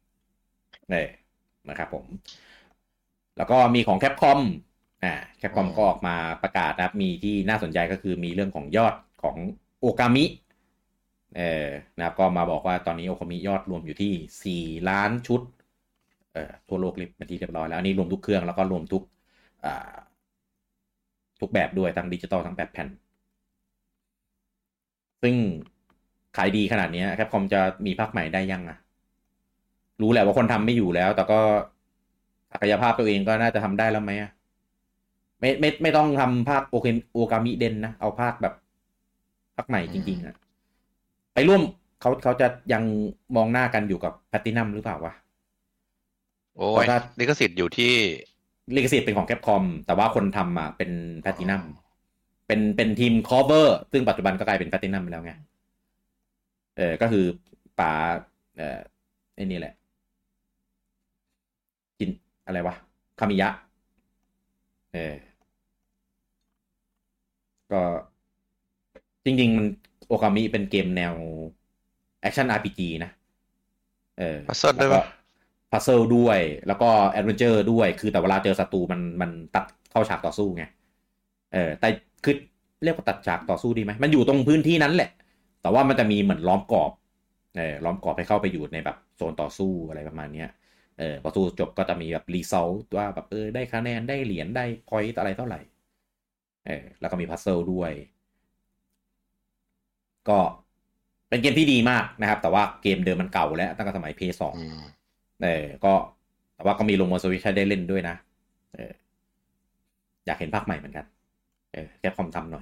ๆนะครับผมแล้วก็มีของ Capcom Capcom ก็ออกมาประกาศนะครับมีที่น่าสนใจก็คือมีเรื่องของยอดของโอกามินะครับก็มาบอกว่าตอนนี้โอคามิยอดรวมอยู่ที่4ล้านชุดทั่วโลกเป็นที่เรียบร้อยแล้วอันนี้รวมทุกเครื่องแล้วก็รวมทุกแบบด้วยทั้งดิจิตอลทั้งแบบแผ่นซึ่งขายดีขนาดนี้แคปคอมจะมีภาคใหม่ได้ยังอะรู้แหละว่าคนทำไม่อยู่แล้วแต่ก็ศักยภาพตัวเองก็น่าจะทำได้แล้วไหมอะไม่ต้องทำภาคโอคามิเดนนะเอาภาคแบบภาคใหม่จริงๆอะไปร่วมเขาจะยังมองหน้ากันอยู่กับแพลตินัมหรือเปล่าวะโอ้ยลิขสิทธิ์อยู่ที่ลิขสิทธิ์เป็นของแคปคอมแต่ว่าคนทำอ่ะเป็นแพลตินัมเป็นทีมคอเวอร์ซึ่งปัจจุบันก็กลายเป็นแพลตินัมไปแล้วไงก็คือป๋าไอ้นี่แหละกินอะไรวะคามิยะก็จริงๆมันโอคามิเป็นเกมแนวแอคชั่น RPG นะพัซเซิลด้วยป่ะพัซเซิลด้วยแล้วก็แอดเวนเจอร์ด้วยคือแต่เวลาเจอศัตรูมันตัดเข้าฉากต่อสู้ไงแต่คือเรียกว่าตัดฉากต่อสู้ดีไหมมันอยู่ตรงพื้นที่นั้นแหละแต่ว่ามันจะมีเหมือนล้อมกรอบล้อมกรอบให้เข้าไปอยู่ในแบบโซนต่อสู้อะไรประมาณนี้พอสู้จบก็จะมีแบบรีซัลต์ว่าแบบได้คะแนนได้เหรียญได้พอยต์อะไรเท่าไหร่แล้วก็มีพัซเซิลด้วยก็เป็นเกมที่ดีมากนะครับแต่ว่าเกมเดิมมันเก่าแล้วตั้งแต่สมัย PS2 ก็แต่ว่าก็มีลงบนสวิตช์ให้ได้เล่นด้วยนะอยากเห็นภาคใหม่เหมือนกันแคปคอมทำหน่อย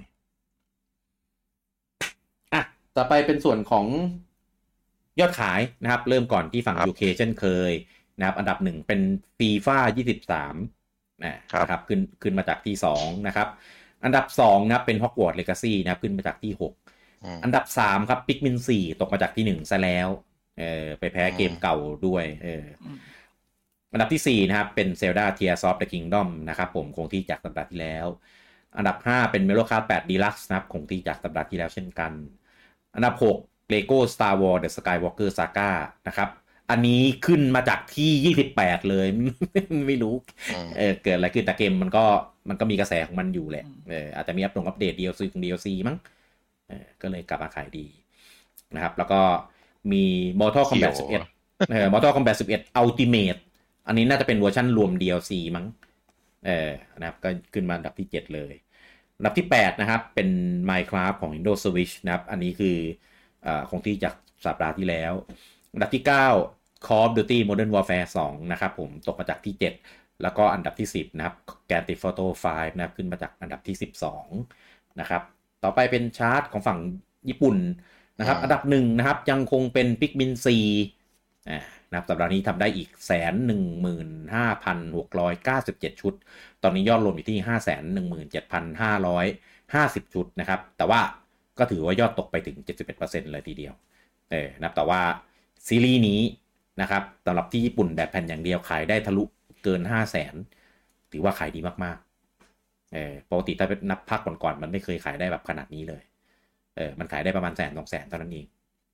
ต่อไปเป็นส่วนของยอดขายนะครับเริ่มก่อนที่ฝั่ง UK เช่นเคยนะครับอันดับ1เป็น FIFA 23นะครับขึ้นมาจากที่2นะครับอันดับ2นะครับเป็น Hogwarts Legacy นะครับขึ้นมาจากที่6อันดับ3ครับ Pikmin 4ตกมาจากที่1ซะแล้วไปแพ้เกมเก่าด้วยอันดับที่4นะครับเป็น Zelda Tears of the Kingdom นะครับผมคงที่จากสัปดาห์ที่แล้วอันดับ5เป็น Mario Kart 8 Deluxe นะครับคงที่จากสัปดาห์ที่แล้วเช่นกันอันดับ6 Lego Star Wars The Skywalker Saga นะครับอันนี้ขึ้นมาจากที่28เลย ไม่รู้เกิดอะไรขึ้นแต่เกมมันก็มีกระแสของมันอยู่แหละอาจจะมีอัปเดต DLC มั้งก็เลยกลับมาขายดีนะครับแล้วก็มี Mortal Kombat 11 Mortal Kombat 11 Ultimate อันนี้น่าจะเป็นเวอร์ชันรวม DLC มั้งนะครับก็ขึ้นมาอันดับที่7เลยอันดับที่8นะครับเป็น Minecraft ของ Nintendo Switch นะครับอันนี้คือคงที่จากสัปดาห์ที่แล้วอันดับที่9 Call of Duty Modern Warfare 2นะครับผมตกมาจากที่7แล้วก็อันดับที่10นะครับ Grand Theft Auto 5นะครับขึ้นมาจากอันดับที่12นะครับต่อไปเป็นชาร์ตของฝั่งญี่ปุ่นนะครับอันดับ1นะครับยังคงเป็น Pikmin 4นะครับสัปดาห์นี้ทำได้อีก 115,697 ชุดตอนนี้ยอดรวมอยู่ที่ 517,550 ชุดนะครับแต่ว่าก็ถือว่ายอดตกไปถึง 71% เลยทีเดียวนับแต่ว่าซีรีส์นี้นะครับสำหรับที่ญี่ปุ่นแบบแผ่นอย่างเดียวขายได้ทะลุเกิน 500,000 ถือว่าขายดีมากๆปกติถ้าเป็นนับภาคก่อนๆมันไม่เคยขายได้แบบขนาดนี้เลยมันขายได้ประมาณ100,000-200,000เท่านั้นเอง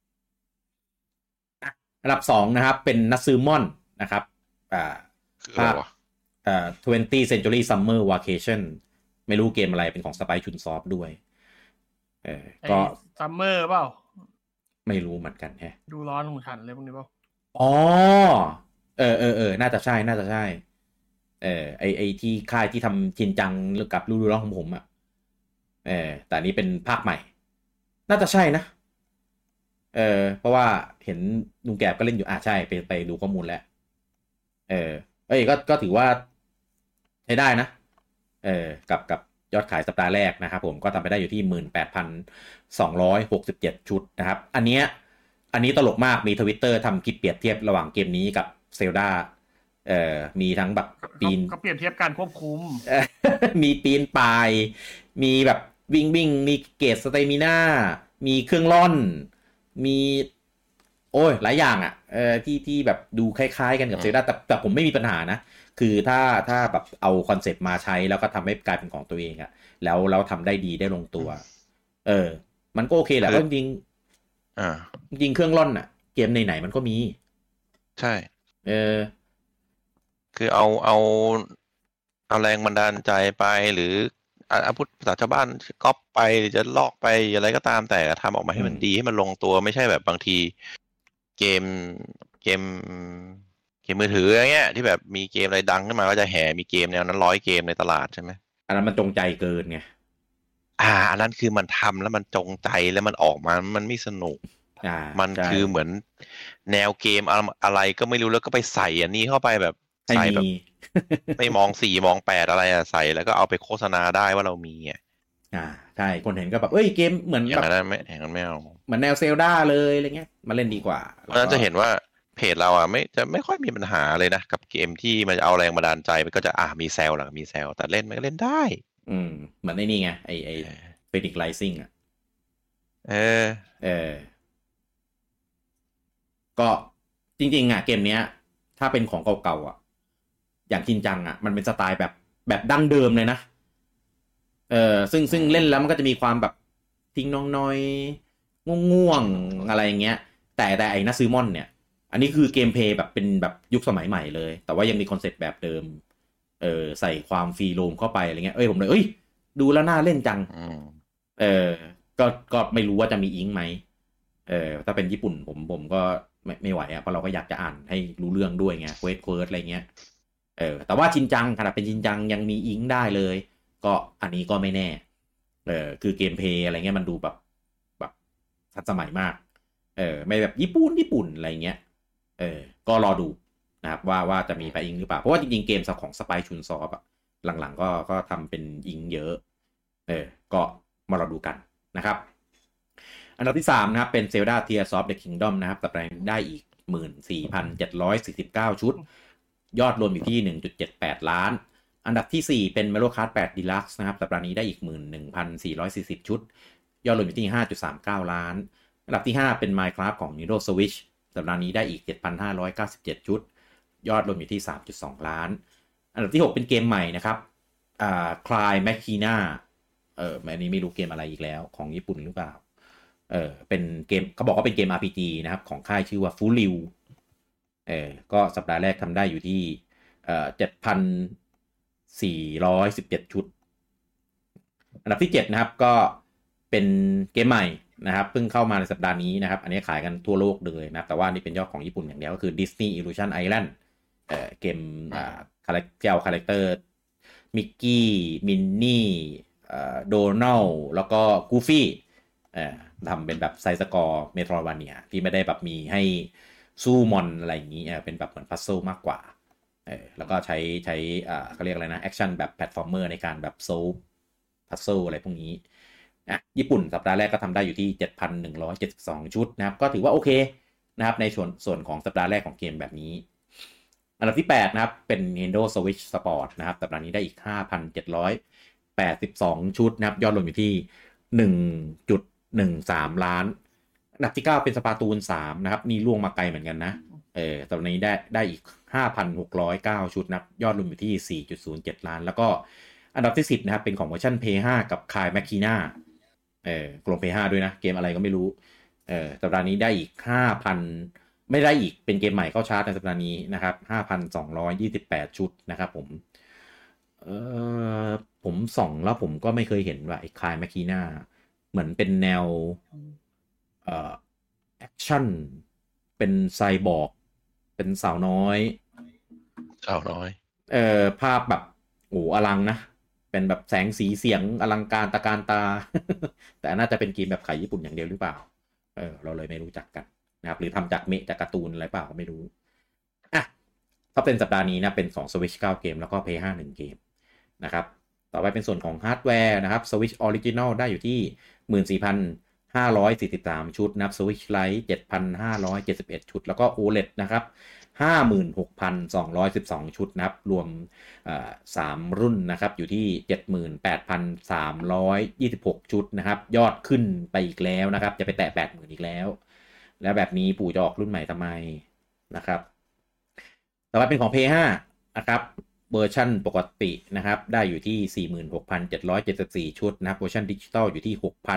อันดับ2นะครับเป็นนัตซึมอนนะครับภาค20th Century Summer Vacation ไม่รู้เกมอะไรเป็นของสไปชุนซอฟด้วยก็ซัมเมอร์เปล่าไม่รู้เหมือนกันแฮะดูร้อนของฉันเลยพวกนี้เปล่าอ๋อน่าจะใช่ไอที่ค่ายที่ทำชินจังกับรูร้อนของผมอ่ะแต่นี้เป็นภาคใหม่น่าจะใช่นะเพราะว่าเห็นลุงแกบก็เล่นอยู่ใช่ไปดูข้อมูลแล้วก็ถือว่าใช้ได้นะกับยอดขายสัปดาห์แรกนะครับผมก็ทำไปได้อยู่ที่ 18,267 ชุดนะครับอันนี้ตลกมากมี Twitter ทำคลิปเปรียบเทียบระหว่างเกมนี้กับ Zelda มีทั้งแบบปีนก็เปรียบเทียบการควบคุมมีปีนป่ายมีแบบวิ่งมีเกจสเตมิน่ามีเครื่องล่อนมีโอ้ยหลายอย่างอ่ะที่แบบดูคล้ายๆกันกับ Zelda แต่ผมไม่มีปัญหานะคือถ้าแบบเอาคอนเซ็ปต์มาใช้แล้วก็ทำให้กลายเป็นของตัวเองอ่ะแล้วทำได้ดีได้ลงตัวมันก็โอเคแหละจริงจริงเครื่องล่อนอ่ะเกมไหนๆมันก็มีใช่คือเอาแรงบันดาลใจไปหรือพูดภาษาชาวบ้านก๊อปไปหรือจะลอกไปอะไรก็ตามแต่ทำออกมาให้มันดีให้มันลงตัวไม่ใช่แบบบางทีเกมมือถืออย่างเงี้ยที่แบบมีเกมอะไรดังขึ้นมาก็จะแห่มีเกมแนวนั้น100 เกมในตลาดใช่ไหมอันนั้นมันจงใจเกินไงอันนั้นคือมันทำแล้วมันจงใจแล้วมันออกมามันไม่สนุกมันคือเหมือนแนวเกมอะไรก็ไม่รู้แล้วก็ไปใส่อันนี้เข้าไปแบบใส่แบบไม่มอง4มอง8อะไรใส่แล้วก็เอาไปโฆษณาได้ว่าเรามีใช่คนเห็นก็แบบเกมเหมือนแบบนั้นไม่เอาเหมือนแนวเซลดาเลยอะไรเงี้ยมาเล่นดีกว่าเพราะฉะนั้นจะเห็นว่าเพจเราไม่ค่อยมีปัญหาเลยนะกับเกมที่มันจะเอาแรงบันดาลใจมันก็จะมีแซลหรอมีแซลแต่เล่นมันก็เล่นได้เหมือนนี่ไงไอเฟนิกไลซิ่งก็จริงๆเกมเนี้ยถ้าเป็นของเก่าๆอย่างชินจังมันเป็นสไตล์แบบดั้งเดิมเลยนะซึ่งเล่นแล้วมันก็จะมีความแบบทิ้งน้อยง่วงอะไรอย่างเงี้ยแต่ไอ้นาซึมอนเนี่ยอันนี้คือเกมเพลย์แบบเป็นแบบยุคสมัยใหม่เลยแต่ว่ายังมีคอนเซ็ปต์แบบเดิมใส่ความฟรีโรมเข้าไปอะไรเงี้ยผมเลยดูแล้วน่าเล่นจังก็ไม่รู้ว่าจะมีอิงไหมถ้าเป็นญี่ปุ่นผมก็ไม่ไหวเพราะเราก็อยากจะอ่านให้รู้เรื่องด้วยไงเควสอะไรเงี้ยแต่ว่าชินจังขนาดเป็นชินจังยังมีอิงได้เลยก็อันนี้ก็ไม่แน่คือเกมเพลย์อะไรเงี้ยมันดูแบบทันสมัยมากไม่แบบญี่ปุ่นอะไรเงี้ยก็รอดูนะครับว่าจะมีไปอิงหรือเปล่าเพราะว่าจริงๆเกมของสไปชุนซอฟหลังๆก็ทำเป็นอิงเยอะก็มารอดูกันนะครับอันดับที่3นะครับเป็น Zelda Tears of the Kingdom นะครับแต่แปลงได้อีก 14,749 ชุดยอดรวมอยู่ที่ 1.78 ล้านอันดับที่4เป็น Mario Kart 8 Deluxe นะครับสัปดาห์นี้ได้อีก 11,440 ชุดยอดรวมอยู่ที่ 5.39 ล้านอันดับที่5เป็น Minecraft ของ Nintendo Switch สัปดาห์นี้ได้อีก 7,597 ชุดยอดรวมอยู่ที่ 3.2 ล้านอันดับที่6เป็นเกมใหม่นะครับCry Machinaอันนี้ไม่รู้เกมอะไรอีกแล้วของญี่ปุ่นหรือเปล่าเป็นเกมเขาบอกว่าเป็นเกม RPG นะครับของค่ายชื่อว่า Full Reel ก็สัปดาห์แรกทำได้อยู่ที่7,417 ชุดอันดับที่7นะครับก็เป็นเกมใหม่นะครับเพิ่งเข้ามาในสัปดาห์นี้นะครับอันนี้ขายกันทั่วโลกเลยนะแต่ว่านี่เป็นยอดของญี่ปุ่นอย่างเดียวก็คือ Disney Illusion Island เกมคาแรคเตอร์มิกกี้มินนี่โดนัลแล้วก็กูฟี่ทำเป็นแบบไซสกอร์เมโทรวาเนียที่ไม่ได้แบบมีให้สู้มอนอะไรอย่างนี้เป็นแบบเหมือนพัซเซิลมากกว่าแล้วก็ใช้เขาเรียกอะไรนะแอคชั่นแบบแพลตฟอร์มเมอร์ในการแบบโซลพัซเซิลอะไรพวกนี้ญี่ปุ่นสัปดาห์แรกก็ทำได้อยู่ที่ 7,172 ชุดนะครับก็ถือว่าโอเคนะครับในส่วนของสัปดาห์แรกของเกมแบบนี้อันดับที่8นะครับเป็น Nintendo Switch Sport นะครับสัปดาห์นี้ได้อีก 5,782 ชุดนะครับยอดรวมอยู่ที่ 1.13 ล้านอันดับที่9เป็น Splatoon 3นะครับนี่ล่วงมาไกลเหมือนกันนะตอนนี้ได้อีก 5,609 ชุดนะครับยอดรวมอยู่ที่ 4.07 ล้านแล้วก็อันดับที่10นะครับเป็นของเวอร์ชัน Play 5 กับ Cry Machina กลง Play 5 ด้วยนะเกมอะไรก็ไม่รู้สัปดาห์นี้ได้อีก 5,000 ไม่ได้อีกเป็นเกมใหม่เข้าชาร์ตในสัปดาห์นี้นะครับ 5,228 ชุดนะครับผมส่องแล้วผมก็ไม่เคยเห็นว่าไอ้ Cry Machina เหมือนเป็นแนวแอคชั่นเป็นไซบอร์กเป็นสาวน้อยภาพแบบอลังนะเป็นแบบแสงสีเสียงอลังการตะการตา แต่น่าจะเป็นเกมแบบขายญี่ปุ่นอย่างเดียวหรือเปล่าเราเลยไม่รู้จักกันนะครับหรือทำจากจากการ์ตูนอะไรเปล่าก็ไม่รู้ท็อป10สัปดาห์นี้นะเป็นของ Switch 9 เกมแล้วก็ Play 5 1 เกมนะครับต่อไปเป็นส่วนของฮาร์ดแวร์นะครับ Switch Original ได้อยู่ที่ 14,543 ชุดนะครับ Switch Lite 7,571 ชุดแล้วก็ OLED นะครับ 56,212 ชุดนะครับรวม3รุ่นนะครับอยู่ที่ 78,326 ชุดนะครับยอดขึ้นไปอีกแล้วนะครับจะไปแตะ 80,000 อีกแล้วแล้วแบบนี้ปู่จะออกรุ่นใหม่ทำไมนะครับต่อไปเป็นของ Play 5 นะครับเวอร์ชันปกตินะครับได้อยู่ที่ 46,774 ชุดนะครับเวอร์ชันดิจิตอลอยู่ที่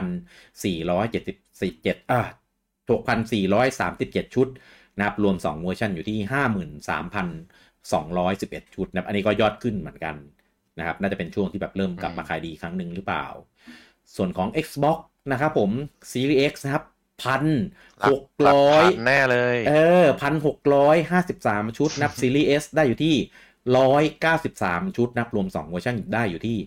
6,437 ชุดนะครับรวม2เวอร์ชันอยู่ที่ 53,211 ชุดนะครับอันนี้ก็ยอดขึ้นเหมือนกันนะครับน่าจะเป็นช่วงที่แบบเริ่มกลับมาขายดีครั้งหนึ่งหรือเปล่าส่วนของ Xbox นะครับผม Series X นะครับ1,600 แน่เลย 1,653 ชุดนับ Series S ได้อยู่ที่193 ชุดนับรวม2เวอร์ชันได้อยู่ที่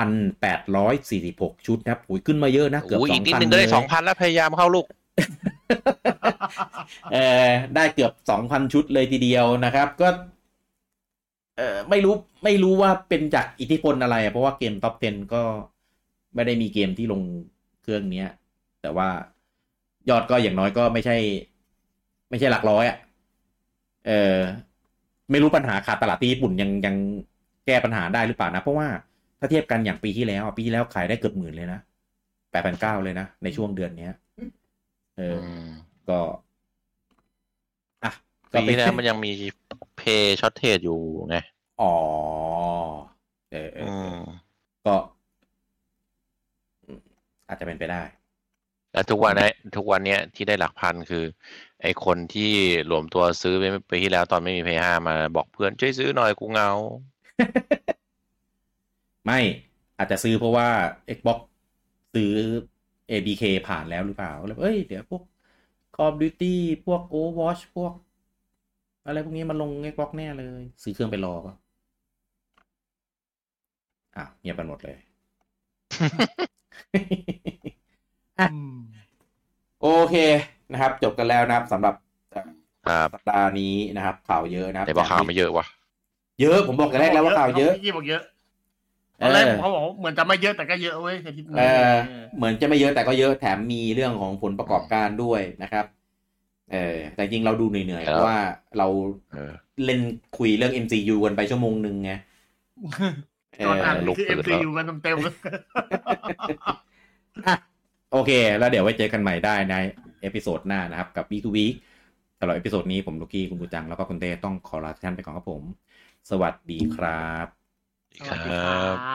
1,846 ชุดนะครับขึ้นมาเยอะนะเกือบ 2,000 อีกนิดนึงก็ได้ 2,000 แล้วพยายามเข้าลูกได้เกือบ 2,000 ชุดเลยทีเดียวนะครับก็ไม่รู้ว่าเป็นจากอิทธิพลอะไรเพราะว่าเกม Top 10 ก็ไม่ได้มีเกมที่ลงเครื่องนี้แต่ว่ายอดก็อย่างน้อยก็ไม่ใช่หลักร้อยไม่รู้ปัญหาขาดตลาดที่ญี่ปุ่นยังแก้ปัญหาได้หรือเปล่านะเพราะว่าถ้าเทียบกันอย่างปีที่แล้วขายได้เกือบ10,000เลยนะ 8,900 เลยนะในช่วงเดือนนี้ก็ปีที่แล้วมันยังมีเพย์ช็อตเทจอยู่ไงก็อาจจะเป็นไปได้แล้วทุกวันนี้ที่ได้หลักพันคือไอคนที่รวมตัวซื้อไปที่แล้วตอนไม่มี Play 5 มาบอกเพื่อนช่วยซื้อหน่อยกูเหงาไม่อาจจะซื้อเพราะว่า Xbox ซื้อ ABK ผ่านแล้วหรือเปล่าแล้วเดี๋ยวพวก Call of Duty พวก Overwatch พวกอะไรพวกนี้มาลง Xbox แน่เลยซื้อเครื่องไปรอป่ะเงียบไปหมดเลย โอเคนะครับจบกันแล้วนะครับสำหรับสัปดาห์นี้นะครับข่าวเยอะนะครับแต่บอกข่าวไม่เยอะวะเยอะผมบอกกันแรกแล้วว่าข่าวเยอะพี่บอกเยอะตอนแรกเขาบอกเหมือนจะไม่เยอะแต่ก็เยอะเว้ยเหมือนจะไม่เยอะแต่ก็เยอะแถมมีเรื่องของผลประกอบการด้วยนะครับแต่จริงเราดูเหนื่อยๆเพราะว่าเราเล่นคุยเรื่อง MCU กันไปชั่วโมงนึงไงตอนอ่านคือ MCU กันเต็มๆเลยโอเคแล้วเดี๋ยวไว้เจอกันใหม่ได้ในเอพิโซดหน้านะครับกับ Week to Week สำหรับเอพิโซดนี้ผมลูกี้คุณบูจังแล้วก็คุณเต้ต้องขอลาท่านไปก่อนครับผมสวัสดีครับสวัสดีครับ